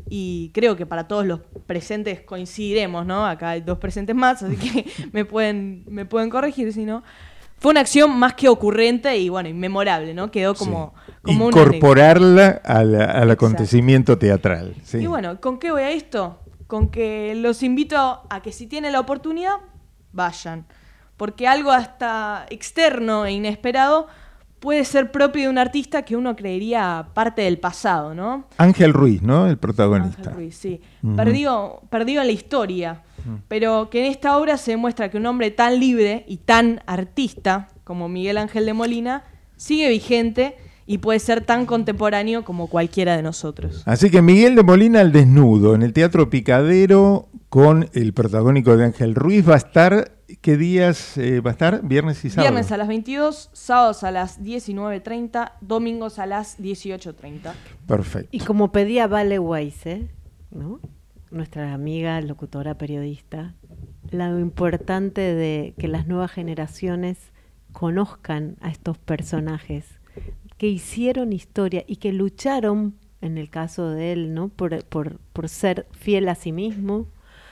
y creo que para todos los presentes coincidiremos, ¿no? Acá hay 2 presentes más, así que me pueden corregir si no. Fue una acción más que ocurrente y bueno, inmemorable, ¿no? Quedó como incorporarla al acontecimiento teatral. Sí. Y bueno, ¿con qué voy a esto? Con que los invito a que si tienen la oportunidad, vayan. Porque algo hasta externo e inesperado puede ser propio de un artista que uno creería parte del pasado, ¿no? Ángel Ruiz, ¿no? El protagonista. Ángel Ruiz, sí. Perdido en la historia, pero que en esta obra se demuestra que un hombre tan libre y tan artista como Miguel Ángel de Molina sigue vigente y puede ser tan contemporáneo como cualquiera de nosotros. Así que Miguel de Molina al desnudo en el Teatro Picadero con el protagónico de Ángel Ruiz. Va a estar, ¿qué días va a estar? Viernes y sábado. Viernes a las 22, sábados a las 19:30, domingos a las 18:30. Perfecto. Y como pedía Vale Weise, ¿no? Nuestra amiga, locutora, periodista, lo importante de que las nuevas generaciones conozcan a estos personajes que hicieron historia y que lucharon, en el caso de él, ¿no? por ser fiel a sí mismo,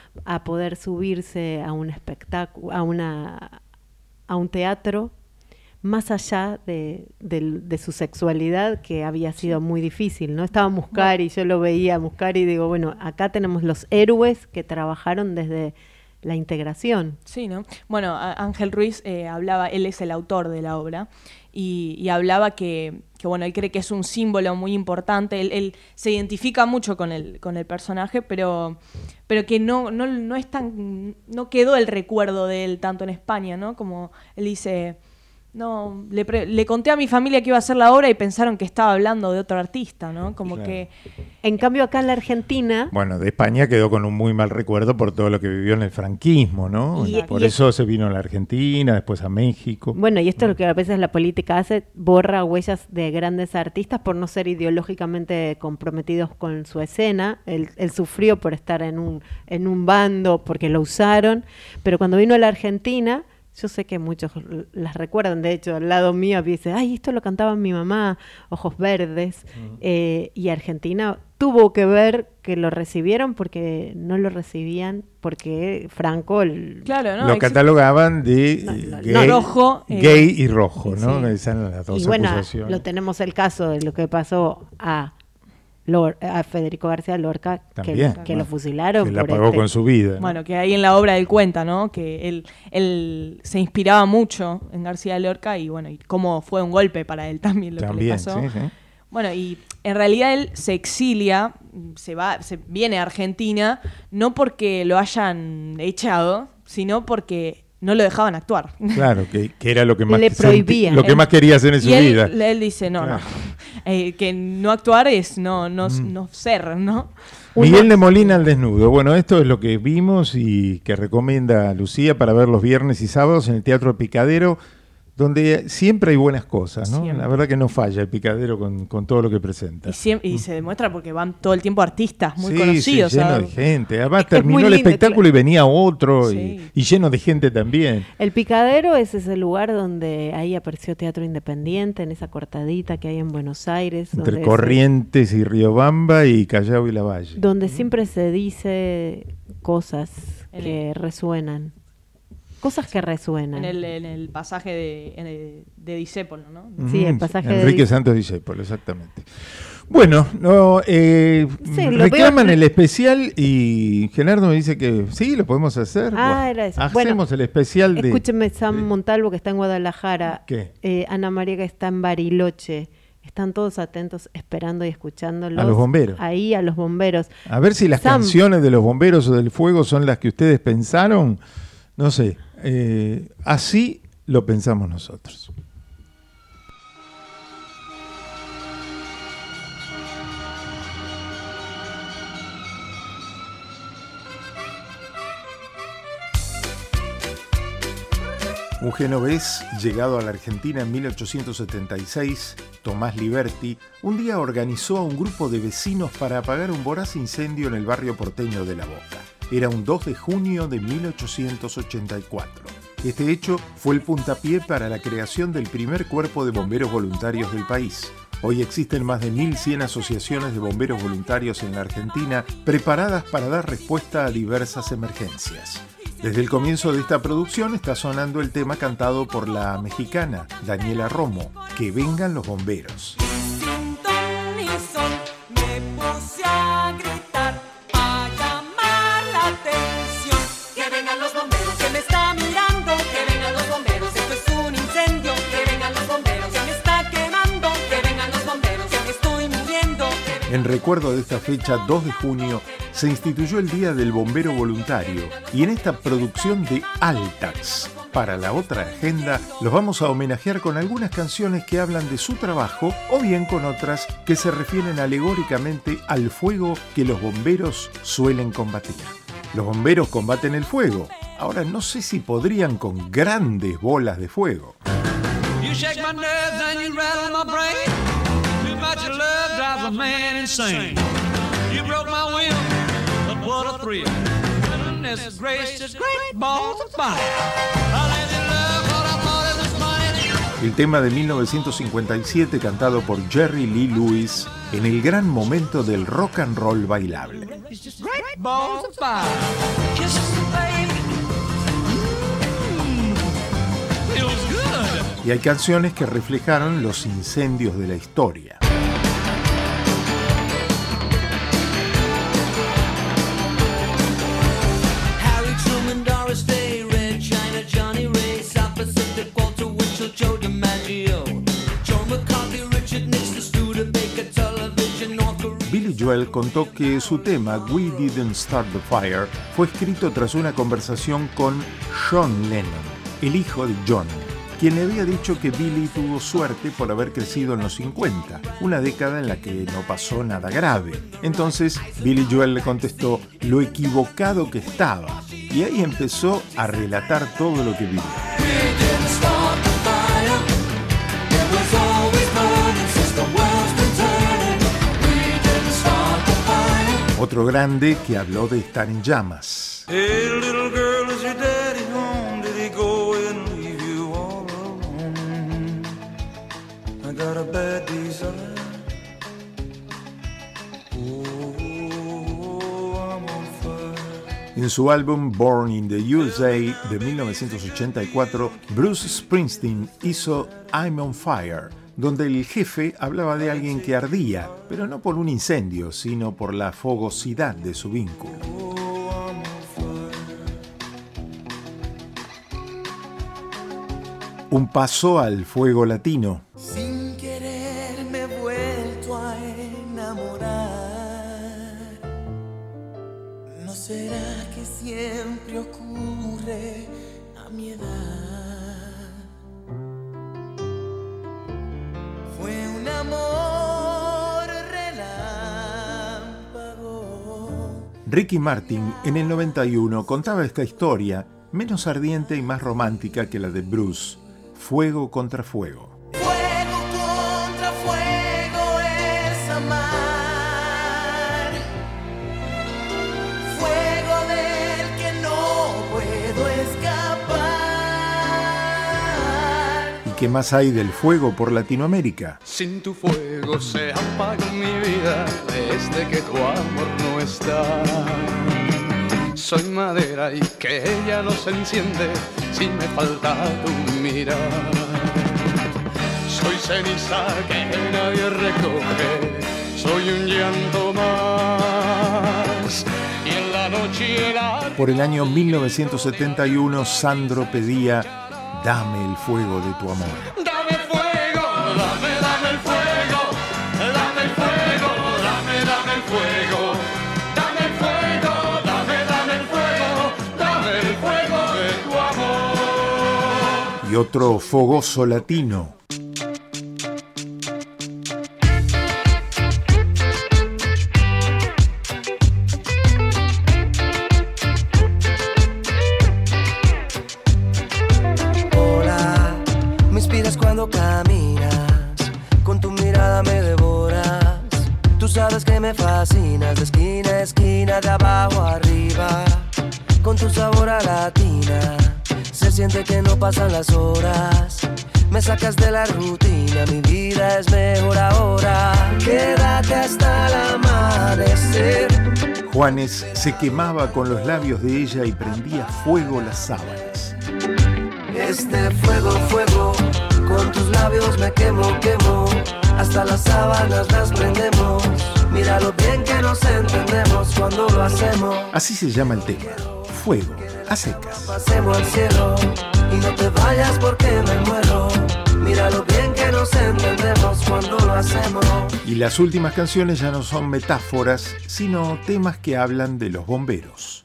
a poder subirse a un espectáculo, a un teatro, más allá de su sexualidad, que había sido muy difícil, ¿no? Estaba Muscari, yo lo veía a Muscari y digo, bueno, acá tenemos los héroes que trabajaron desde la integración. Sí, ¿no? Bueno, Ángel Ruiz hablaba, él es el autor de la obra, y hablaba que bueno, él cree que es un símbolo muy importante, él se identifica mucho con el personaje, pero que no es tan, no quedó el recuerdo de él tanto en España, ¿no? Como él dice, no, le conté a mi familia que iba a hacer la obra y pensaron que estaba hablando de otro artista, ¿no? Como claro. Que en cambio acá en la Argentina... Bueno, de España quedó con un muy mal recuerdo por todo lo que vivió en el franquismo, ¿no? Por eso se vino a la Argentina, después a México. Bueno, y esto es lo que a veces la política hace, borra huellas de grandes artistas por no ser ideológicamente comprometidos con su escena. Él sufrió por estar en un bando, porque lo usaron, pero cuando vino a la Argentina... Yo sé que muchos las recuerdan, de hecho, al lado mío dice, ay, esto lo cantaba mi mamá, Ojos Verdes, y Argentina tuvo que ver que lo recibieron porque no lo recibían, porque Franco... lo catalogaban de gay y rojo, ¿no? Sí. Esas eran las dos y bueno, acusaciones. lo tenemos el caso de lo que pasó a a Federico García Lorca, que lo fusilaron. Que la pagó con su vida, ¿no? Bueno, que ahí en la obra él cuenta, ¿no? Que él se inspiraba mucho en García Lorca y bueno, y cómo fue un golpe para él también lo que le pasó. Sí, sí. Bueno, y en realidad él se exilia, se viene a Argentina, no porque lo hayan echado, sino porque no lo dejaban actuar. Claro, que era lo que más le prohibía. Lo que más quería hacer en su vida. Él dice, no. Que no actuar es no ser, ¿no? Miguel de Molina al desnudo. Bueno, esto es lo que vimos y que recomienda Lucía para ver los viernes y sábados en el Teatro Picadero, donde siempre hay buenas cosas, ¿no? Siempre. La verdad que no falla el Picadero con todo lo que presenta. Y se demuestra porque van todo el tiempo artistas muy conocidos. Sí, lleno de gente. Además terminó el espectáculo y venía otro y lleno de gente también. El Picadero es ese lugar donde ahí apareció Teatro Independiente, en esa cortadita que hay en Buenos Aires. Entre Corrientes y Riobamba y Callao y Lavalle. Donde siempre se dice cosas que resuenan. Cosas que resuenan. En el pasaje de Discépolo, ¿no? Sí, el pasaje de Enrique Santos Discépolo, exactamente. Bueno, reclaman el especial y Gerardo me dice que sí, lo podemos hacer. Era eso. Hacemos el especial de... Escúcheme, Sam Montalvo, que está en Guadalajara. ¿Qué? Ana María, que está en Bariloche. Están todos atentos, esperando y escuchándolos. A los bomberos. Ahí, a los bomberos. A ver si las canciones de los bomberos o del fuego son las que ustedes pensaron. No sé. Así lo pensamos nosotros. Un genovés llegado a la Argentina en 1876, Tomás Liberti, un día organizó a un grupo de vecinos para apagar un voraz incendio en el barrio porteño de La Boca. Era un 2 de junio de 1884. Este hecho fue el puntapié para la creación del primer cuerpo de bomberos voluntarios del país. Hoy existen más de 1.100 asociaciones de bomberos voluntarios en la Argentina preparadas para dar respuesta a diversas emergencias. Desde el comienzo de esta producción está sonando el tema cantado por la mexicana Daniela Romo, Que vengan los bomberos. Me puse a gritar, a llamar la atención. Que vengan los bomberos, que me está mirando. Que vengan los bomberos, esto es un incendio. Que vengan los bomberos, que me está quemando. Que vengan los bomberos, que me estoy muriendo. En recuerdo de esta fecha, 2 de junio, se instituyó el Día del Bombero Voluntario y en esta producción de Altax, para la otra agenda, los vamos a homenajear con algunas canciones que hablan de su trabajo o bien con otras que se refieren alegóricamente al fuego que los bomberos suelen combatir. Los bomberos combaten el fuego. Ahora no sé si podrían con grandes bolas de fuego. You shake my nerves and you rattle my brain. Too much love drives a man insane. You broke my will, but what a thrill. Goodness gracious, great balls of fire. I let you love what I thought it was funny. El tema de 1957 cantado por Jerry Lee Lewis en el gran momento del rock and roll bailable. Great balls of fire. Kisses, baby. Feels good. Y hay canciones que reflejaron los incendios de la historia. Harry Truman, Doris Day, Red China, Johnny Ray, South Pacific, Walter Winchell, Joe DiMaggio, Joe McCarthy, Richard Nixon, Studebaker, Television, North Korea. Billy Joel contó que su tema We Didn't Start the Fire fue escrito tras una conversación con John Lennon, el hijo de John, quien le había dicho que Billy tuvo suerte por haber crecido en los 50, una década en la que no pasó nada grave. Entonces Billy Joel le contestó lo equivocado que estaba, y ahí empezó a relatar todo lo que vivió. Otro grande que habló de estar en llamas. Hey, little girl, is your daddy home? Did he go and leave you all alone? I got a bad desire. Oh, I'm on fire. En su álbum Born in the USA de 1984, Bruce Springsteen hizo I'm on Fire, donde el jefe hablaba de alguien que ardía, pero no por un incendio, sino por la fogosidad de su vínculo. Un paso al fuego latino. Sin querer me he vuelto a enamorar. ¿No será que siempre ocurre a mi edad? Fue un amor relámpago. Ricky Martin en el 91 contaba esta historia, menos ardiente y más romántica que la de Bruce. Fuego contra fuego. Fuego contra fuego es amar. Fuego del que no puedo escapar. ¿Y qué más hay del fuego por Latinoamérica? Sin tu fuego se apaga mi vida desde que tu amor no está. Soy madera y que ella no se enciende si me falta tu mirar. Soy ceniza que nadie recoge, soy un llanto más. Y en la noche Por el año 1971, Sandro pedía: dame el fuego de tu amor. Dame fuego, dame el fuego, dame el fuego, dame el fuego. Y otro fogoso latino. Hola, me inspiras cuando caminas, con tu mirada me devoras. Tú sabes que me fascinas, de esquina a esquina, de abajo a arriba, con tu sabor a latina. Se siente que no pasan las horas, me sacas de la rutina, mi vida es mejor ahora. Quédate hasta el amanecer. Juanes se quemaba con los labios de ella y prendía fuego las sábanas. Este fuego, fuego, con tus labios me quemo, quemo. Hasta las sábanas las prendemos. Mira lo bien que nos entendemos cuando lo hacemos. Así se llama el tema, Fuego a secas. Pasemos al cielo y no te vayas porque me muero. Mira lo bien que nos entendemos cuando lo hacemos. Y las últimas canciones ya no son metáforas, sino temas que hablan de los bomberos.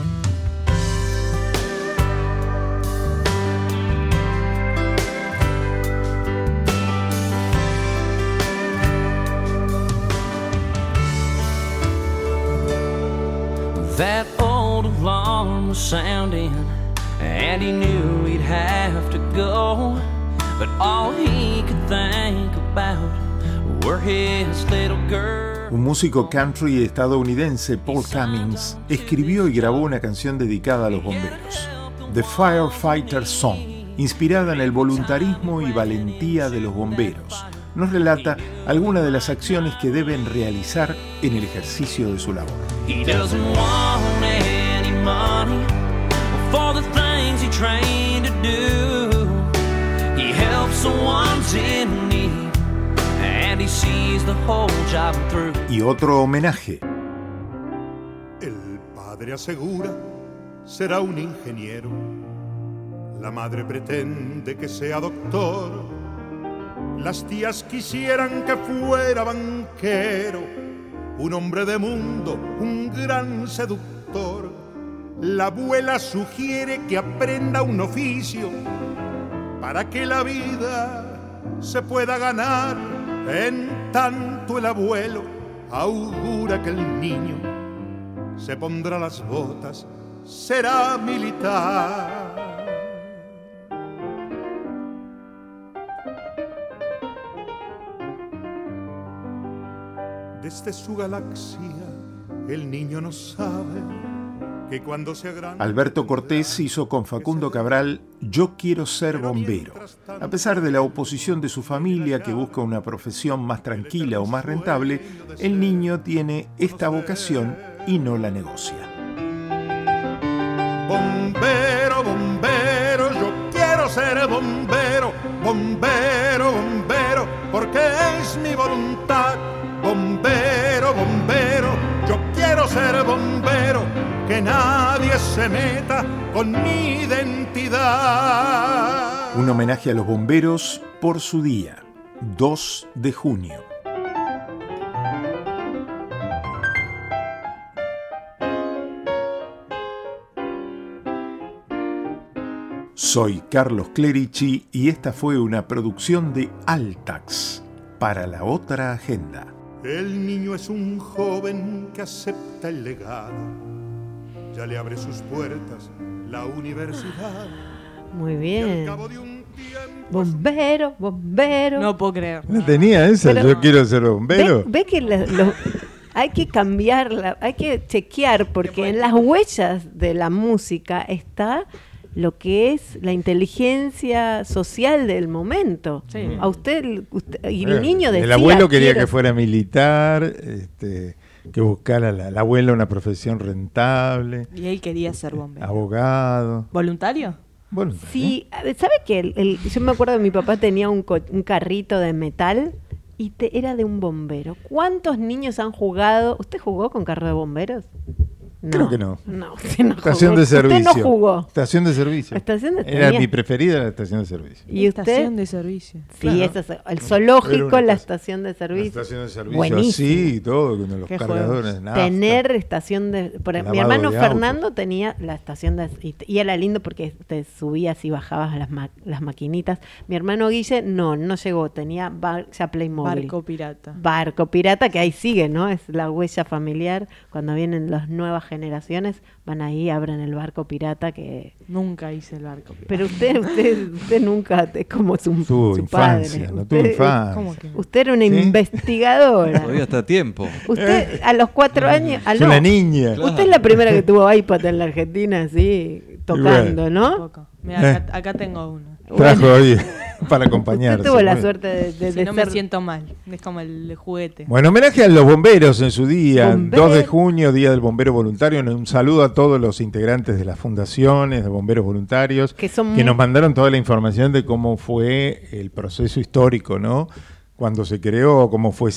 That old alarm was sounding, and he knew he'd have to go. But all he could think about were his little girl. Un músico country estadounidense, Paul Cummings, escribió y grabó una canción dedicada a los bomberos, The Firefighter's Song, inspirada en el voluntarismo y valentía de los bomberos. Nos relata algunas de las acciones que deben realizar en el ejercicio de su labor. He doesn't want any money for the things he trained to do. He helps the ones in need and he sees the whole job through. Y otro homenaje. El padre asegura será un ingeniero. La madre pretende que sea doctor. Las tías quisieran que fuera banquero, un hombre de mundo, un gran seductor. La abuela sugiere que aprenda un oficio para que la vida se pueda ganar. En tanto el abuelo augura que el niño se pondrá las botas, será militar. Desde su galaxia el niño no sabe que cuando sea grande... Alberto Cortés hizo con Facundo Cabral Yo quiero ser bombero. A pesar de la oposición de su familia que busca una profesión más tranquila o más rentable, el niño tiene esta vocación y no la negocia. Bombero, bombero, yo quiero ser bombero, bombero, bombero. que es mi voluntad. Bombero, bombero, yo quiero ser bombero, que nadie se meta con mi identidad. Un homenaje a los bomberos por su día, 2 de junio. Soy Carlos Clerici y esta fue una producción de Altax para La Otra Agenda. El niño es un joven que acepta el legado, ya le abre sus puertas la universidad. Muy bien. Bombero, bombero. No puedo creer. No tenía esa, Pero- yo quiero ser bombero. Ve que hay que cambiarla, hay que chequear, porque en las huellas de la música está lo que es la inteligencia social del momento. Sí. A usted y el niño decía... El abuelo quería quiero- que fuera militar, que buscara la abuela una profesión rentable, Y él quería ser bombero. abogado. ¿Voluntario? Bueno, Sí, ¿sabe que yo me acuerdo que mi papá tenía un carrito de metal y era de un bombero? ¿Cuántos niños han jugado? ¿Usted jugó con carro de bomberos? Creo que no. No, usted no Estación jugó. de servicio. Usted no jugó. Estación de servicio. Estación de- Era tenía- mi preferida, la estación de servicio. ¿Y usted? Estación de servicio. Sí, Claro. esa es el Era zoológico, una la estación- estación de La servicio. estación de servicio, Buenísimo. sí, todo, con los Qué cargadores de nafta. Tener estación de... mi Lavado hermano de auto. Fernando tenía la estación de... Y era lindo porque te subías y bajabas a las maquinitas. Mi hermano Guille no llegó, tenía ya Playmobil. Barco pirata. Barco pirata, que ahí sigue, ¿no? Es la huella familiar. Cuando vienen las nuevas generaciones, van ahí, abren el barco pirata que... Nunca hice el barco pirata. Pero usted nunca, es como su Infancia, padre. no tuvo infancia. ¿Cómo que no? Usted era una ¿Sí? investigadora. Todavía está a tiempo. Usted a los 4 años... Es una niña. Usted es la primera que tuvo iPad en la Argentina, así, tocando, ¿no? Poco. Mira, acá tengo uno. Trajo hoy para acompañarse. Usted tuvo la Bueno. suerte de Si no me ser... siento mal. Es como el juguete. Bueno, homenaje a los bomberos en su día, Bombero. 2 de junio, Día del Bombero Voluntario. Un saludo a todos los integrantes de las fundaciones de bomberos voluntarios Que son nos mandaron toda la información de cómo fue el proceso histórico, ¿no? Cuando se creó, cómo fue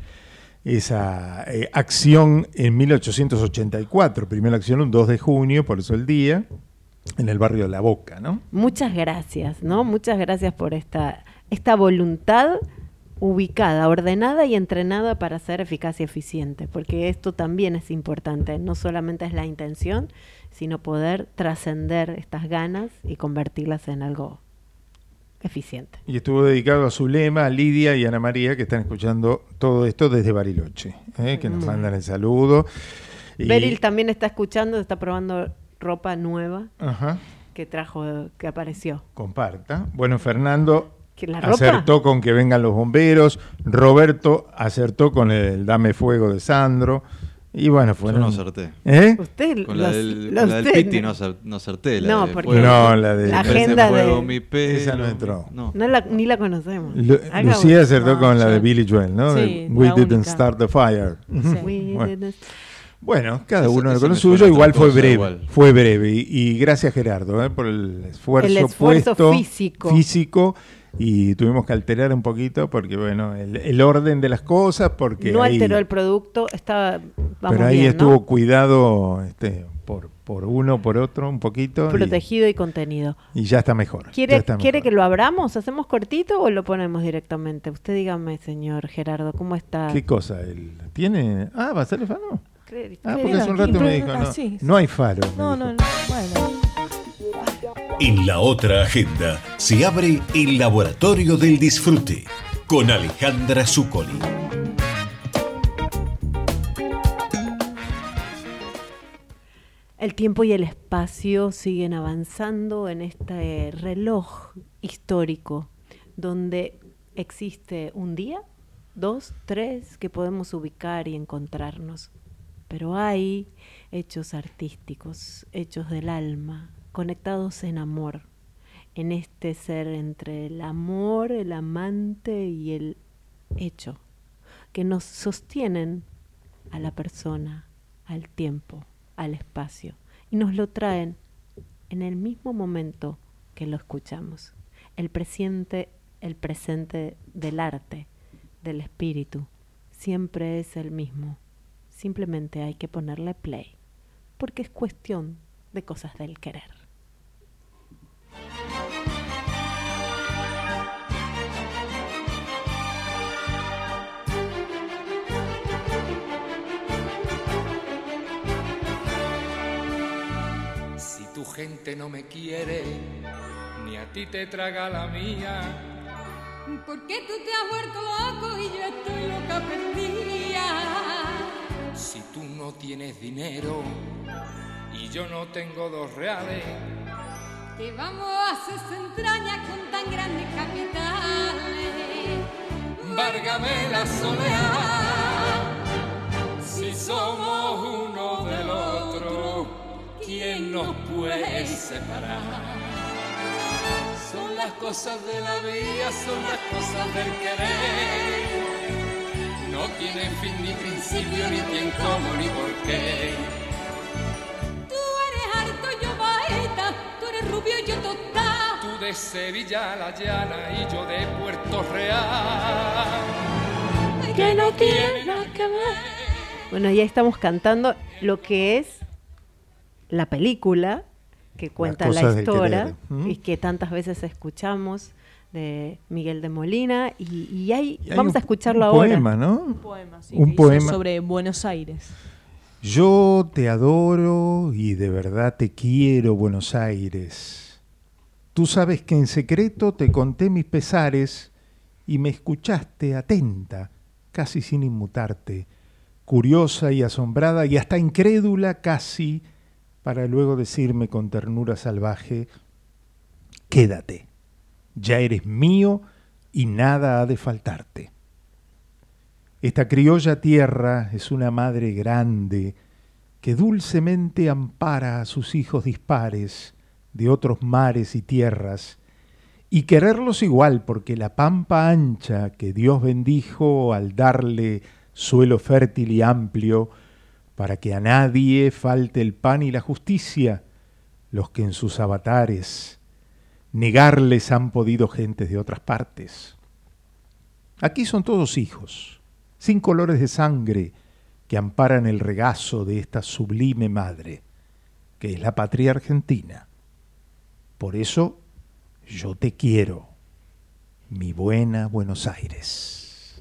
esa acción en 1884. Primera acción un 2 de junio, por eso el día, en el barrio de La Boca, ¿no? Muchas gracias, ¿no? Muchas gracias por esta voluntad ubicada, ordenada y entrenada para ser eficaz y eficiente, porque esto también es importante, no solamente es la intención, sino poder trascender estas ganas y convertirlas en algo eficiente. Y estuvo dedicado a Zulema, a Lidia y a Ana María, que están escuchando todo esto desde Bariloche, que nos mandan el saludo. Y- Beryl también está escuchando, está probando ropa nueva Ajá. que trajo, que apareció. Comparta. Bueno, Fernando ¿Que la ropa? acertó con que vengan los bomberos. Roberto acertó con el Dame Fuego de Sandro. Y bueno, fueron... Yo no acerté. ¿Eh? Usted Con la del Piti no acerté. La No, de porque fuego. No, la de- la Prende agenda fuego de... mi pelo. Esa no entró. No. ni la conocemos. Haga Lucía una. acertó con la yo- de Billy Joel, ¿no? Sí, De We la Didn't única. Start the Fire. We Bueno. didn't- Bueno, cada Ese- uno ese con lo me suena suyo, otra igual fue cosa, breve, igual. fue breve. Y gracias Gerardo por el esfuerzo, El esfuerzo puesto, físico. y tuvimos que alterar un poquito porque bueno, el orden de las cosas, porque no ahí, alteró el producto, estaba, vamos pero ahí bien, estuvo ¿no? cuidado por uno, por otro, un poquito, Protegido y contenido. y ya está mejor. ya ¿Quiere está mejor. que lo abramos? ¿Hacemos cortito o lo ponemos directamente? Usted dígame, señor Gerardo, ¿cómo está? ¿Qué cosa? ¿Él tiene? Ah, ¿va a ser el faro? Creo- Ah, creo- porque hace un rato me dijo, no, sí. no hay faro. me No, dijo. no, no. Bueno. En la otra agenda se abre el Laboratorio del Disfrute con Alejandra Zuccoli. El tiempo y el espacio siguen avanzando en este reloj histórico donde existe un día, 2, 3 que podemos ubicar y encontrarnos. Pero hay hechos artísticos, hechos del alma, conectados en amor, en este ser entre el amor, el amante y el hecho, que nos sostienen a la persona, al tiempo, al espacio, y nos lo traen en el mismo momento que lo escuchamos. El presente del arte del espíritu, siempre es el mismo. Simplemente hay que ponerle play, porque es cuestión de cosas del querer. Si tu gente no me quiere, ni a ti te traga la mía. ¿Por qué tú te has vuelto loco y yo estoy loca perdida? Si tú no tienes dinero y yo no tengo 2 reales, ¿qué vamos a hacer entrañas con tan grandes capitales? Várgame la soledad. Si somos uno del otro, ¿quién nos puede separar? Son las cosas de la vida, son las cosas del querer. No tienen fin ni principio, ni quién, cómo, ni por qué. Tú eres harto, yo baeta, tú eres rubio, yo tostado. Tú de Sevilla la Llana y yo de Puerto Real. Que no tiene nada que ver. Bueno, ya estamos cantando lo que es la película que cuenta la historia y que tantas veces escuchamos de Miguel de Molina y vamos a escucharlo ahora. Un poema, ¿no? Un poema, sí, un que poema hizo sobre Buenos Aires. Yo te adoro y de verdad te quiero, Buenos Aires. Tú sabes que en secreto te conté mis pesares y me escuchaste atenta, casi sin inmutarte, curiosa y asombrada y hasta incrédula casi, para luego decirme con ternura salvaje, quédate, ya eres mío y nada ha de faltarte. Esta criolla tierra es una madre grande que dulcemente ampara a sus hijos dispares de otros mares y tierras, y quererlos igual porque la pampa ancha que Dios bendijo al darle suelo fértil y amplio, para que a nadie falte el pan y la justicia, los que en sus avatares negarles han podido gentes de otras partes. Aquí son todos hijos, sin colores de sangre, que amparan el regazo de esta sublime madre, que es la patria argentina. Por eso yo te quiero, mi buena Buenos Aires.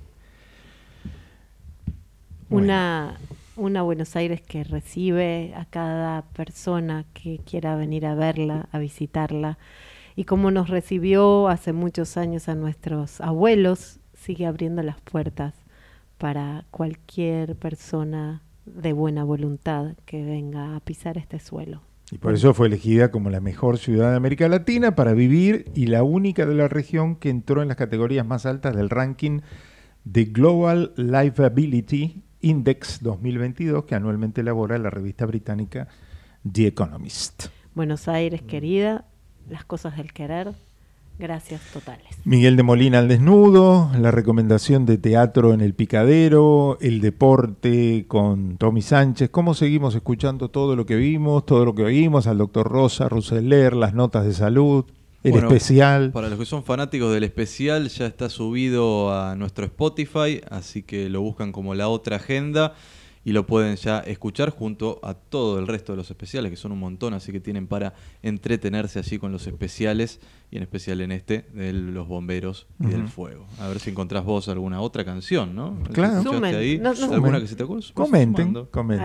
Una Buenos Aires que recibe a cada persona que quiera venir a verla, a visitarla, y como nos recibió hace muchos años a nuestros abuelos, sigue abriendo las puertas para cualquier persona de buena voluntad que venga a pisar este suelo. Y por eso fue elegida como la mejor ciudad de América Latina para vivir y la única de la región que entró en las categorías más altas del ranking de Global Livability Index 2022 que anualmente elabora la revista británica The Economist. Buenos Aires, querida, las cosas del querer, gracias totales. Miguel de Molina al desnudo, la recomendación de teatro en el Picadero, el deporte con Tommy Sánchez. ¿Cómo seguimos escuchando todo lo que vimos, todo lo que oímos? Al doctor Rosa, Roseler, las notas de salud, el especial. Para los que son fanáticos del especial, ya está subido a nuestro Spotify, así que lo buscan como La Otra Agenda y lo pueden ya escuchar junto a todo el resto de los especiales, que son un montón, así que tienen para entretenerse allí con los especiales, y en especial en este, de los bomberos y del fuego. A ver si encontrás vos alguna otra canción, ¿no? Claro. Si escuchaste ahí, alguna que se te ocurra. Comenten.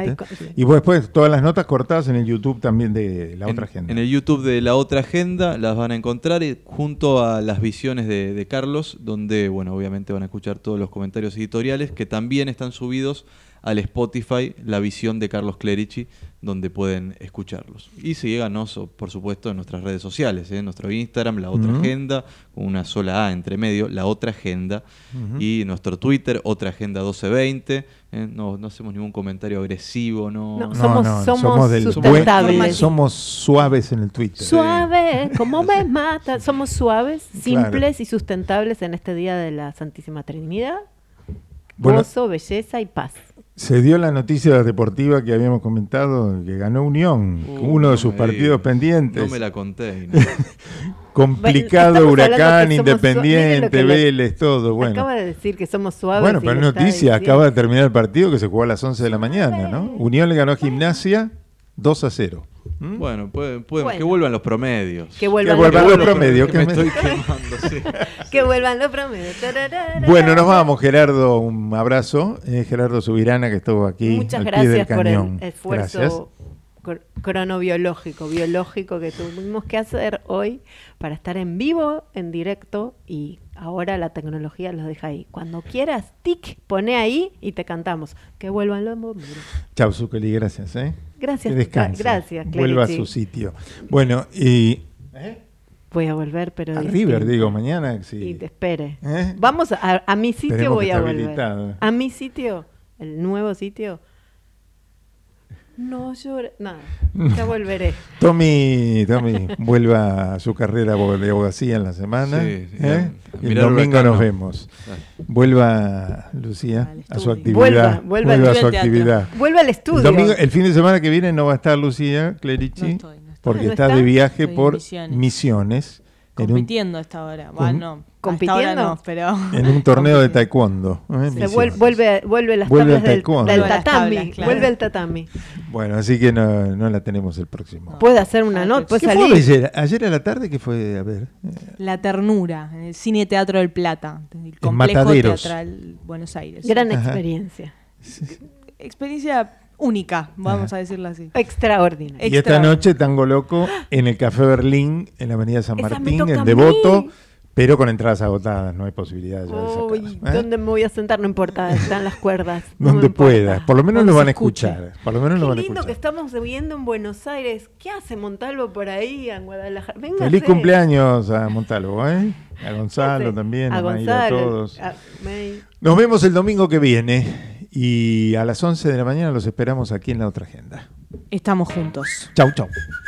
Y después todas las notas cortadas en el YouTube también de La Otra Agenda. En el YouTube de La Otra Agenda las van a encontrar junto a las visiones de Carlos, donde, bueno, obviamente van a escuchar todos los comentarios editoriales que también están subidos al Spotify, la visión de Carlos Clerici, donde pueden escucharlos. Y síganos, por supuesto, en nuestras redes sociales, nuestro Instagram, La Otra Agenda, con una sola A entre medio, La Otra Agenda, y nuestro Twitter, Otra Agenda 1220. No hacemos ningún comentario agresivo, somos sustentables. Somos suaves en el Twitter. Suave, como me mata. Somos suaves, simples y sustentables en este día de la Santísima Trinidad. Gozo, belleza y paz. Se dio la noticia deportiva que habíamos comentado, que ganó Unión, uno de sus partidos pendientes. No me la conté. ¿No? Complicado, Estamos Huracán, hablando que somos Independiente, Vélez, todo. Bueno, acaba de decir que somos suaves. bueno, y pero lo está noticia, diciendo. acaba de terminar el partido que se jugó a las 11 de la mañana, ¿no? Unión le ganó a Gimnasia 2-0. Bueno, que vuelvan los promedios. Que vuelvan los promedios. Que me estoy quemando, sí. Que vuelvan los promedios. Bueno, nos vamos, Gerardo, un abrazo. Gerardo Subirana, que estuvo aquí. Muchas al pie del gracias por cañón. el esfuerzo cronobiológico, biológico que tuvimos que hacer hoy para estar en vivo, en directo, y ahora la tecnología los deja ahí. Cuando quieras, tic, pone ahí y te cantamos. Que vuelvan los bomberos. Chau, Zuccheli, gracias. Gracias, que descanse. gracias, Vuelva a Clerici. su sitio. Bueno, y... Voy a volver, pero... A distinto. River, digo, mañana. Sí. Y te espere. Vamos a mi sitio, Esperemos voy que a esté volver. habilitado. A mi sitio, el nuevo sitio. No llores, nada, ya volveré. Tommy vuelva a su carrera de abogacía en la semana. Sí, El domingo nos vemos. Vuelva, Lucía, a su actividad. Vuelva a su actividad. Vuelva al estudio. El fin de semana que viene no va a estar Lucía Clerici, porque ¿No está está? de viaje Estoy en por Misiones. en un, Compitiendo a esta hora. Bueno, ¿compitiendo? No, pero... en un torneo de taekwondo. Se Misiones. vuelve las Vuelve tablas al taekwondo. del Vuelve a las tatami. tablas, claro. Vuelve al tatami. Bueno, así que no la tenemos el próximo. Puede hacer una nota, puede ¿Qué salir. fue ayer? Ayer a la tarde, ¿qué fue? A ver. La Ternura, en el Cine Teatro del Plata, el complejo Mataderos. teatral Buenos Aires. Gran Ajá. experiencia. Experiencia única, vamos a decirlo así. Extraordinaria. Y esta noche Tango Loco en el Café Berlín, en la avenida San Esa me Martín, toca en a Devoto, mí. pero con entradas agotadas, no hay posibilidad ya de Uy, sacarlas, ¿dónde me voy a sentar? No importa, están las cuerdas. No Donde me importa. pueda, por lo menos Donde lo van se a escuche. escuchar. Por lo menos lo Qué van a lindo que escuchar. estamos viviendo en Buenos Aires. ¿Qué hace Montalvo por ahí en Guadalajara? Véngase. Feliz cumpleaños a Montalvo, a Gonzalo también, a Mayra, a Gonzalo, todos. a May. Nos vemos el domingo que viene y a las 11 de la mañana los esperamos aquí en La Otra Agenda. Estamos juntos. Chau, chau.